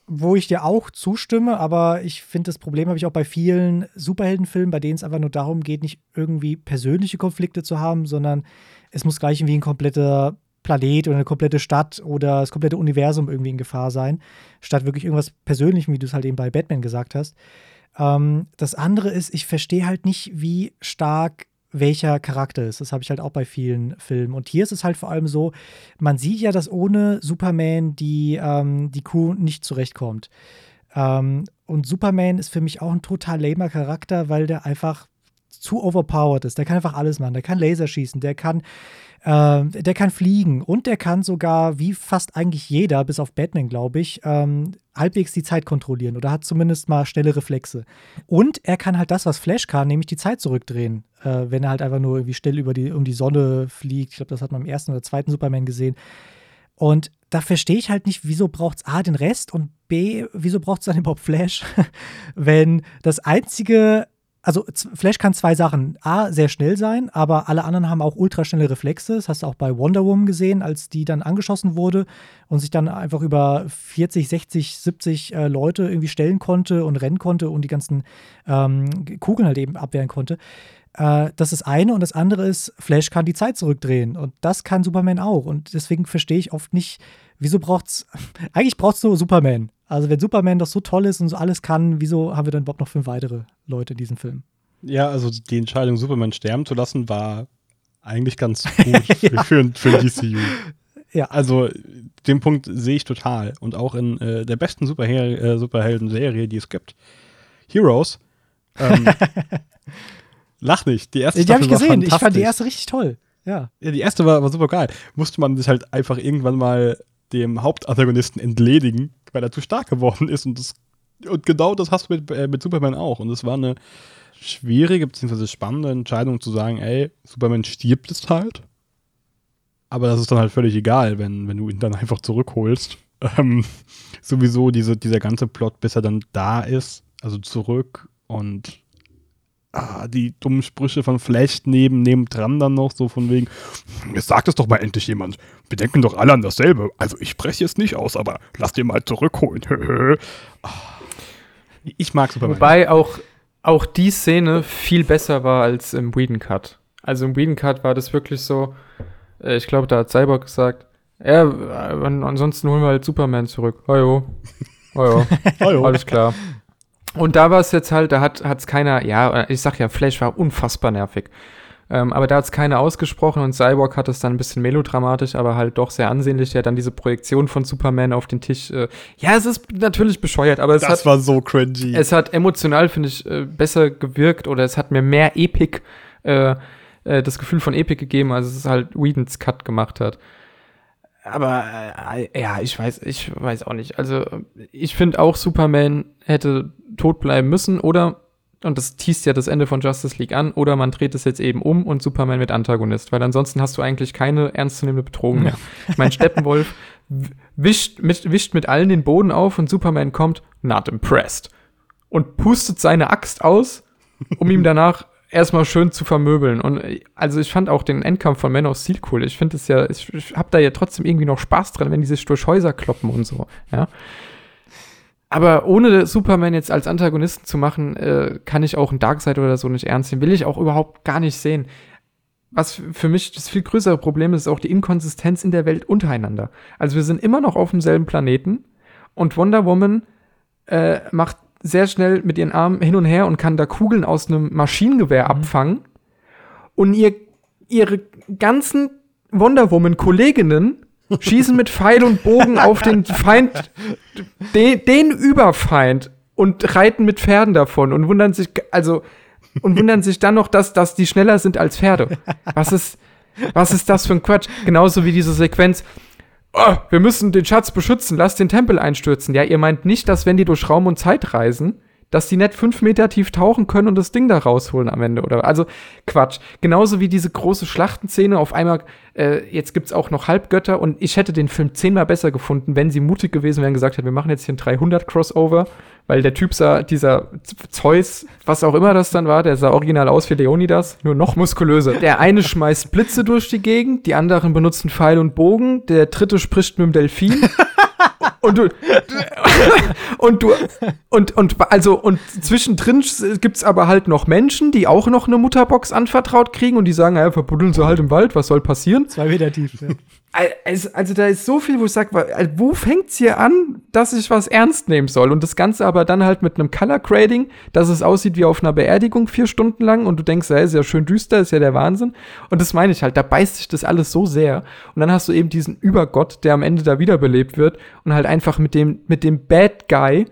wo ich dir auch zustimme, aber ich finde, das Problem habe ich auch bei vielen Superheldenfilmen, bei denen es einfach nur darum geht, nicht irgendwie persönliche Konflikte zu haben, sondern es muss gleich irgendwie ein kompletter Planet oder eine komplette Stadt oder das komplette Universum irgendwie in Gefahr sein, statt wirklich irgendwas Persönlichem, wie du es halt eben bei Batman gesagt hast. Ähm, das andere ist, ich verstehe halt nicht, wie stark welcher Charakter ist. Das habe ich halt auch bei vielen Filmen. Und hier ist es halt vor allem so, man sieht ja, dass ohne Superman die, ähm, die Crew nicht zurechtkommt. Ähm, und Superman ist für mich auch ein total lamer Charakter, weil der einfach zu overpowered ist. Der kann einfach alles machen. Der kann Laser schießen, der kann äh, der kann fliegen und der kann sogar, wie fast eigentlich jeder, bis auf Batman, glaube ich, ähm, halbwegs die Zeit kontrollieren oder hat zumindest mal schnelle Reflexe. Und er kann halt das, was Flash kann, nämlich die Zeit zurückdrehen, äh, wenn er halt einfach nur irgendwie schnell über die, um die Sonne fliegt. Ich glaube, das hat man im ersten oder zweiten Superman gesehen. Und da verstehe ich halt nicht, wieso braucht es A, den Rest und B, wieso braucht es dann überhaupt Flash, wenn das einzige Also Flash kann zwei Sachen. A, sehr schnell sein, aber alle anderen haben auch ultraschnelle Reflexe. Das hast du auch bei Wonder Woman gesehen, als die dann angeschossen wurde und sich dann einfach über vierzig, sechzig, siebzig äh, Leute irgendwie stellen konnte und rennen konnte und die ganzen ähm, Kugeln halt eben abwehren konnte. Äh, das ist eine. Und das andere ist, Flash kann die Zeit zurückdrehen. Und das kann Superman auch. Und deswegen verstehe ich oft nicht, wieso braucht's, eigentlich braucht's nur Superman. Also wenn Superman doch so toll ist und so alles kann, wieso haben wir dann überhaupt noch fünf weitere Leute in diesem Film? Ja, also die Entscheidung, Superman sterben zu lassen, war eigentlich ganz gut ja. für, für ein D C U. Ja. Also den Punkt sehe ich total. Und auch in äh, der besten Superhel- äh, Superhelden-Serie, die es gibt, Heroes, ähm, lach nicht. Die erste die habe ich gesehen. Ich fand die erste richtig toll. Ja, ja die erste war, war super geil. Musste man sich halt einfach irgendwann mal dem Hauptantagonisten entledigen, weil er zu stark geworden ist. Und, das, und genau das hast du mit, äh, mit Superman auch. Und es war eine schwierige bzw. spannende Entscheidung zu sagen, ey, Superman stirbt jetzt halt. Aber das ist dann halt völlig egal, wenn, wenn du ihn dann einfach zurückholst. Ähm, sowieso diese, dieser ganze Plot, bis er dann da ist, also zurück und ah, die dummen Sprüche von Flash neben, nebendran dann noch, so von wegen, jetzt sagt es doch mal endlich jemand, wir denken doch alle an dasselbe, also ich spreche jetzt nicht aus, aber lass dir mal zurückholen. Ich mag Superman. Wobei auch, auch die Szene viel besser war als im Whedon Cut. Also im Whedon Cut war das wirklich so, äh, ich glaube, da hat Cyborg gesagt, ja, äh, ansonsten holen wir halt Superman zurück. Hallo. Hallo. Alles klar. Und da war es jetzt halt, da hat es keiner, ja, ich sag ja, Flash war unfassbar nervig. Ähm, aber da hat es keiner ausgesprochen und Cyborg hat es dann ein bisschen melodramatisch, aber halt doch sehr ansehnlich. Der hat dann diese Projektion von Superman auf den Tisch. Äh, ja, es ist natürlich bescheuert, aber es das hat. Das war so cringy. Es hat emotional, finde ich, äh, besser gewirkt oder es hat mir mehr Epic, äh, äh, das Gefühl von Epic gegeben, als es halt Whedons Cut gemacht hat. Aber äh, ja, ich weiß, ich weiß auch nicht. Also ich finde auch, Superman hätte tot bleiben müssen oder, und das teast ja das Ende von Justice League an, oder man dreht es jetzt eben um und Superman wird Antagonist, weil ansonsten hast du eigentlich keine ernstzunehmende Bedrohung mehr. Ich meine, Steppenwolf wischt mit, wischt mit allen den Boden auf und Superman kommt, not impressed, und pustet seine Axt aus, um ihm danach erstmal schön zu vermöbeln. Und also ich fand auch den Endkampf von Man of Steel cool. Ich finde es ja, ich, ich hab da ja trotzdem irgendwie noch Spaß dran, wenn die sich durch Häuser kloppen und so, ja. Aber ohne Superman jetzt als Antagonisten zu machen, äh, kann ich auch einen Darkseid oder so nicht ernst nehmen. Will ich auch überhaupt gar nicht sehen. Was für mich das viel größere Problem ist, ist auch die Inkonsistenz in der Welt untereinander. Also wir sind immer noch auf demselben Planeten und Wonder Woman äh, macht sehr schnell mit ihren Armen hin und her und kann da Kugeln aus einem Maschinengewehr mhm. abfangen. Und ihr, ihre ganzen Wonder Woman-Kolleginnen schießen mit Pfeil und Bogen auf den Feind, den, den Überfeind und reiten mit Pferden davon und wundern sich, also, und wundern sich dann noch, dass, dass die schneller sind als Pferde. Was ist, was ist das für ein Quatsch? Genauso wie diese Sequenz, oh, wir müssen den Schatz beschützen, lass den Tempel einstürzen. Ja, ihr meint nicht, dass wenn die durch Raum und Zeit reisen, dass die nicht fünf Meter tief tauchen können und das Ding da rausholen am Ende, oder? Also, Quatsch. Genauso wie diese große Schlachtenszene, auf einmal, äh, jetzt gibt's auch noch Halbgötter und ich hätte den Film zehnmal besser gefunden, wenn sie mutig gewesen wären und gesagt hätten, wir machen jetzt hier ein dreihundert-Crossover, weil der Typ sah, dieser Zeus, was auch immer das dann war, der sah original aus wie Leonidas, nur noch muskulöser. Der eine schmeißt Blitze durch die Gegend, die anderen benutzen Pfeil und Bogen, der dritte spricht mit dem Delfin. Und du, und du und und also und zwischendrin gibt's aber halt noch Menschen, die auch noch eine Mutterbox anvertraut kriegen und die sagen, ja, verbuddeln sie halt im Wald, was soll passieren? Zwei Meter tief. Ja. Also, also da ist so viel, wo ich sage, wo fängt's hier an, dass ich was ernst nehmen soll? Und das Ganze aber dann halt mit einem Color Grading, dass es aussieht wie auf einer Beerdigung vier Stunden lang und du denkst, ja, ist ja schön düster, ist ja der Wahnsinn. Und das meine ich halt, da beißt sich das alles so sehr. Und dann hast du eben diesen Übergott, der am Ende da wiederbelebt wird und halt einfach mit dem, mit dem Bad Guy,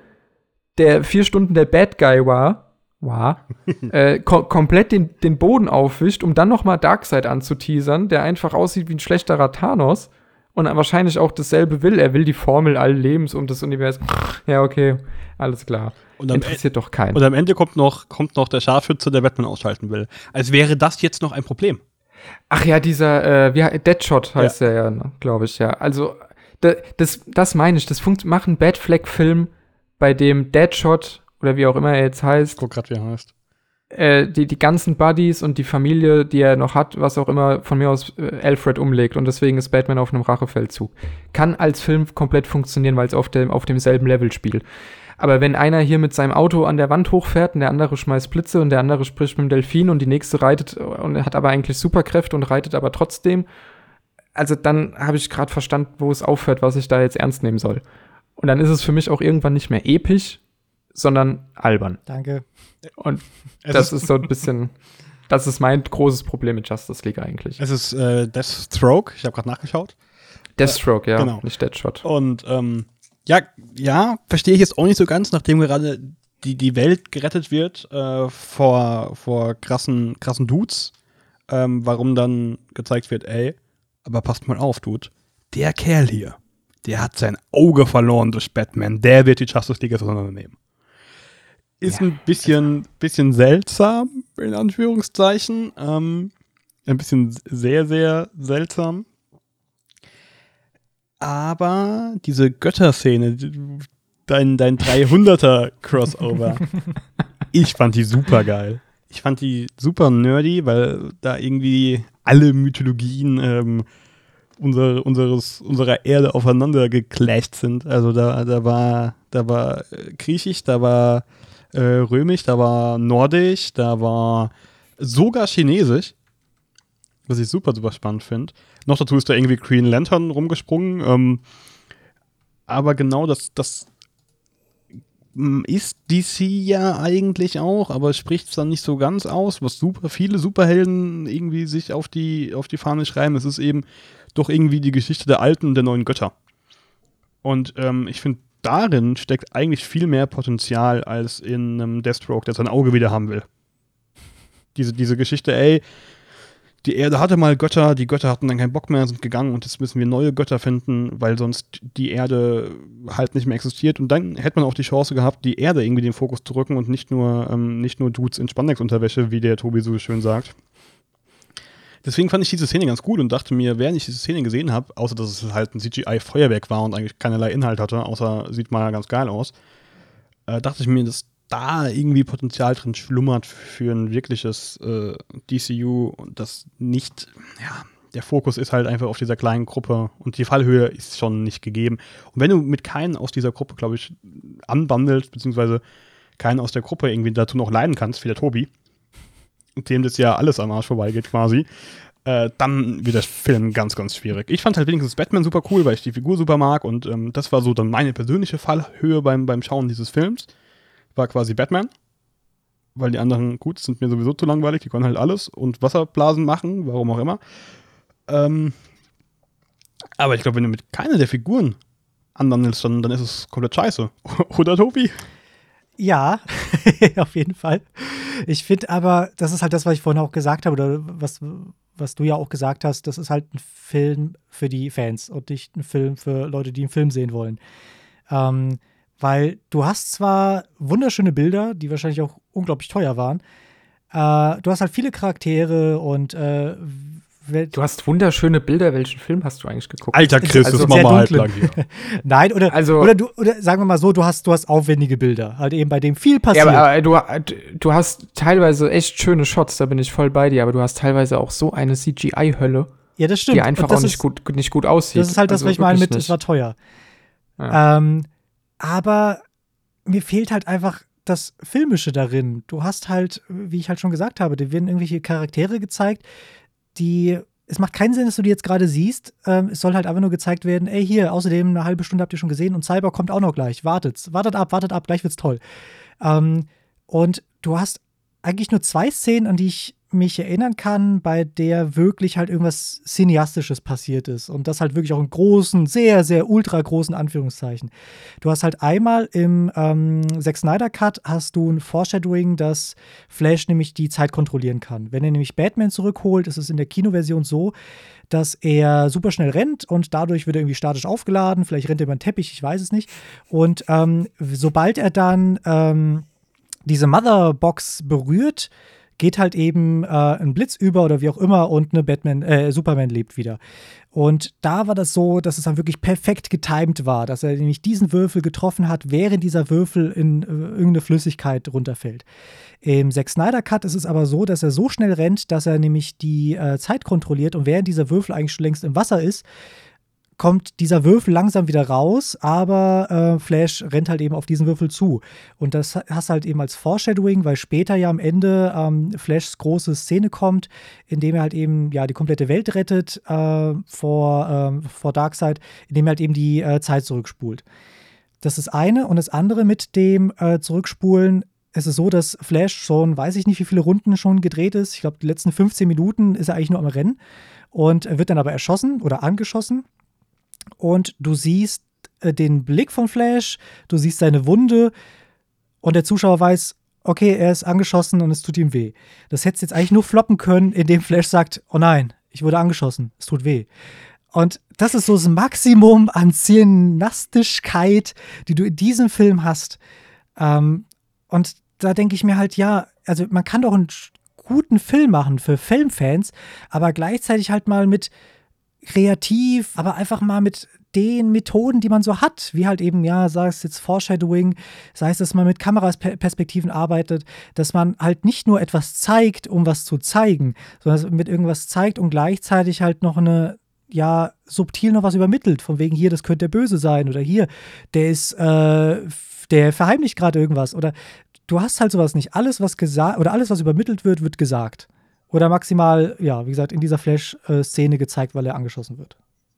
der vier Stunden der Bad Guy war, Wow. äh, kom- komplett den, den Boden aufwischt, um dann nochmal Darkseid anzuteasern, der einfach aussieht wie ein schlechterer Thanos und wahrscheinlich auch dasselbe will. Er will die Formel allen Lebens um das Universum. Ja, okay, alles klar. Und am Interessiert doch keinen. Und am Ende kommt noch, kommt noch der Scharfschütze, der Batman ausschalten will. Als wäre das jetzt noch ein Problem. Ach ja, dieser, äh, wie, Deadshot heißt ja. der ja, glaube ich, ja. Also, da, das, das meine ich, das funkt, macht einen Batfleck-Film, bei dem Deadshot oder wie auch immer er jetzt heißt. Ich guck grad, wie er heißt. Äh, die, die ganzen Buddies und die Familie, die er noch hat, was auch immer, von mir aus äh, Alfred umlegt. Und deswegen ist Batman auf einem Rachefeldzug. Kann als Film komplett funktionieren, weil es auf, dem, auf demselben Level spielt. Aber wenn einer hier mit seinem Auto an der Wand hochfährt und der andere schmeißt Blitze und der andere spricht mit dem Delfin und die nächste reitet und hat aber eigentlich Superkräfte und reitet aber trotzdem, also dann habe ich gerade verstanden, wo es aufhört, was ich da jetzt ernst nehmen soll. Und dann ist es für mich auch irgendwann nicht mehr episch, sondern albern. Danke. Und das ist so ein bisschen, das ist mein großes Problem mit Justice League eigentlich. Es ist äh, Deathstroke, ich habe gerade nachgeschaut. Deathstroke, ja, genau. Nicht Deadshot. Und ähm, ja, ja, verstehe ich jetzt auch nicht so ganz, nachdem gerade die, die Welt gerettet wird äh, vor, vor krassen, krassen Dudes, ähm, warum dann gezeigt wird, ey, aber passt mal auf, Dude, der Kerl hier, der hat sein Auge verloren durch Batman, der wird die Justice League auseinandernehmen. Ist ja, ein bisschen, also. bisschen seltsam, in Anführungszeichen. Ähm, ein bisschen sehr, sehr seltsam. Aber diese Götterszene, dein, dein dreihunderter-Crossover, ich fand die super geil. Ich fand die super nerdy, weil da irgendwie alle Mythologien ähm, unsere, unseres, unserer Erde aufeinander geclasht sind. Also da, da war, da war griechisch, da war Äh, römisch, da war nordisch, da war sogar chinesisch, was ich super, super spannend finde. Noch dazu ist da irgendwie Green Lantern rumgesprungen. Ähm, aber genau das, das ist D C ja eigentlich auch, aber spricht es dann nicht so ganz aus, was super viele Superhelden irgendwie sich auf die, auf die Fahne schreiben. Es ist eben doch irgendwie die Geschichte der alten und der neuen Götter. Und ähm, ich finde, darin steckt eigentlich viel mehr Potenzial als in einem Deathstroke, der sein Auge wieder haben will. Diese, diese Geschichte, ey, die Erde hatte mal Götter, die Götter hatten dann keinen Bock mehr, sind gegangen und jetzt müssen wir neue Götter finden, weil sonst die Erde halt nicht mehr existiert. Und dann hätte man auch die Chance gehabt, die Erde irgendwie den Fokus zu rücken und nicht nur, ähm, nicht nur Dudes in Spandex-Unterwäsche, wie der Tobi so schön sagt. Deswegen fand ich diese Szene ganz gut und dachte mir, während ich diese Szene gesehen habe, außer dass es halt ein C G I-Feuerwerk war und eigentlich keinerlei Inhalt hatte, außer sieht mal ganz geil aus, äh, dachte ich mir, dass da irgendwie Potenzial drin schlummert für ein wirkliches äh, D C U und das nicht, ja, der Fokus ist halt einfach auf dieser kleinen Gruppe und die Fallhöhe ist schon nicht gegeben. Und wenn du mit keinen aus dieser Gruppe, glaube ich, anbandelst, beziehungsweise keinen aus der Gruppe irgendwie dazu noch leiden kannst, wie der Tobi, dem das ja alles am Arsch vorbeigeht quasi, äh, dann wird der Film ganz, ganz schwierig. Ich fand halt wenigstens Batman super cool, weil ich die Figur super mag und ähm, das war so dann meine persönliche Fallhöhe beim, beim Schauen dieses Films. War quasi Batman, weil die anderen, gut, sind mir sowieso zu langweilig, die können halt alles und Wasserblasen machen, warum auch immer. Ähm, aber ich glaube, wenn du mit keiner der Figuren anwandelst, dann, dann ist es komplett scheiße. Oder, Tobi? Ja, auf jeden Fall. Ich finde aber, das ist halt das, was ich vorhin auch gesagt habe, oder was, was du ja auch gesagt hast, das ist halt ein Film für die Fans und nicht ein Film für Leute, die einen Film sehen wollen. Ähm, weil du hast zwar wunderschöne Bilder, die wahrscheinlich auch unglaublich teuer waren, äh, du hast halt viele Charaktere und äh, Du hast wunderschöne Bilder. Welchen Film hast du eigentlich geguckt? Alter Chris, also das machen wir halt lang hier. Nein, oder, also, oder, du, oder sagen wir mal so, du hast, du hast aufwendige Bilder, halt eben bei dem viel passiert. Ja, aber, aber du, du hast teilweise echt schöne Shots, da bin ich voll bei dir, aber du hast teilweise auch so eine C G I-Hölle, ja, das stimmt. die einfach auch nicht, ist, gut, nicht gut aussieht. Das ist halt das, also was ich meine mit, nicht. es war teuer. Ja. Ähm, aber mir fehlt halt einfach das Filmische darin. Du hast halt, wie ich halt schon gesagt habe, dir werden irgendwelche Charaktere gezeigt, die, es macht keinen Sinn, dass du die jetzt gerade siehst. Ähm, es soll halt einfach nur gezeigt werden, ey, hier, außerdem eine halbe Stunde habt ihr schon gesehen und Cyber kommt auch noch gleich. Wartet, wartet ab, wartet ab, gleich wird's toll. Ähm, und du hast eigentlich nur zwei Szenen, an die ich mich erinnern kann, bei der wirklich halt irgendwas Cineastisches passiert ist. Und das halt wirklich auch in großen, sehr, sehr ultra großen Anführungszeichen. Du hast halt einmal im ähm, Zack Snyder Cut hast du ein Foreshadowing, dass Flash nämlich die Zeit kontrollieren kann. Wenn er nämlich Batman zurückholt, ist es in der Kinoversion so, dass er super schnell rennt und dadurch wird er irgendwie statisch aufgeladen. Vielleicht rennt er über den Teppich, ich weiß es nicht. Und ähm, sobald er dann ähm, diese Motherbox berührt, geht halt eben äh, ein Blitz über oder wie auch immer und eine Batman, äh, Superman lebt wieder. Und da war das so, dass es dann wirklich perfekt getimed war, dass er nämlich diesen Würfel getroffen hat, während dieser Würfel in äh, irgendeine Flüssigkeit runterfällt. Im Zack Snyder Cut ist es aber so, dass er so schnell rennt, dass er nämlich die äh, Zeit kontrolliert und während dieser Würfel eigentlich schon längst im Wasser ist, kommt dieser Würfel langsam wieder raus, aber äh, Flash rennt halt eben auf diesen Würfel zu. Und das hast du halt eben als Foreshadowing, weil später ja am Ende ähm, Flashs große Szene kommt, in dem er halt eben ja die komplette Welt rettet äh, vor, äh, vor Darkseid, indem er halt eben die äh, Zeit zurückspult. Das ist das eine. Und das andere mit dem äh, Zurückspulen, es ist so, dass Flash schon, weiß ich nicht, wie viele Runden schon gedreht ist. Ich glaube, die letzten fünfzehn Minuten ist er eigentlich nur am Rennen und er wird dann aber erschossen oder angeschossen. Und du siehst äh, den Blick von Flash, du siehst seine Wunde und der Zuschauer weiß, okay, er ist angeschossen und es tut ihm weh. Das hättest du jetzt eigentlich nur floppen können, indem Flash sagt, oh nein, ich wurde angeschossen, es tut weh. Und das ist so das Maximum an Cineastischkeit, die du in diesem Film hast. Ähm, und da denke ich mir halt, ja, also man kann doch einen guten Film machen für Filmfans, aber gleichzeitig halt mal mit kreativ, aber einfach mal mit den Methoden, die man so hat, wie halt eben, ja, sei es jetzt Foreshadowing, sei es, dass man mit Kameraperspektiven arbeitet, dass man halt nicht nur etwas zeigt, um was zu zeigen, sondern dass man mit irgendwas zeigt und gleichzeitig halt noch eine, ja, subtil noch was übermittelt, von wegen hier, das könnte der Böse sein oder hier, der ist, äh, der verheimlicht gerade irgendwas oder du hast halt sowas nicht. Alles, was gesagt, oder alles, was übermittelt wird, wird gesagt. Oder maximal, ja, wie gesagt, in dieser Flash-Szene gezeigt, weil er angeschossen wird.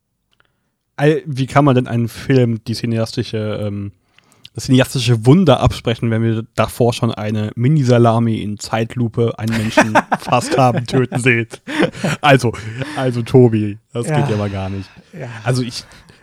Wie kann man denn einen Film die cineastische, ähm, das cineastische Wunder absprechen, wenn wir davor schon eine Mini-Salami in Zeitlupe einen Menschen fast haben töten sehen? Also, also Tobi, das ja. geht ja mal gar nicht. Ja. Also ich,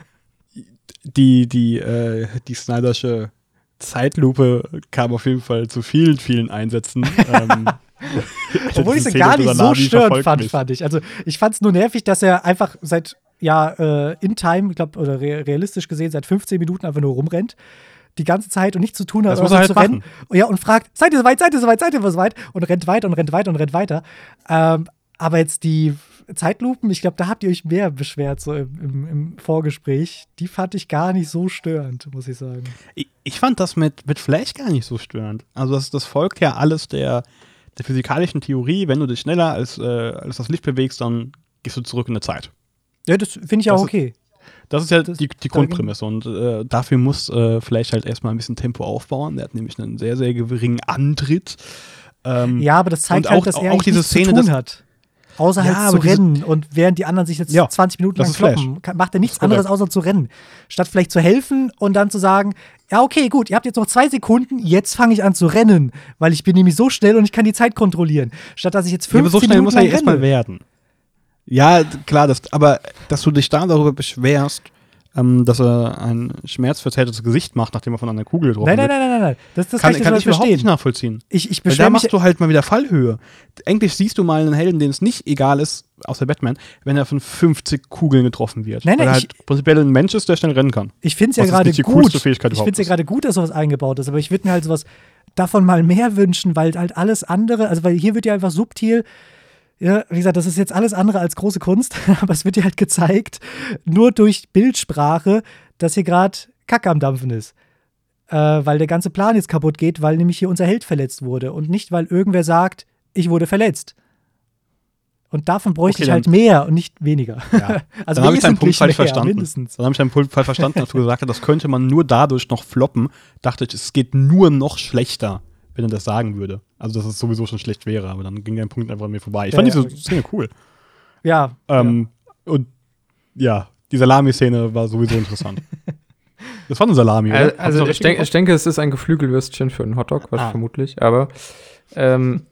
die, die, äh, die Snydersche Zeitlupe kam auf jeden Fall zu vielen, vielen Einsätzen. ähm, Obwohl ich es gar nicht so störend fand, mich. fand ich. Also ich fand es nur nervig, dass er einfach seit, ja, äh, in Time, ich glaube, oder re- realistisch gesehen, seit fünfzehn Minuten einfach nur rumrennt. Die ganze Zeit und nichts zu tun hat, außer halt zu rennen. Ja, und fragt, seid ihr soweit, seid ihr soweit, seid ihr soweit? Und rennt weiter und rennt weiter und rennt weiter. Ähm, aber jetzt die Zeitlupen, ich glaube, da habt ihr euch mehr beschwert, so im, im, im Vorgespräch. Die fand ich gar nicht so störend, muss ich sagen. Ich, ich fand das mit, mit Flash gar nicht so störend. Also das, das folgt ja alles der der physikalischen Theorie, wenn du dich schneller als, äh, als das Licht bewegst, dann gehst du zurück in der Zeit. Ja, das finde ich auch das okay. Ist, das ist ja das, die, die Grundprämisse und äh, dafür muss äh, Flash halt erstmal ein bisschen Tempo aufbauen. Der hat nämlich einen sehr, sehr geringen Antritt. Ähm, ja, aber das zeigt auch, halt, dass er auch diese nichts Szene, zu tun hat. Außer ja, halt zu rennen. Und während die anderen sich jetzt ja, zwanzig Minuten lang kloppen, kann, macht er nichts anderes außer zu rennen. Statt vielleicht zu helfen und dann zu sagen, ja, okay, gut, ihr habt jetzt noch zwei Sekunden, jetzt fange ich an zu rennen, weil ich bin nämlich so schnell und ich kann die Zeit kontrollieren. Statt dass ich jetzt fünfzehn ja, aber so schnell Minuten muss lang er erstmal werden. Ja, klar, das, aber dass du dich da darüber beschwerst, ähm, dass er ein schmerzverzerrtes Gesicht macht, nachdem er von einer Kugel getroffen nein, wird. Nein, nein, nein, nein, nein. Das, das kann, kann ich, kann ich überhaupt verstehen. nicht nachvollziehen. Ich, ich Weil da machst du halt mal wieder Fallhöhe. Eigentlich siehst du mal einen Helden, den es nicht egal ist, außer Batman, wenn er von fünfzig Kugeln getroffen wird. Nein, nein, weil er ich, halt prinzipiell ein Mensch ist, der schnell rennen kann. Ich finde es ja gerade gut. Ich finde es ja gerade gut, dass sowas eingebaut ist, aber ich würde mir halt sowas davon mal mehr wünschen, weil halt alles andere, also weil hier wird ja einfach subtil. Ja, wie gesagt, das ist jetzt alles andere als große Kunst, aber es wird dir halt gezeigt, nur durch Bildsprache, dass hier gerade Kacke am Dampfen ist. Äh, weil der ganze Plan jetzt kaputt geht, weil nämlich hier unser Held verletzt wurde und nicht, weil irgendwer sagt, ich wurde verletzt. Und davon bräuchte Okay, ich halt dann- mehr und nicht weniger. Ja. Also Dann habe ich deinen Punkt wesentlich falsch mehr, verstanden. mindestens. Dann habe ich deinen Punkt falsch verstanden, als du gesagt hast, das könnte man nur dadurch noch floppen. Dachte ich, es geht nur noch schlechter, wenn er das sagen würde. Also, dass es sowieso schon schlecht wäre, aber dann ging dein Punkt einfach an mir vorbei. Ich Ja, fand ja, diese okay. Szene cool. Ja, Ähm, Und ja, die Salami-Szene war sowieso interessant. Das war eine Salami, oder? Also, Hab ich's also noch ich, richtig denk, im ich denke, es ist ein Geflügelwürstchen für einen Hotdog, was Ah. vermutlich, aber ähm,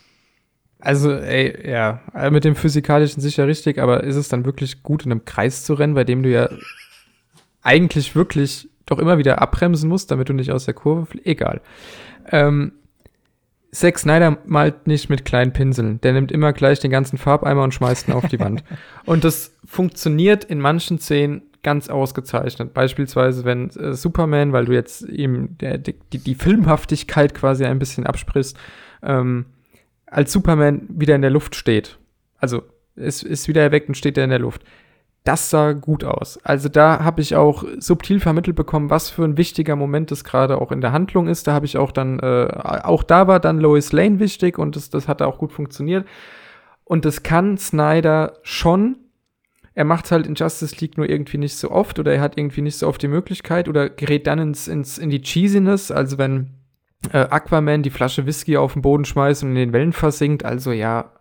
also, ey, ja, also mit dem Physikalischen sicher richtig, aber ist es dann wirklich gut, in einem Kreis zu rennen, bei dem du ja eigentlich wirklich doch immer wieder abbremsen musst, damit du nicht aus der Kurve fliegst? Egal. Ähm, Zack Snyder malt nicht mit kleinen Pinseln. Der nimmt immer gleich den ganzen Farbeimer und schmeißt ihn auf die Wand. Und das funktioniert in manchen Szenen ganz ausgezeichnet. Beispielsweise, wenn äh, Superman, weil du jetzt ihm der, die, die Filmhaftigkeit quasi ein bisschen absprichst, ähm, als Superman wieder in der Luft steht. Also ist, ist wieder erweckt und steht er in der Luft. Das sah gut aus. Also da habe ich auch subtil vermittelt bekommen, was für ein wichtiger Moment das gerade auch in der Handlung ist. Da habe ich auch dann, äh, auch da war dann Lois Lane wichtig und das, das hat auch gut funktioniert. Und das kann Snyder schon. Er macht halt in Justice League nur irgendwie nicht so oft oder er hat irgendwie nicht so oft die Möglichkeit oder gerät dann ins, ins, in die Cheesiness, also wenn äh, Aquaman die Flasche Whisky auf den Boden schmeißt und in den Wellen versinkt, also ja,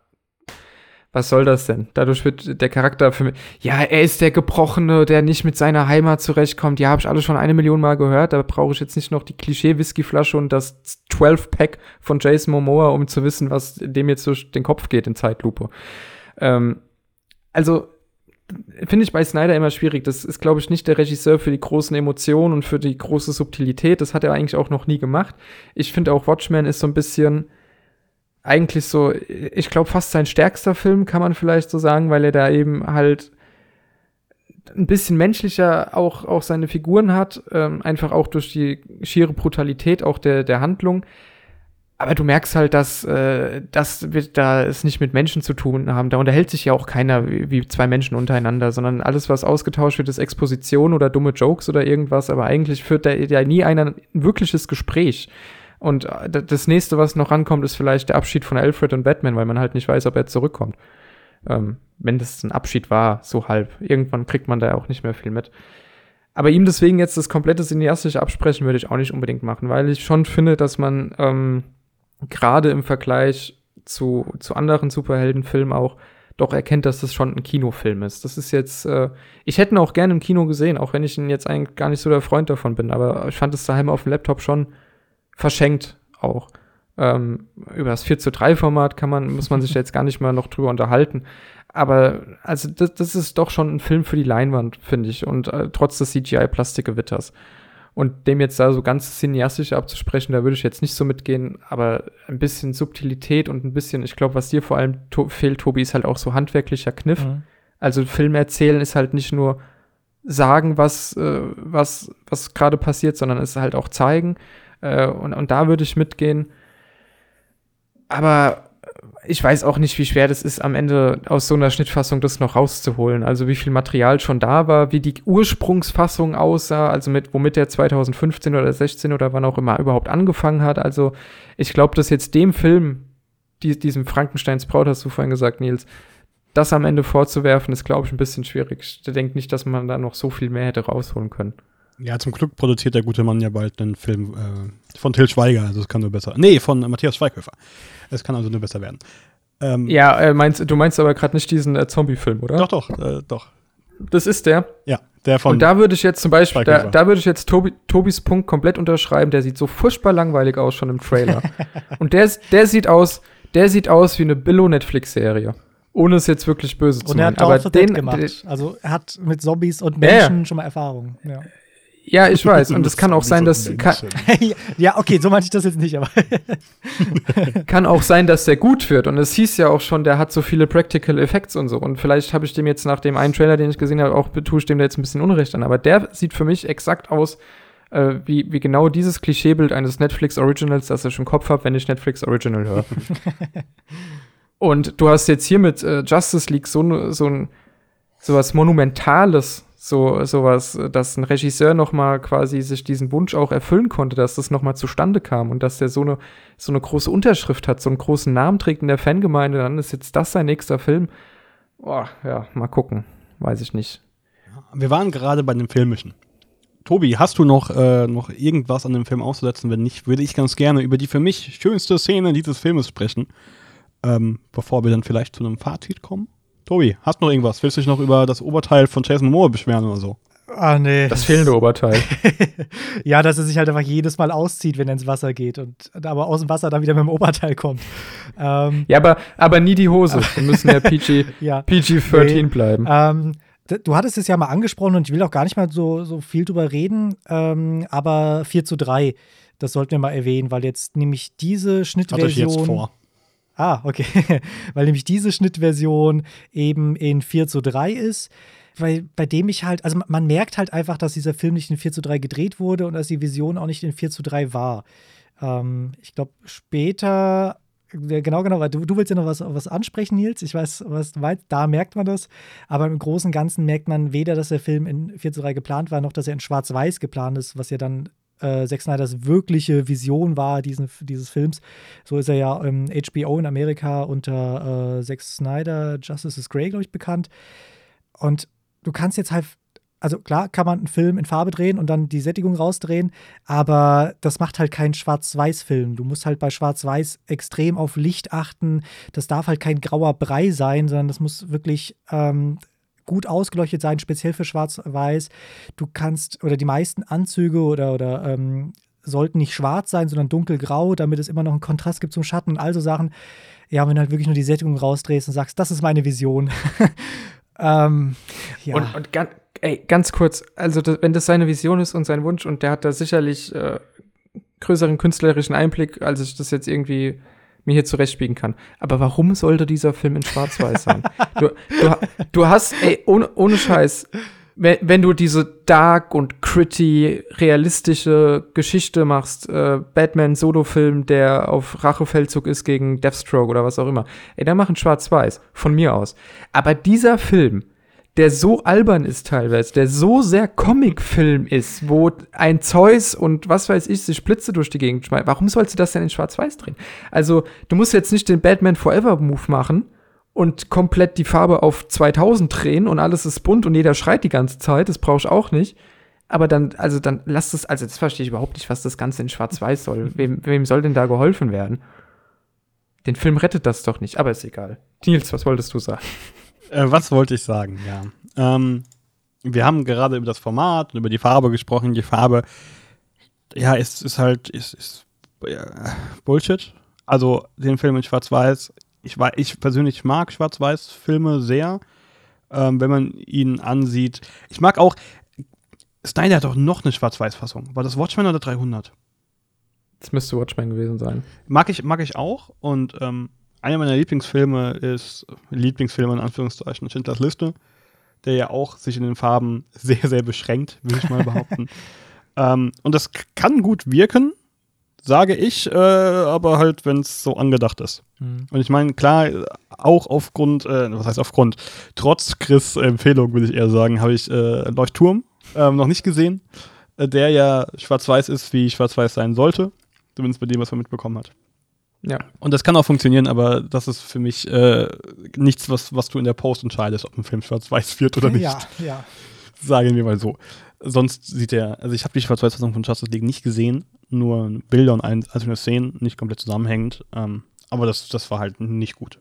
was soll das denn? Dadurch wird der Charakter für mich, ja, er ist der Gebrochene, der nicht mit seiner Heimat zurechtkommt. Ja, habe ich alle schon eine Million Mal gehört. Da brauche ich jetzt nicht noch die Klischee-Whiskyflasche und das zwölf-Pack von Jason Momoa, um zu wissen, was dem jetzt durch den Kopf geht in Zeitlupe. Ähm, also, finde ich bei Snyder immer schwierig. Das ist, glaube ich, nicht der Regisseur für die großen Emotionen und für die große Subtilität. Das hat er eigentlich auch noch nie gemacht. Ich finde auch Watchmen ist so ein bisschen eigentlich so, ich glaube, fast sein stärkster Film, kann man vielleicht so sagen, weil er da eben halt ein bisschen menschlicher auch, auch seine Figuren hat, ähm, einfach auch durch die schiere Brutalität auch der, der Handlung. Aber du merkst halt, dass äh, das wird da es nicht mit Menschen zu tun haben. Da unterhält sich ja auch keiner wie, wie zwei Menschen untereinander, sondern alles, was ausgetauscht wird, ist Exposition oder dumme Jokes oder irgendwas. Aber eigentlich führt da ja nie einer ein wirkliches Gespräch. Und das nächste, was noch rankommt, ist vielleicht der Abschied von Alfred und Batman, weil man halt nicht weiß, ob er zurückkommt. Ähm, wenn das ein Abschied war, so halb. Irgendwann kriegt man da ja auch nicht mehr viel mit. Aber ihm deswegen jetzt das komplette Cineastische absprechen, würde ich auch nicht unbedingt machen, weil ich schon finde, dass man ähm, gerade im Vergleich zu, zu anderen Superheldenfilmen auch doch erkennt, dass das schon ein Kinofilm ist. Das ist jetzt, äh, ich hätte ihn auch gerne im Kino gesehen, auch wenn ich ihn jetzt eigentlich gar nicht so der Freund davon bin, aber ich fand es daheim auf dem Laptop schon verschenkt auch. Ähm, über das vier zu drei Format kann man, muss man sich jetzt gar nicht mehr noch drüber unterhalten. Aber also das, das ist doch schon ein Film für die Leinwand, finde ich. Und äh, trotz des C G I-Plastikgewitters. Und dem jetzt da so ganz cineastisch abzusprechen, da würde ich jetzt nicht so mitgehen. Aber ein bisschen Subtilität und ein bisschen, ich glaube, was dir vor allem to- fehlt, Tobi, ist halt auch so handwerklicher Kniff. Mhm. Also Film erzählen ist halt nicht nur sagen, was, äh, was, was gerade passiert, sondern es halt auch zeigen. Äh, und, und da würde ich mitgehen. Aber ich weiß auch nicht, wie schwer das ist, am Ende aus so einer Schnittfassung das noch rauszuholen. Also wie viel Material schon da war, wie die Ursprungsfassung aussah, also mit, womit der zwanzig fünfzehn oder sechzehn oder wann auch immer überhaupt angefangen hat. Also ich glaube, dass jetzt dem Film, die, diesem Frankensteins Braut, hast du vorhin gesagt, Nils, das am Ende vorzuwerfen, ist, glaube ich, ein bisschen schwierig. Ich denke nicht, dass man da noch so viel mehr hätte rausholen können. Ja, zum Glück produziert der gute Mann ja bald einen Film äh, von Til Schweiger, also es kann nur besser. Nee, von äh, Matthias Schweighöfer. Es kann also nur besser werden. Ähm, Ja, äh, meinst, du meinst aber gerade nicht diesen äh, Zombie-Film, oder? Doch, doch, äh, doch. Das ist der. Ja, der von. Und da würde ich jetzt zum Beispiel, da, Schweighöfer. da würde ich jetzt Tobi, Tobis Punkt komplett unterschreiben. Der sieht so furchtbar langweilig aus schon im Trailer. Und der, der sieht aus, der sieht aus wie eine Billo-Netflix-Serie. Ohne es jetzt wirklich böse zu Und er meinen. hat Aber Dawn of the Dead den, gemacht. den, Also er hat mit Zombies und Ja, ja. Menschen schon mal Erfahrung. Ja. ja, ich weiß. Und es kann auch sein, dass kann, Ja, okay, so meinte ich das jetzt nicht, aber kann auch sein, dass der gut wird. Und es hieß ja auch schon, der hat so viele Practical Effects und so. Und vielleicht habe ich dem jetzt nach dem einen Trailer, den ich gesehen habe, auch tue ich dem da jetzt ein bisschen Unrecht an. Aber der sieht für mich exakt aus, äh, wie, wie genau dieses Klischeebild eines Netflix Originals, das ich im Kopf habe, wenn ich Netflix Original höre. Und du hast jetzt hier mit äh, Justice League so, ne, so ein so was Monumentales, So sowas, dass ein Regisseur noch mal quasi sich diesen Wunsch auch erfüllen konnte, dass das noch mal zustande kam und dass der so eine so eine große Unterschrift hat, so einen großen Namen trägt in der Fangemeinde, dann ist jetzt das sein nächster Film. Boah, ja, mal gucken. Weiß ich nicht. Wir waren gerade bei dem Filmischen. Tobi, hast du noch, äh, noch irgendwas an dem Film auszusetzen? Wenn nicht, würde ich ganz gerne über die für mich schönste Szene dieses Filmes sprechen. Ähm, bevor wir dann vielleicht zu einem Fazit kommen. Tobi, hast du noch irgendwas? Willst du dich noch über das Oberteil von Jason Momoa beschweren oder so? Ah, nee. Das fehlende Oberteil. Ja, dass er sich halt einfach jedes Mal auszieht, wenn er ins Wasser geht und aber aus dem Wasser dann wieder mit dem Oberteil kommt. Ähm, ja, aber, aber nie die Hose. Wir müssen ja P G ja. P G dreizehn nee. bleiben. Ähm, du hattest es ja mal angesprochen und ich will auch gar nicht mal so, so viel drüber reden, ähm, aber vier zu drei, das sollten wir mal erwähnen, weil jetzt nämlich diese Schnittversion. Hatte ich jetzt vor. Ah, okay. Weil nämlich diese Schnittversion eben in vier zu drei ist. Weil bei dem ich halt, also man merkt halt einfach, dass dieser Film nicht in vier zu drei gedreht wurde und dass die Vision auch nicht in vier zu drei war. Ähm, ich glaube, später, genau, genau, weil du, du willst ja noch was, was ansprechen, Nils. Ich weiß, was du meinst, da merkt man das. Aber im Großen und Ganzen merkt man weder, dass der Film in vier zu drei geplant war, noch dass er in Schwarz-Weiß geplant ist, was ja dann Äh, Zack Snyders wirkliche Vision war diesen, dieses Films. So ist er ja im H B O in Amerika unter äh, Zack Snyder, Justice is Grey, glaube ich, bekannt. Und du kannst jetzt halt, also klar kann man einen Film in Farbe drehen und dann die Sättigung rausdrehen, aber das macht halt keinen Schwarz-Weiß-Film. Du musst halt bei Schwarz-Weiß extrem auf Licht achten. Das darf halt kein grauer Brei sein, sondern das muss wirklich ähm, gut ausgeleuchtet sein, speziell für Schwarz-Weiß. Du kannst, oder die meisten Anzüge oder, oder ähm, sollten nicht schwarz sein, sondern dunkelgrau, damit es immer noch einen Kontrast gibt zum Schatten und all so Sachen. Ja, wenn du halt wirklich nur die Sättigung rausdrehst und sagst, das ist meine Vision. ähm, ja. Und, und ganz, ey, ganz kurz, also das, wenn das seine Vision ist und sein Wunsch und der hat da sicherlich äh, größeren künstlerischen Einblick, als ich das jetzt irgendwie mir hier zurechtbiegen kann. Aber warum sollte dieser Film in Schwarz-Weiß sein? du, du, du hast, ey, ohne, ohne Scheiß, wenn, wenn du diese dark und gritty, realistische Geschichte machst, äh, Batman-Solo-Film, der auf Rachefeldzug ist gegen Deathstroke oder was auch immer, ey, dann mach einen Schwarz-Weiß, von mir aus. Aber dieser Film, der so albern ist teilweise, der so sehr Comic-Film ist, wo ein Zeus und was weiß ich sich Blitze durch die Gegend schmeißt. Warum sollst du das denn in Schwarz-Weiß drehen? Also, du musst jetzt nicht den Batman Forever-Move machen und komplett die Farbe auf zweitausend drehen und alles ist bunt und jeder schreit die ganze Zeit, das brauchst du auch nicht. Aber dann, also dann lass das, also das verstehe ich überhaupt nicht, was das Ganze in Schwarz-Weiß soll. Wem, wem soll denn da geholfen werden? Den Film rettet das doch nicht, aber ist egal. Nils, was wolltest du sagen? Äh, was wollte ich sagen, ja. Ähm, wir haben gerade über das Format und über die Farbe gesprochen. Die Farbe, ja, ist, ist halt ist, ist, ja, Bullshit. Also den Film in Schwarz-Weiß, ich, ich persönlich mag Schwarz-Weiß-Filme sehr, ähm, wenn man ihn ansieht. Ich mag auch, Snyder hat doch noch eine Schwarz-Weiß-Fassung. War das Watchmen oder dreihundert? Das müsste Watchmen gewesen sein. Mag ich, mag ich auch und ähm, einer meiner Lieblingsfilme ist, Lieblingsfilme in Anführungszeichen, Schindlers Liste, der ja auch sich in den Farben sehr, sehr beschränkt, würde ich mal behaupten. ähm, und das kann gut wirken, sage ich, äh, aber halt, wenn es so angedacht ist. Mhm. Und ich meine, klar, auch aufgrund, äh, was heißt aufgrund, trotz Chris' Empfehlung, würde ich eher sagen, habe ich äh, Leuchtturm äh, noch nicht gesehen, äh, der ja schwarz-weiß ist, wie schwarz-weiß sein sollte, zumindest bei dem, was man mitbekommen hat. Ja. Und das kann auch funktionieren, aber das ist für mich äh, nichts, was, was du in der Post entscheidest, ob ein Film schwarz-weiß wird oder nicht. Ja, ja. Sagen wir mal so. Sonst sieht er, also ich habe die Schwarz-Weiß-Fassung von Justice League nicht gesehen, nur Bilder und einzelne Szenen, nicht komplett zusammenhängend. Ähm, aber das, das war halt nicht gut.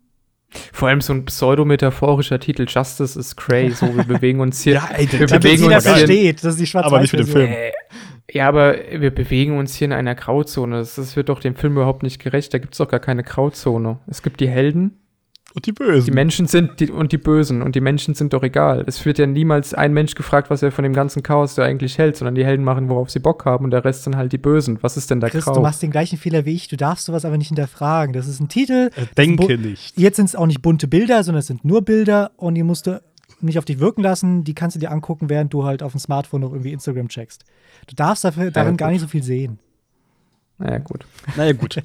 Vor allem so ein pseudo-metaphorischer Titel, Justice is Grey, so wir bewegen uns hier. Ja, ey, wir damit bewegen jeder uns hier versteht, das ist die aber nicht für den Film. Äh, ja, aber wir bewegen uns hier in einer Grauzone. Das, das wird doch dem Film überhaupt nicht gerecht. Da gibt es doch gar keine Grauzone. Es gibt die Helden. Und die Bösen. Die Menschen sind, die, und die Bösen. Und die Menschen sind doch egal. Es wird ja niemals ein Mensch gefragt, was er von dem ganzen Chaos da eigentlich hält, sondern die Helden machen, worauf sie Bock haben und der Rest sind halt die Bösen. Was ist denn da Chris, grau? du machst den gleichen Fehler wie ich. Du darfst sowas aber nicht hinterfragen. Das ist ein Titel. Äh, denke nicht. Jetzt sind es auch nicht bunte Bilder, sondern es sind nur Bilder und die musst du nicht auf dich wirken lassen. Die kannst du dir angucken, während du halt auf dem Smartphone noch irgendwie Instagram checkst. Du darfst dafür, darin ja, gar nicht so viel sehen. Naja, gut. Naja, gut.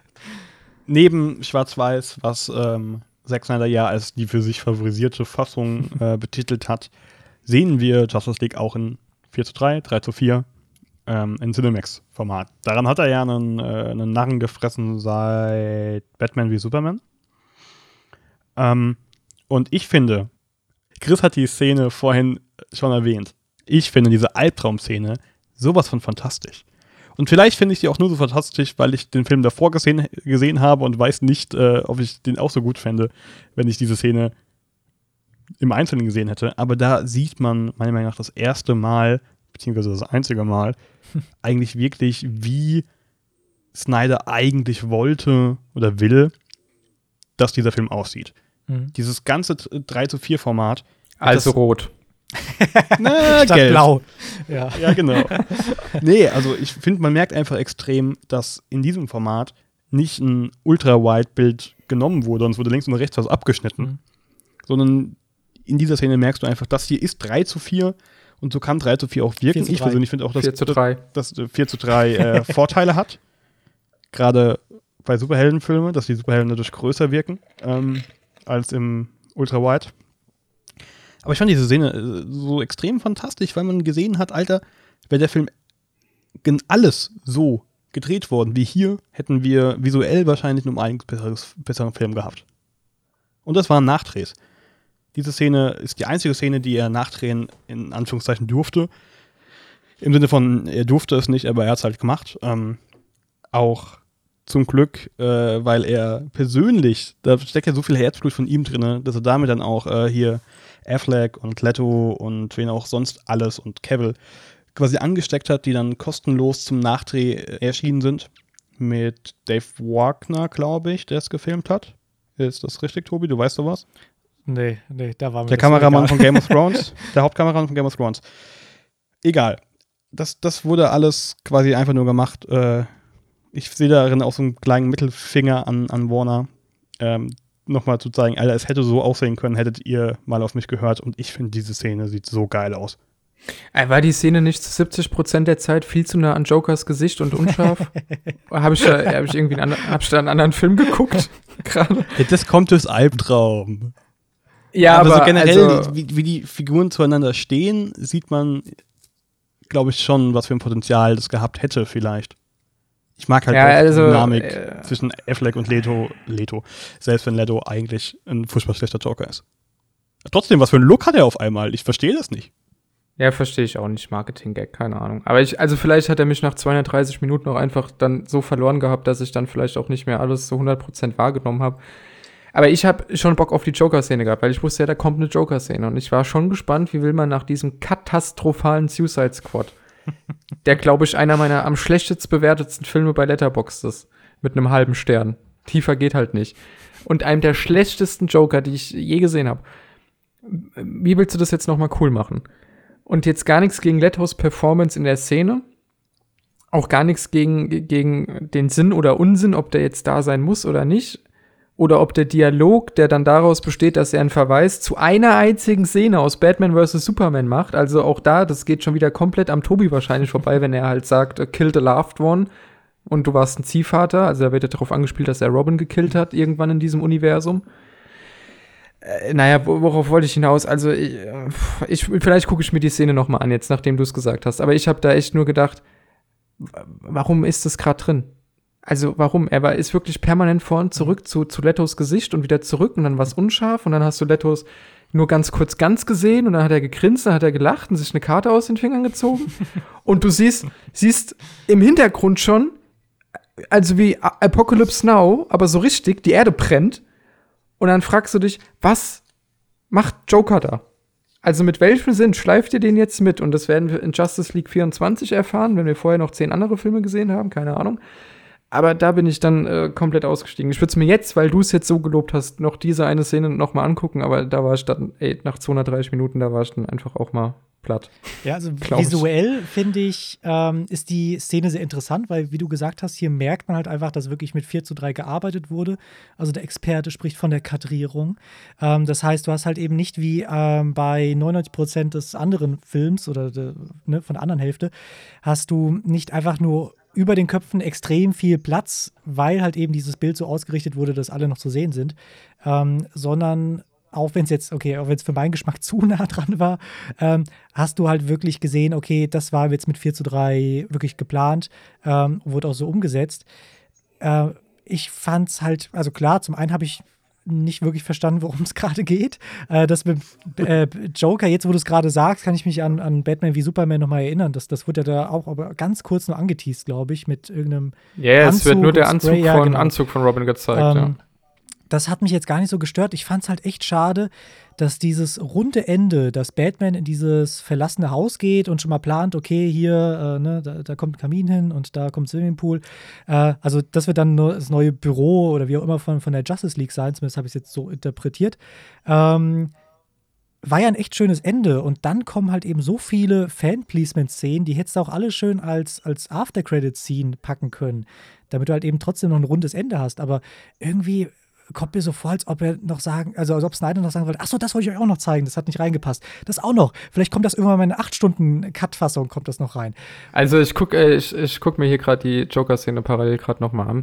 Neben Schwarz-Weiß, was ähm, Zack Snyder ja als die für sich favorisierte Fassung äh, betitelt hat, sehen wir Justice League auch in vier zu drei, drei zu vier ähm, in Cinemax-Format. Daran hat er ja einen, äh, einen Narren gefressen seit Batman wie Superman. Ähm, und ich finde, Chris hat die Szene vorhin schon erwähnt. Ich finde diese Albtraum-Szene sowas von fantastisch. Und vielleicht finde ich die auch nur so fantastisch, weil ich den Film davor gesehen, gesehen habe und weiß nicht, äh, ob ich den auch so gut fände, wenn ich diese Szene im Einzelnen gesehen hätte. Aber da sieht man meiner Meinung nach das erste Mal, beziehungsweise das einzige Mal, eigentlich wirklich, wie Snyder eigentlich wollte oder will, dass dieser Film aussieht. Mhm. Dieses ganze drei zu vier Format. Also rot. Na, Statt gelb. blau. Ja. Ja, genau. Nee, also ich finde, man merkt einfach extrem, dass in diesem Format nicht ein Ultra-Wide-Bild genommen wurde und es wurde links und rechts was abgeschnitten. Mhm. Sondern in dieser Szene merkst du einfach, das hier ist drei zu vier und so kann drei zu vier auch wirken. vier zu Ich drei. persönlich finde auch, dass vier zu drei. dass vier zu drei äh, Vorteile hat. Gerade bei Superheldenfilmen, dass die Superhelden dadurch größer wirken ähm, als im Ultra-Wide. Aber ich fand diese Szene äh, so extrem fantastisch, weil man gesehen hat, Alter, wäre der Film gen- alles so gedreht worden wie hier, hätten wir visuell wahrscheinlich noch einen besseres, besseren Film gehabt. Und das waren Nachdrehs. Diese Szene ist die einzige Szene, die er nachdrehen in Anführungszeichen durfte. Im Sinne von, er durfte es nicht, aber er hat es halt gemacht. Ähm, auch zum Glück, äh, weil er persönlich, da steckt ja so viel Herzblut von ihm drin, dass er damit dann auch äh, hier Affleck und Leto und wen auch sonst alles und Cavill quasi angesteckt hat, die dann kostenlos zum Nachdreh erschienen sind. Mit Dave Wagner, glaube ich, der es gefilmt hat. Ist das richtig, Tobi? Du weißt sowas? Nee, nee, da war mir Der das so Kameramann egal. von Game of Thrones. Der Hauptkameramann von Game of Thrones. Egal. Das, das wurde alles quasi einfach nur gemacht. Äh, ich sehe darin auch so einen kleinen Mittelfinger an, an Warner. Ähm, nochmal zu zeigen, Alter, es hätte so aussehen können, hättet ihr mal auf mich gehört. Und ich finde, diese Szene sieht so geil aus. War die Szene nicht zu siebzig Prozent der Zeit viel zu nah an Jokers Gesicht und unscharf? Habe ich, da, hab ich irgendwie einen, andern- hab ich da einen anderen Film geguckt? Gerade. Ja, das kommt durchs Albtraum. Ja, aber, aber, so generell, also, wie, wie die Figuren zueinander stehen, sieht man, glaube ich, schon, was für ein Potenzial das gehabt hätte, vielleicht. Ich mag halt Ja, auch also, die Dynamik äh, zwischen Affleck und Leto, Leto, selbst wenn Leto eigentlich ein furchtbar schlechter Joker ist. Trotzdem, was für einen Look hat er auf einmal? Ich verstehe das nicht. ja, verstehe ich auch nicht. Marketing-Gag, keine Ahnung. Aber ich, also vielleicht hat er mich nach zweihundertdreißig Minuten auch einfach dann so verloren gehabt, dass ich dann vielleicht auch nicht mehr alles so hundert Prozent wahrgenommen habe. Aber ich habe schon Bock auf die Joker-Szene gehabt, weil ich wusste ja, da kommt eine Joker-Szene. Und ich war schon gespannt, wie will man nach diesem katastrophalen Suicide Squad, der, glaube ich, einer meiner am schlechtest bewertetsten Filme bei Letterboxd ist, mit einem halben Stern. Tiefer geht halt nicht. Und einem der schlechtesten Joker, die ich je gesehen habe. Wie willst du das jetzt noch mal cool machen? Und jetzt gar nichts gegen Letos Performance in der Szene. Auch gar nichts gegen, gegen den Sinn oder Unsinn, ob der jetzt da sein muss oder nicht. Oder ob der Dialog, der dann daraus besteht, dass er einen Verweis zu einer einzigen Szene aus Batman versus. Superman macht. Also auch da, das geht schon wieder komplett am Tobi wahrscheinlich vorbei, wenn er halt sagt, kill the loved one. Und du warst ein Ziehvater. Also da wird ja darauf angespielt, dass er Robin gekillt hat, irgendwann in diesem Universum. Äh, naja, worauf wollte ich hinaus? Also, ich, ich, vielleicht gucke ich mir die Szene noch mal an, jetzt, nachdem du es gesagt hast. Aber ich habe da echt nur gedacht, warum ist das gerade drin? Also, warum? Er war, ist wirklich permanent vor und zurück zu, zu Letos Gesicht und wieder zurück und dann war es unscharf und dann hast du Letos nur ganz kurz ganz gesehen und dann hat er gegrinst, dann hat er gelacht und sich eine Karte aus den Fingern gezogen. Und du siehst, siehst im Hintergrund schon, also wie Apocalypse Now, aber so richtig, die Erde brennt. Und dann fragst du dich, was macht Joker da? Also mit welchem Sinn schleift ihr den jetzt mit? Und das werden wir in Justice League vierundzwanzig erfahren, wenn wir vorher noch zehn andere Filme gesehen haben, keine Ahnung. Aber da bin ich dann äh, komplett ausgestiegen. Ich würde es mir jetzt, weil du es jetzt so gelobt hast, noch diese eine Szene noch mal angucken, aber da war ich dann, ey, nach zweihundertdreißig Minuten, da war ich dann einfach auch mal platt. Ja, also Glaub ich. visuell finde ich, ähm, ist die Szene sehr interessant, weil, wie du gesagt hast, hier merkt man halt einfach, dass wirklich mit vier zu drei gearbeitet wurde. Also der Experte spricht von der Kadrierung. Ähm, das heißt, du hast halt eben nicht wie ähm, bei neunundneunzig Prozent des anderen Films oder de, ne, von der anderen Hälfte, hast du nicht einfach nur über den Köpfen extrem viel Platz, weil halt eben dieses Bild so ausgerichtet wurde, dass alle noch zu sehen sind, ähm, sondern auch wenn es jetzt, okay, auch wenn es für meinen Geschmack zu nah dran war, ähm, hast du halt wirklich gesehen, okay, das war jetzt mit vier zu drei wirklich geplant, ähm, wurde auch so umgesetzt. Äh, ich fand's halt, also klar, zum einen habe ich nicht wirklich verstanden, worum es gerade geht. Äh, das mit äh, Joker, jetzt wo du es gerade sagst, kann ich mich an, an Batman wie Superman nochmal erinnern. Das, das wurde ja da auch aber ganz kurz nur angeteased, glaube ich, mit irgendeinem Ja, yeah, es wird nur der und Anzug, Spray, ja, von, genau. Anzug von Robin gezeigt, Ähm, ja. Das hat mich jetzt gar nicht so gestört. Ich fand es halt echt schade, dass dieses runde Ende, dass Batman in dieses verlassene Haus geht und schon mal plant, okay, hier, äh, ne, da, da kommt ein Kamin hin und da kommt ein Swimmingpool. Äh, also das wird dann nur das neue Büro oder wie auch immer von, von der Justice League sein, zumindest habe ich es jetzt so interpretiert. Ähm, war ja ein echt schönes Ende und dann kommen halt eben so viele Fan-Pleasement-Szenen, die hättest du auch alle schön als, als After-Credit-Scene packen können, damit du halt eben trotzdem noch ein rundes Ende hast, aber irgendwie kommt mir so vor, als ob er noch sagen, also als ob Snyder noch sagen wollte, achso, das wollte ich euch auch noch zeigen, das hat nicht reingepasst. Das auch noch. Vielleicht kommt das irgendwann mal in eine acht Stunden Cut-Fassung, kommt das noch rein. Also ich gucke äh, ich, ich guck mir hier gerade die Joker-Szene parallel gerade nochmal an.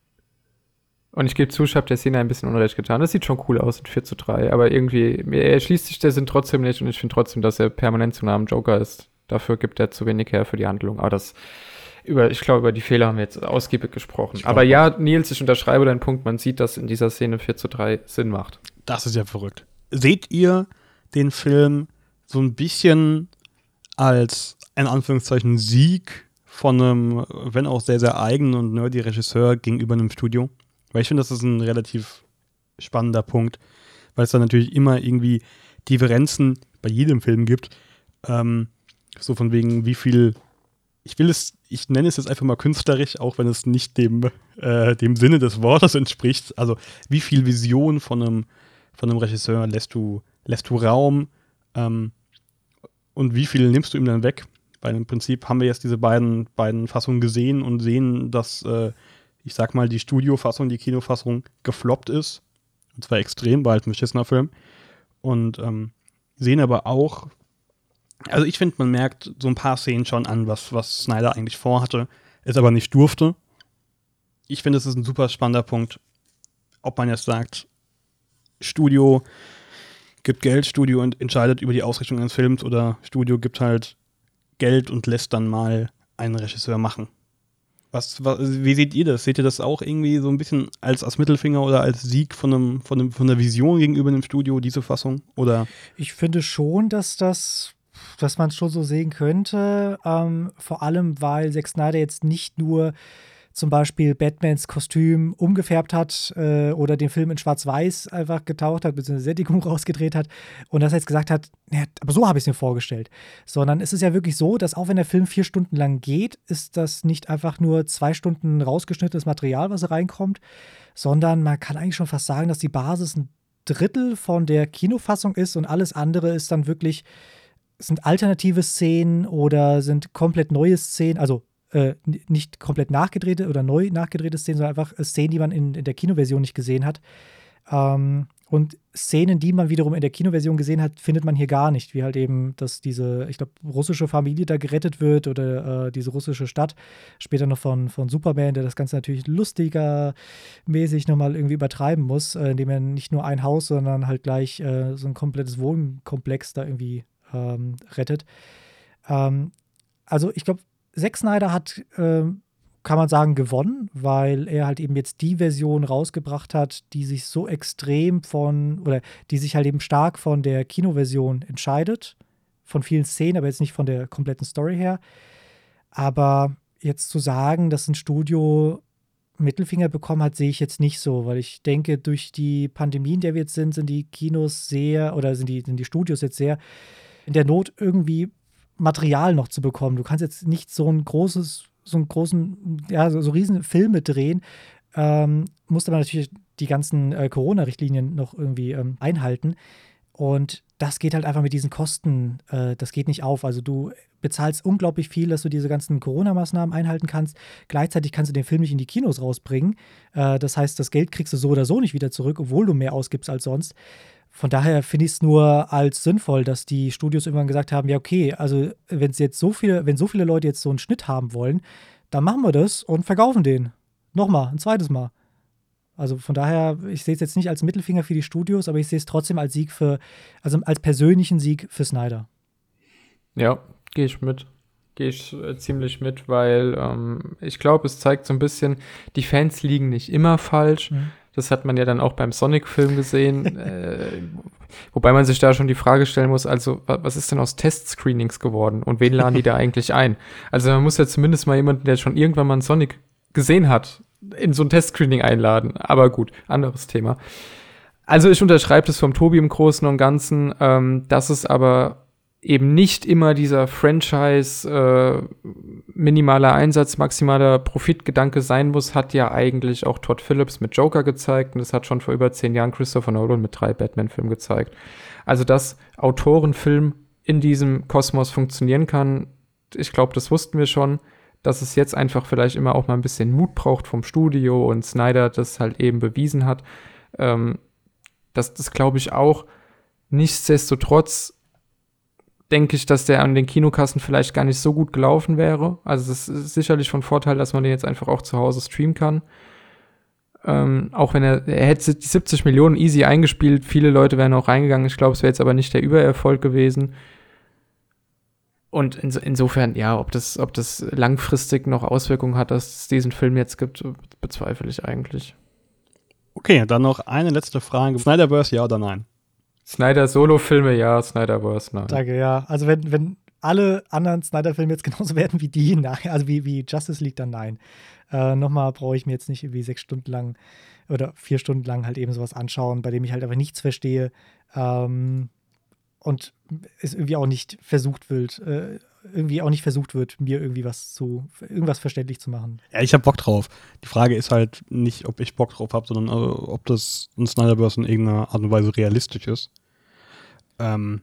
Und ich gebe zu, ich habe der Szene ein bisschen Unrecht getan. Das sieht schon cool aus in vier zu drei, aber irgendwie, er erschließt sich der Sinn trotzdem nicht und ich finde trotzdem, dass er permanent zu nah am Joker ist. Dafür gibt er zu wenig her für die Handlung. Aber das Über, ich glaube, über die Fehler haben wir jetzt ausgiebig gesprochen. Aber ja, Nils, ich unterschreibe deinen Punkt. Man sieht, dass in dieser Szene vier zu drei Sinn macht. Das ist ja verrückt. Seht ihr den Film so ein bisschen als, in Anführungszeichen, Sieg von einem, wenn auch sehr, sehr eigenen und nerdy Regisseur gegenüber einem Studio? Weil ich finde, das ist ein relativ spannender Punkt, weil es da natürlich immer irgendwie Differenzen bei jedem Film gibt. Ähm, so von wegen, wie viel Ich will es, ich nenne es jetzt einfach mal künstlerisch, auch wenn es nicht dem, äh, dem Sinne des Wortes entspricht. Also wie viel Vision von einem, von einem Regisseur lässt du, lässt du Raum ähm, und wie viel nimmst du ihm dann weg? Weil im Prinzip haben wir jetzt diese beiden, beiden Fassungen gesehen und sehen, dass, äh, ich sag mal, die Studiofassung, die Kinofassung gefloppt ist. Und zwar extrem, war halt ein beschissener Film. Und ähm, sehen aber auch, also ich finde, man merkt so ein paar Szenen schon an, was, was Snyder eigentlich vorhatte, es aber nicht durfte. Ich finde, es ist ein super spannender Punkt, ob man jetzt sagt, Studio gibt Geld, Studio ent- entscheidet über die Ausrichtung eines Films oder Studio gibt halt Geld und lässt dann mal einen Regisseur machen. Was, was, wie seht ihr das? Seht ihr das auch irgendwie so ein bisschen als, als Mittelfinger oder als Sieg von, einem, von, einem, von einer Vision gegenüber einem Studio, diese Fassung? Oder? Ich finde schon, dass das dass man es schon so sehen könnte, ähm, vor allem, weil Zack Snyder jetzt nicht nur zum Beispiel Batmans Kostüm umgefärbt hat äh, oder den Film in Schwarz-Weiß einfach getaucht hat, beziehungsweise Sättigung rausgedreht hat und dass er jetzt gesagt hat, ja, aber so habe ich es mir vorgestellt. Sondern es ist ja wirklich so, dass auch wenn der Film vier Stunden lang geht, ist das nicht einfach nur zwei Stunden rausgeschnittenes Material, was reinkommt, sondern man kann eigentlich schon fast sagen, dass die Basis ein Drittel von der Kinofassung ist und alles andere ist dann wirklich sind alternative Szenen oder sind komplett neue Szenen, also äh, nicht komplett nachgedrehte oder neu nachgedrehte Szenen, sondern einfach Szenen, die man in, in der Kinoversion nicht gesehen hat. Ähm, und Szenen, die man wiederum in der Kinoversion gesehen hat, findet man hier gar nicht. Wie halt eben, dass diese, ich glaube, russische Familie da gerettet wird oder äh, diese russische Stadt. Später noch von, von Superman, der das Ganze natürlich lustiger mäßig nochmal irgendwie übertreiben muss, äh, indem er nicht nur ein Haus, sondern halt gleich äh, so ein komplettes Wohnkomplex da irgendwie Ähm, rettet. Ähm, also ich glaube, Zack Snyder hat, ähm, kann man sagen, gewonnen, weil er halt eben jetzt die Version rausgebracht hat, die sich so extrem von, oder die sich halt eben stark von der Kinoversion entscheidet, von vielen Szenen, aber jetzt nicht von der kompletten Story her. Aber jetzt zu sagen, dass ein Studio Mittelfinger bekommen hat, sehe ich jetzt nicht so, weil ich denke, durch die Pandemie, in der wir jetzt sind, sind die Kinos sehr, oder sind die, sind die Studios jetzt sehr in der Not, irgendwie Material noch zu bekommen. Du kannst jetzt nicht so ein großes, so einen großen, ja, so, so riesen Filme drehen, ähm, musst aber natürlich die ganzen äh, Corona-Richtlinien noch irgendwie ähm, einhalten. Und das geht halt einfach mit diesen Kosten, äh, das geht nicht auf. Also du bezahlst unglaublich viel, dass du diese ganzen Corona-Maßnahmen einhalten kannst. Gleichzeitig kannst du den Film nicht in die Kinos rausbringen. Äh, das heißt, das Geld kriegst du so oder so nicht wieder zurück, obwohl du mehr ausgibst als sonst. Von daher finde ich es nur als sinnvoll, dass die Studios irgendwann gesagt haben, ja okay, also wenn es jetzt so viele, wenn so viele Leute jetzt so einen Schnitt haben wollen, dann machen wir das und verkaufen den. Nochmal, ein zweites Mal. Also von daher, ich sehe es jetzt nicht als Mittelfinger für die Studios, aber ich sehe es trotzdem als Sieg für, also als persönlichen Sieg für Snyder. Ja, gehe ich mit. Gehe ich äh, ziemlich mit, weil ähm, ich glaube, es zeigt so ein bisschen, die Fans liegen nicht immer falsch. Mhm. Das hat man ja dann auch beim Sonic-Film gesehen. äh, wobei man sich da schon die Frage stellen muss, also was ist denn aus Test-Screenings geworden und wen laden die da eigentlich ein? Also man muss ja zumindest mal jemanden, der schon irgendwann mal einen Sonic gesehen hat, in so ein Test-Screening einladen. Aber gut, anderes Thema. Also ich unterschreibe das vom Tobi im Großen und Ganzen, ähm, dass es aber eben nicht immer dieser Franchise äh, minimaler Einsatz, maximaler Profitgedanke sein muss, hat ja eigentlich auch Todd Phillips mit Joker gezeigt und das hat schon vor über zehn Jahren Christopher Nolan mit drei Batman-Filmen gezeigt. Also, dass Autorenfilm in diesem Kosmos funktionieren kann, ich glaube, das wussten wir schon, dass es jetzt einfach vielleicht immer auch mal ein bisschen Mut braucht vom Studio und Snyder das halt eben bewiesen hat. Ähm, das das glaube ich auch. Nichtsdestotrotz denke ich, dass der an den Kinokassen vielleicht gar nicht so gut gelaufen wäre. Also es ist sicherlich von Vorteil, dass man den jetzt einfach auch zu Hause streamen kann. Ähm, auch wenn er, er hätte die siebzig Millionen easy eingespielt, viele Leute wären auch reingegangen. Ich glaube, es wäre jetzt aber nicht der Übererfolg gewesen. Und in, insofern, ja, ob das, ob das langfristig noch Auswirkungen hat, dass es diesen Film jetzt gibt, bezweifle ich eigentlich. Okay, dann noch eine letzte Frage. Snyderverse, ja oder nein? Snyder Solo-Filme, ja, Snyderverse, nein. Danke, ja. Also wenn, wenn alle anderen Snyder-Filme jetzt genauso werden wie die, nein, also wie, wie Justice League, dann nein. Äh, nochmal brauche ich mir jetzt nicht irgendwie sechs Stunden lang oder vier Stunden lang halt eben sowas anschauen, bei dem ich halt einfach nichts verstehe ähm, und es irgendwie auch nicht versucht wird, äh, irgendwie auch nicht versucht wird, mir irgendwie was zu, irgendwas verständlich zu machen. Ja, ich hab Bock drauf. Die Frage ist halt nicht, ob ich Bock drauf habe, sondern also, ob das ein Snyderverse in irgendeiner Art und Weise realistisch ist. Ähm,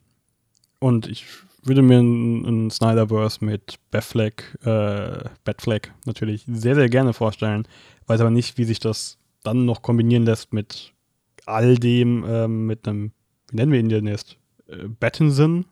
und ich würde mir ein, ein Snyderverse mit Batfleck, äh, Batfleck natürlich sehr, sehr gerne vorstellen. Weiß aber nicht, wie sich das dann noch kombinieren lässt mit all dem, ähm, mit einem, wie nennen wir ihn denn jetzt? Äh, Pattinson?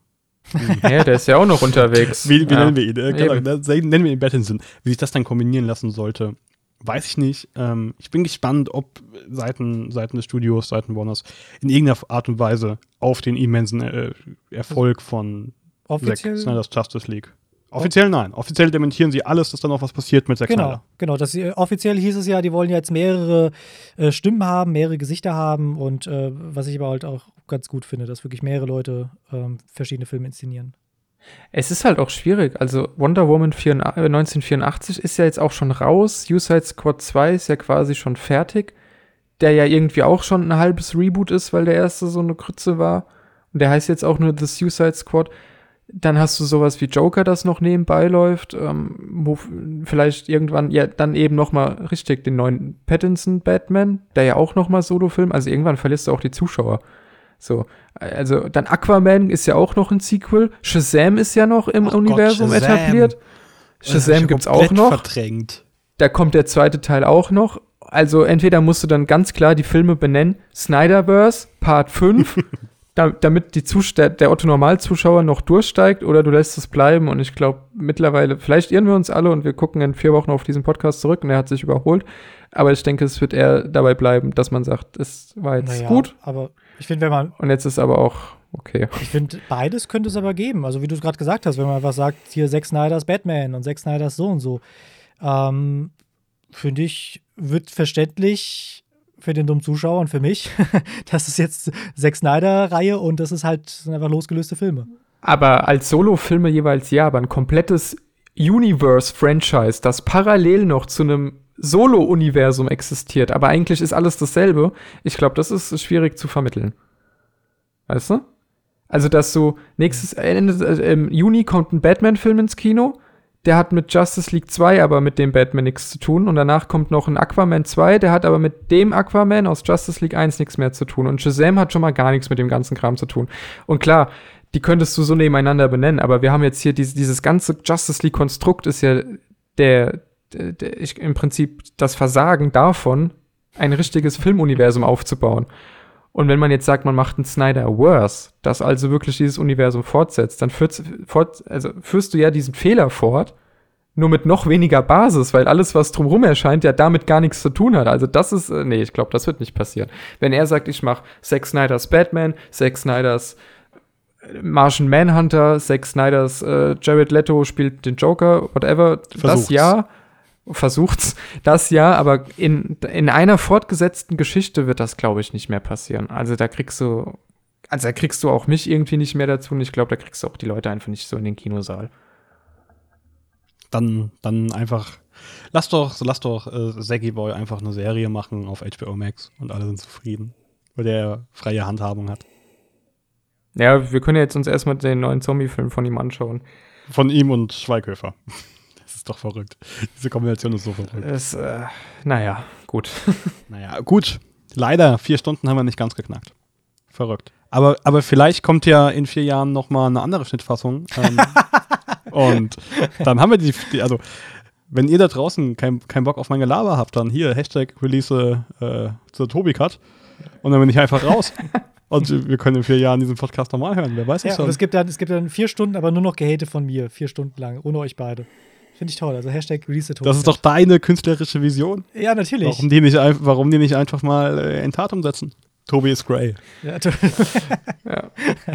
Ja, der ist ja auch noch unterwegs. Wie, wie ja. nennen wir ihn? Äh, genau, nennen wir ihn Pattinson. Wie sich das dann kombinieren lassen sollte, weiß ich nicht. Ähm, ich bin gespannt, ob Seiten, Seiten des Studios, Seiten Warners in irgendeiner Art und Weise auf den immensen äh, Erfolg von Offiziell? Zack Snyder's Justice League. Offiziell nein. Offiziell dementieren sie alles, dass dann noch was passiert mit Zack genau, Snyder. Genau, das, äh, offiziell hieß es ja, die wollen jetzt mehrere äh, Stimmen haben, mehrere Gesichter haben und äh, was ich aber halt auch ganz gut finde, dass wirklich mehrere Leute ähm, verschiedene Filme inszenieren. Es ist halt auch schwierig. Also Wonder Woman neunzehnhundertvierundachtzig ist ja jetzt auch schon raus. Suicide Squad zwei ist ja quasi schon fertig. Der ja irgendwie auch schon ein halbes Reboot ist, weil der erste so eine Krütze war. Und der heißt jetzt auch nur The Suicide Squad. Dann hast du sowas wie Joker, das noch nebenbei läuft, ähm, wo f- vielleicht irgendwann, ja, dann eben noch mal richtig den neuen Pattinson-Batman, der ja auch noch mal Solo-Film, also irgendwann verlierst du auch die Zuschauer. So, also dann Aquaman ist ja auch noch ein Sequel, Shazam ist ja noch im Ach Universum Gott, Shazam. etabliert. Shazam gibt's auch noch. Verdrängt. Da kommt der zweite Teil auch noch. Also entweder musst du dann ganz klar die Filme benennen, Snyderverse, Part fünf, da, damit die Zusta- der Otto-Normalzuschauer noch durchsteigt, oder du lässt es bleiben. Und ich glaube mittlerweile, vielleicht irren wir uns alle und wir gucken in vier Wochen auf diesen Podcast zurück und er hat sich überholt. Aber ich denke, es wird eher dabei bleiben, dass man sagt, es war jetzt Naja, gut. Aber ich finde, wenn man Und jetzt ist aber auch okay. Ich finde, beides könnte es aber geben. Also wie du es gerade gesagt hast, wenn man einfach sagt, hier Zack Snyder's Batman und Zack Snyder's so und so, ähm, finde ich, wird verständlich für den dummen Zuschauer und für mich, das ist jetzt Zack Snyder-Reihe und das ist halt das sind einfach losgelöste Filme. Aber als Solo-Filme jeweils ja, aber ein komplettes Universe-Franchise, das parallel noch zu einem Solo-Universum existiert, aber eigentlich ist alles dasselbe. Ich glaube, das ist schwierig zu vermitteln. Weißt du? Also, dass so nächstes Ende, äh, im Juni kommt ein Batman-Film ins Kino, der hat mit Justice League zwei aber mit dem Batman nichts zu tun und danach kommt noch ein Aquaman zwei, der hat aber mit dem Aquaman aus Justice League eins nichts mehr zu tun und Shazam hat schon mal gar nichts mit dem ganzen Kram zu tun. Und klar, die könntest du so nebeneinander benennen, aber wir haben jetzt hier dieses, dieses ganze Justice League-Konstrukt ist ja der, der, der ich, im Prinzip das Versagen davon, ein richtiges Filmuniversum aufzubauen. Und wenn man jetzt sagt, man macht ein Snyderverse, das also wirklich dieses Universum fortsetzt, dann führst, fort, also führst du ja diesen Fehler fort, nur mit noch weniger Basis, weil alles, was drumherum erscheint, ja damit gar nichts zu tun hat. Also das ist, äh, nee, ich glaube, das wird nicht passieren. Wenn er sagt, ich mache Zack Snyders Batman, Zack Snyders Martian Manhunter, Zack Snyders äh, Jared Leto spielt den Joker, whatever, Versucht's. das ja, versucht's, das ja, aber in, in einer fortgesetzten Geschichte wird das, glaube ich, nicht mehr passieren. Also da kriegst du, also da kriegst du auch mich irgendwie nicht mehr dazu und ich glaube, da kriegst du auch die Leute einfach nicht so in den Kinosaal. Dann, dann einfach, lass doch, lass doch äh, Saggy Boy einfach eine Serie machen auf H B O Max und alle sind zufrieden, weil der freie Handhabung hat. Ja, wir können ja jetzt uns erstmal den neuen Zombie-Film von ihm anschauen. Von ihm und Schweighöfer. Das ist doch verrückt. Diese Kombination ist so verrückt. Es, äh, naja, gut. Naja, gut. Leider, vier Stunden haben wir nicht ganz geknackt. Verrückt. Aber, aber vielleicht kommt ja in vier Jahren noch mal eine andere Schnittfassung. Ähm, und dann haben wir die, die, also wenn ihr da draußen keinen kein Bock auf mein Gelaber habt, dann hier, Hashtag Release äh, zur Tobi-Cut und dann bin ich einfach raus. Und wir können in vier Jahren diesen Podcast nochmal hören, wer weiß Ja, es und schon. es gibt, dann, es gibt dann vier Stunden, aber nur noch Gehate von mir, vier Stunden lang, ohne euch beide. Finde ich toll, also Hashtag Release the Tobi. Das ist doch deine künstlerische Vision. Ja, natürlich. Warum die nicht, ein- warum die nicht einfach mal äh, in Tat umsetzen? Tobi ist Grey. Ja, to- Ja.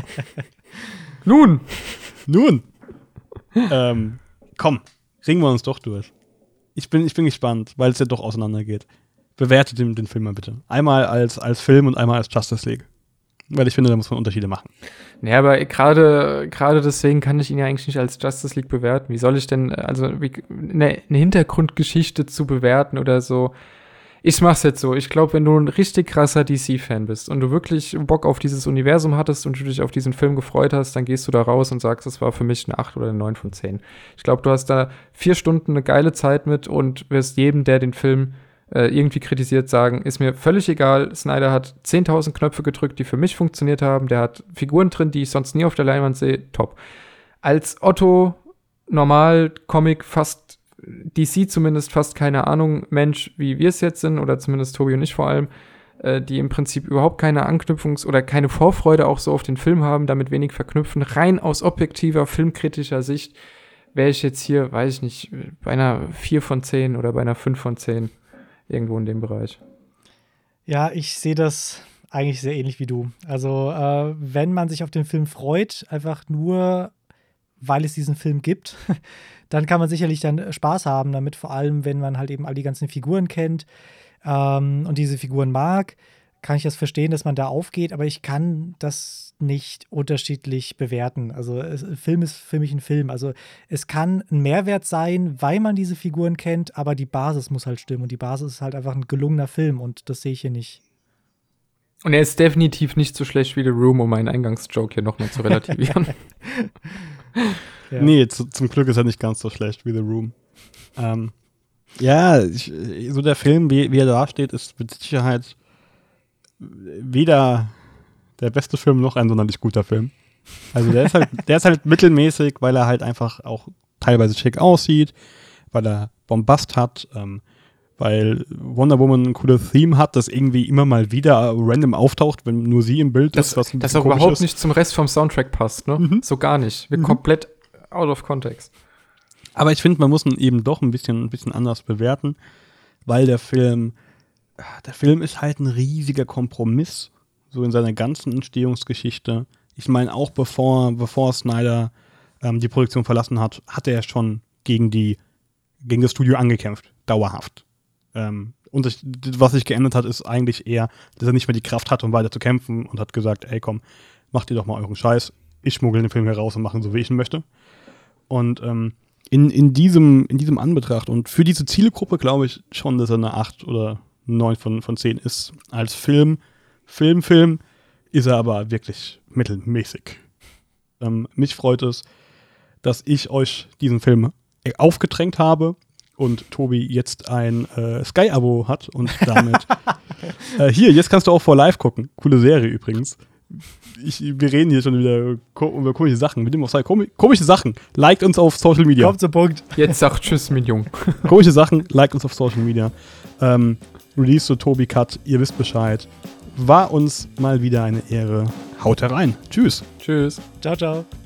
Nun, Nun, ähm, komm, ringen wir uns doch durch. Ich bin, ich bin gespannt, weil es ja doch auseinandergeht. Bewertet den, den Film mal bitte. Einmal als, als Film und einmal als Justice League. Weil ich finde, da muss man Unterschiede machen. ja, aber gerade gerade deswegen kann ich ihn ja eigentlich nicht als Justice League bewerten. Wie soll ich denn, also wie, eine, eine Hintergrundgeschichte zu bewerten oder so? Ich mach's jetzt so. Ich glaube, wenn du ein richtig krasser D C-Fan bist und du wirklich Bock auf dieses Universum hattest und du dich auf diesen Film gefreut hast, dann gehst du da raus und sagst, das war für mich eine acht oder eine neun von zehn. Ich glaube, du hast da vier Stunden eine geile Zeit mit und wirst jedem, der den Film äh, irgendwie kritisiert, sagen, ist mir völlig egal. Snyder hat zehntausend Knöpfe gedrückt, die für mich funktioniert haben. Der hat Figuren drin, die ich sonst nie auf der Leinwand sehe. Top. Als Otto normal Comic fast D C zumindest fast keine Ahnung, Mensch, wie wir es jetzt sind, oder zumindest Tobi und ich vor allem, äh, die im Prinzip überhaupt keine Anknüpfungs- oder keine Vorfreude auch so auf den Film haben, damit wenig verknüpfen. Rein aus objektiver, filmkritischer Sicht wäre ich jetzt hier, weiß ich nicht, bei einer vier von zehn oder bei einer fünf von zehn, irgendwo in dem Bereich. ja, ich sehe das eigentlich sehr ähnlich wie du. Also, äh, wenn man sich auf den Film freut, einfach nur, weil es diesen Film gibt, dann kann man sicherlich dann Spaß haben damit, vor allem, wenn man halt eben all die ganzen Figuren kennt ähm, und diese Figuren mag, kann ich das verstehen, dass man da aufgeht, aber ich kann das nicht unterschiedlich bewerten. Also es, ein Film ist für mich ein Film. Also es kann ein Mehrwert sein, weil man diese Figuren kennt, aber die Basis muss halt stimmen und die Basis ist halt einfach ein gelungener Film und das sehe ich hier nicht. Und er ist definitiv nicht so schlecht wie The Room, um meinen Eingangsjoke hier nochmal zu relativieren. Ja. Nee, zu, zum Glück ist er nicht ganz so schlecht wie The Room. Ähm, ja, ich, so der Film, wie, wie er da steht, ist mit Sicherheit weder der beste Film noch ein sonderlich guter Film. Also der ist halt, der ist halt mittelmäßig, weil er halt einfach auch teilweise schick aussieht, weil er Bombast hat, ähm, weil Wonder Woman ein cooles Theme hat, das irgendwie immer mal wieder random auftaucht, wenn nur sie im Bild Das, ist, was ein das bisschen auch komisch überhaupt ist. nicht zum Rest vom Soundtrack passt, ne? Mhm. So gar nicht. Wir Mhm. komplett out of context. Aber ich finde, man muss ihn eben doch ein bisschen, ein bisschen anders bewerten, weil der Film, der Film ist halt ein riesiger Kompromiss, so in seiner ganzen Entstehungsgeschichte. Ich meine, auch bevor, bevor Snyder ähm, die Produktion verlassen hat, hat er schon gegen, die, gegen das Studio angekämpft, dauerhaft. Ähm, und das, was sich geändert hat, ist eigentlich eher, dass er nicht mehr die Kraft hat, um weiter zu kämpfen und hat gesagt, ey komm, macht ihr doch mal euren Scheiß, ich schmuggle den Film hier raus und mache ihn so, wie ich ihn möchte. Und ähm, in, in, diesem, in diesem Anbetracht und für diese Zielgruppe glaube ich schon, dass er eine acht oder neun von, von zehn ist. Als Film, Film, Film ist er aber wirklich mittelmäßig. Ähm, mich freut es, dass ich euch diesen Film aufgedrängt habe und Tobi jetzt ein äh, Sky-Abo hat und damit äh, hier, jetzt kannst du auch vor live gucken. Coole Serie übrigens. Ich, wir reden hier schon wieder ko- über komische Sachen. Mit dem auf Sky. Komi- komische Sachen. Liked uns auf Social Media. Kommt zum Punkt. Jetzt sag Tschüss, mein Jung. Komische Sachen. Liked uns auf Social Media. Ähm, Release to Tobi Cut. Ihr wisst Bescheid. War uns mal wieder eine Ehre. Haut herein. Tschüss. Tschüss. Ciao, ciao.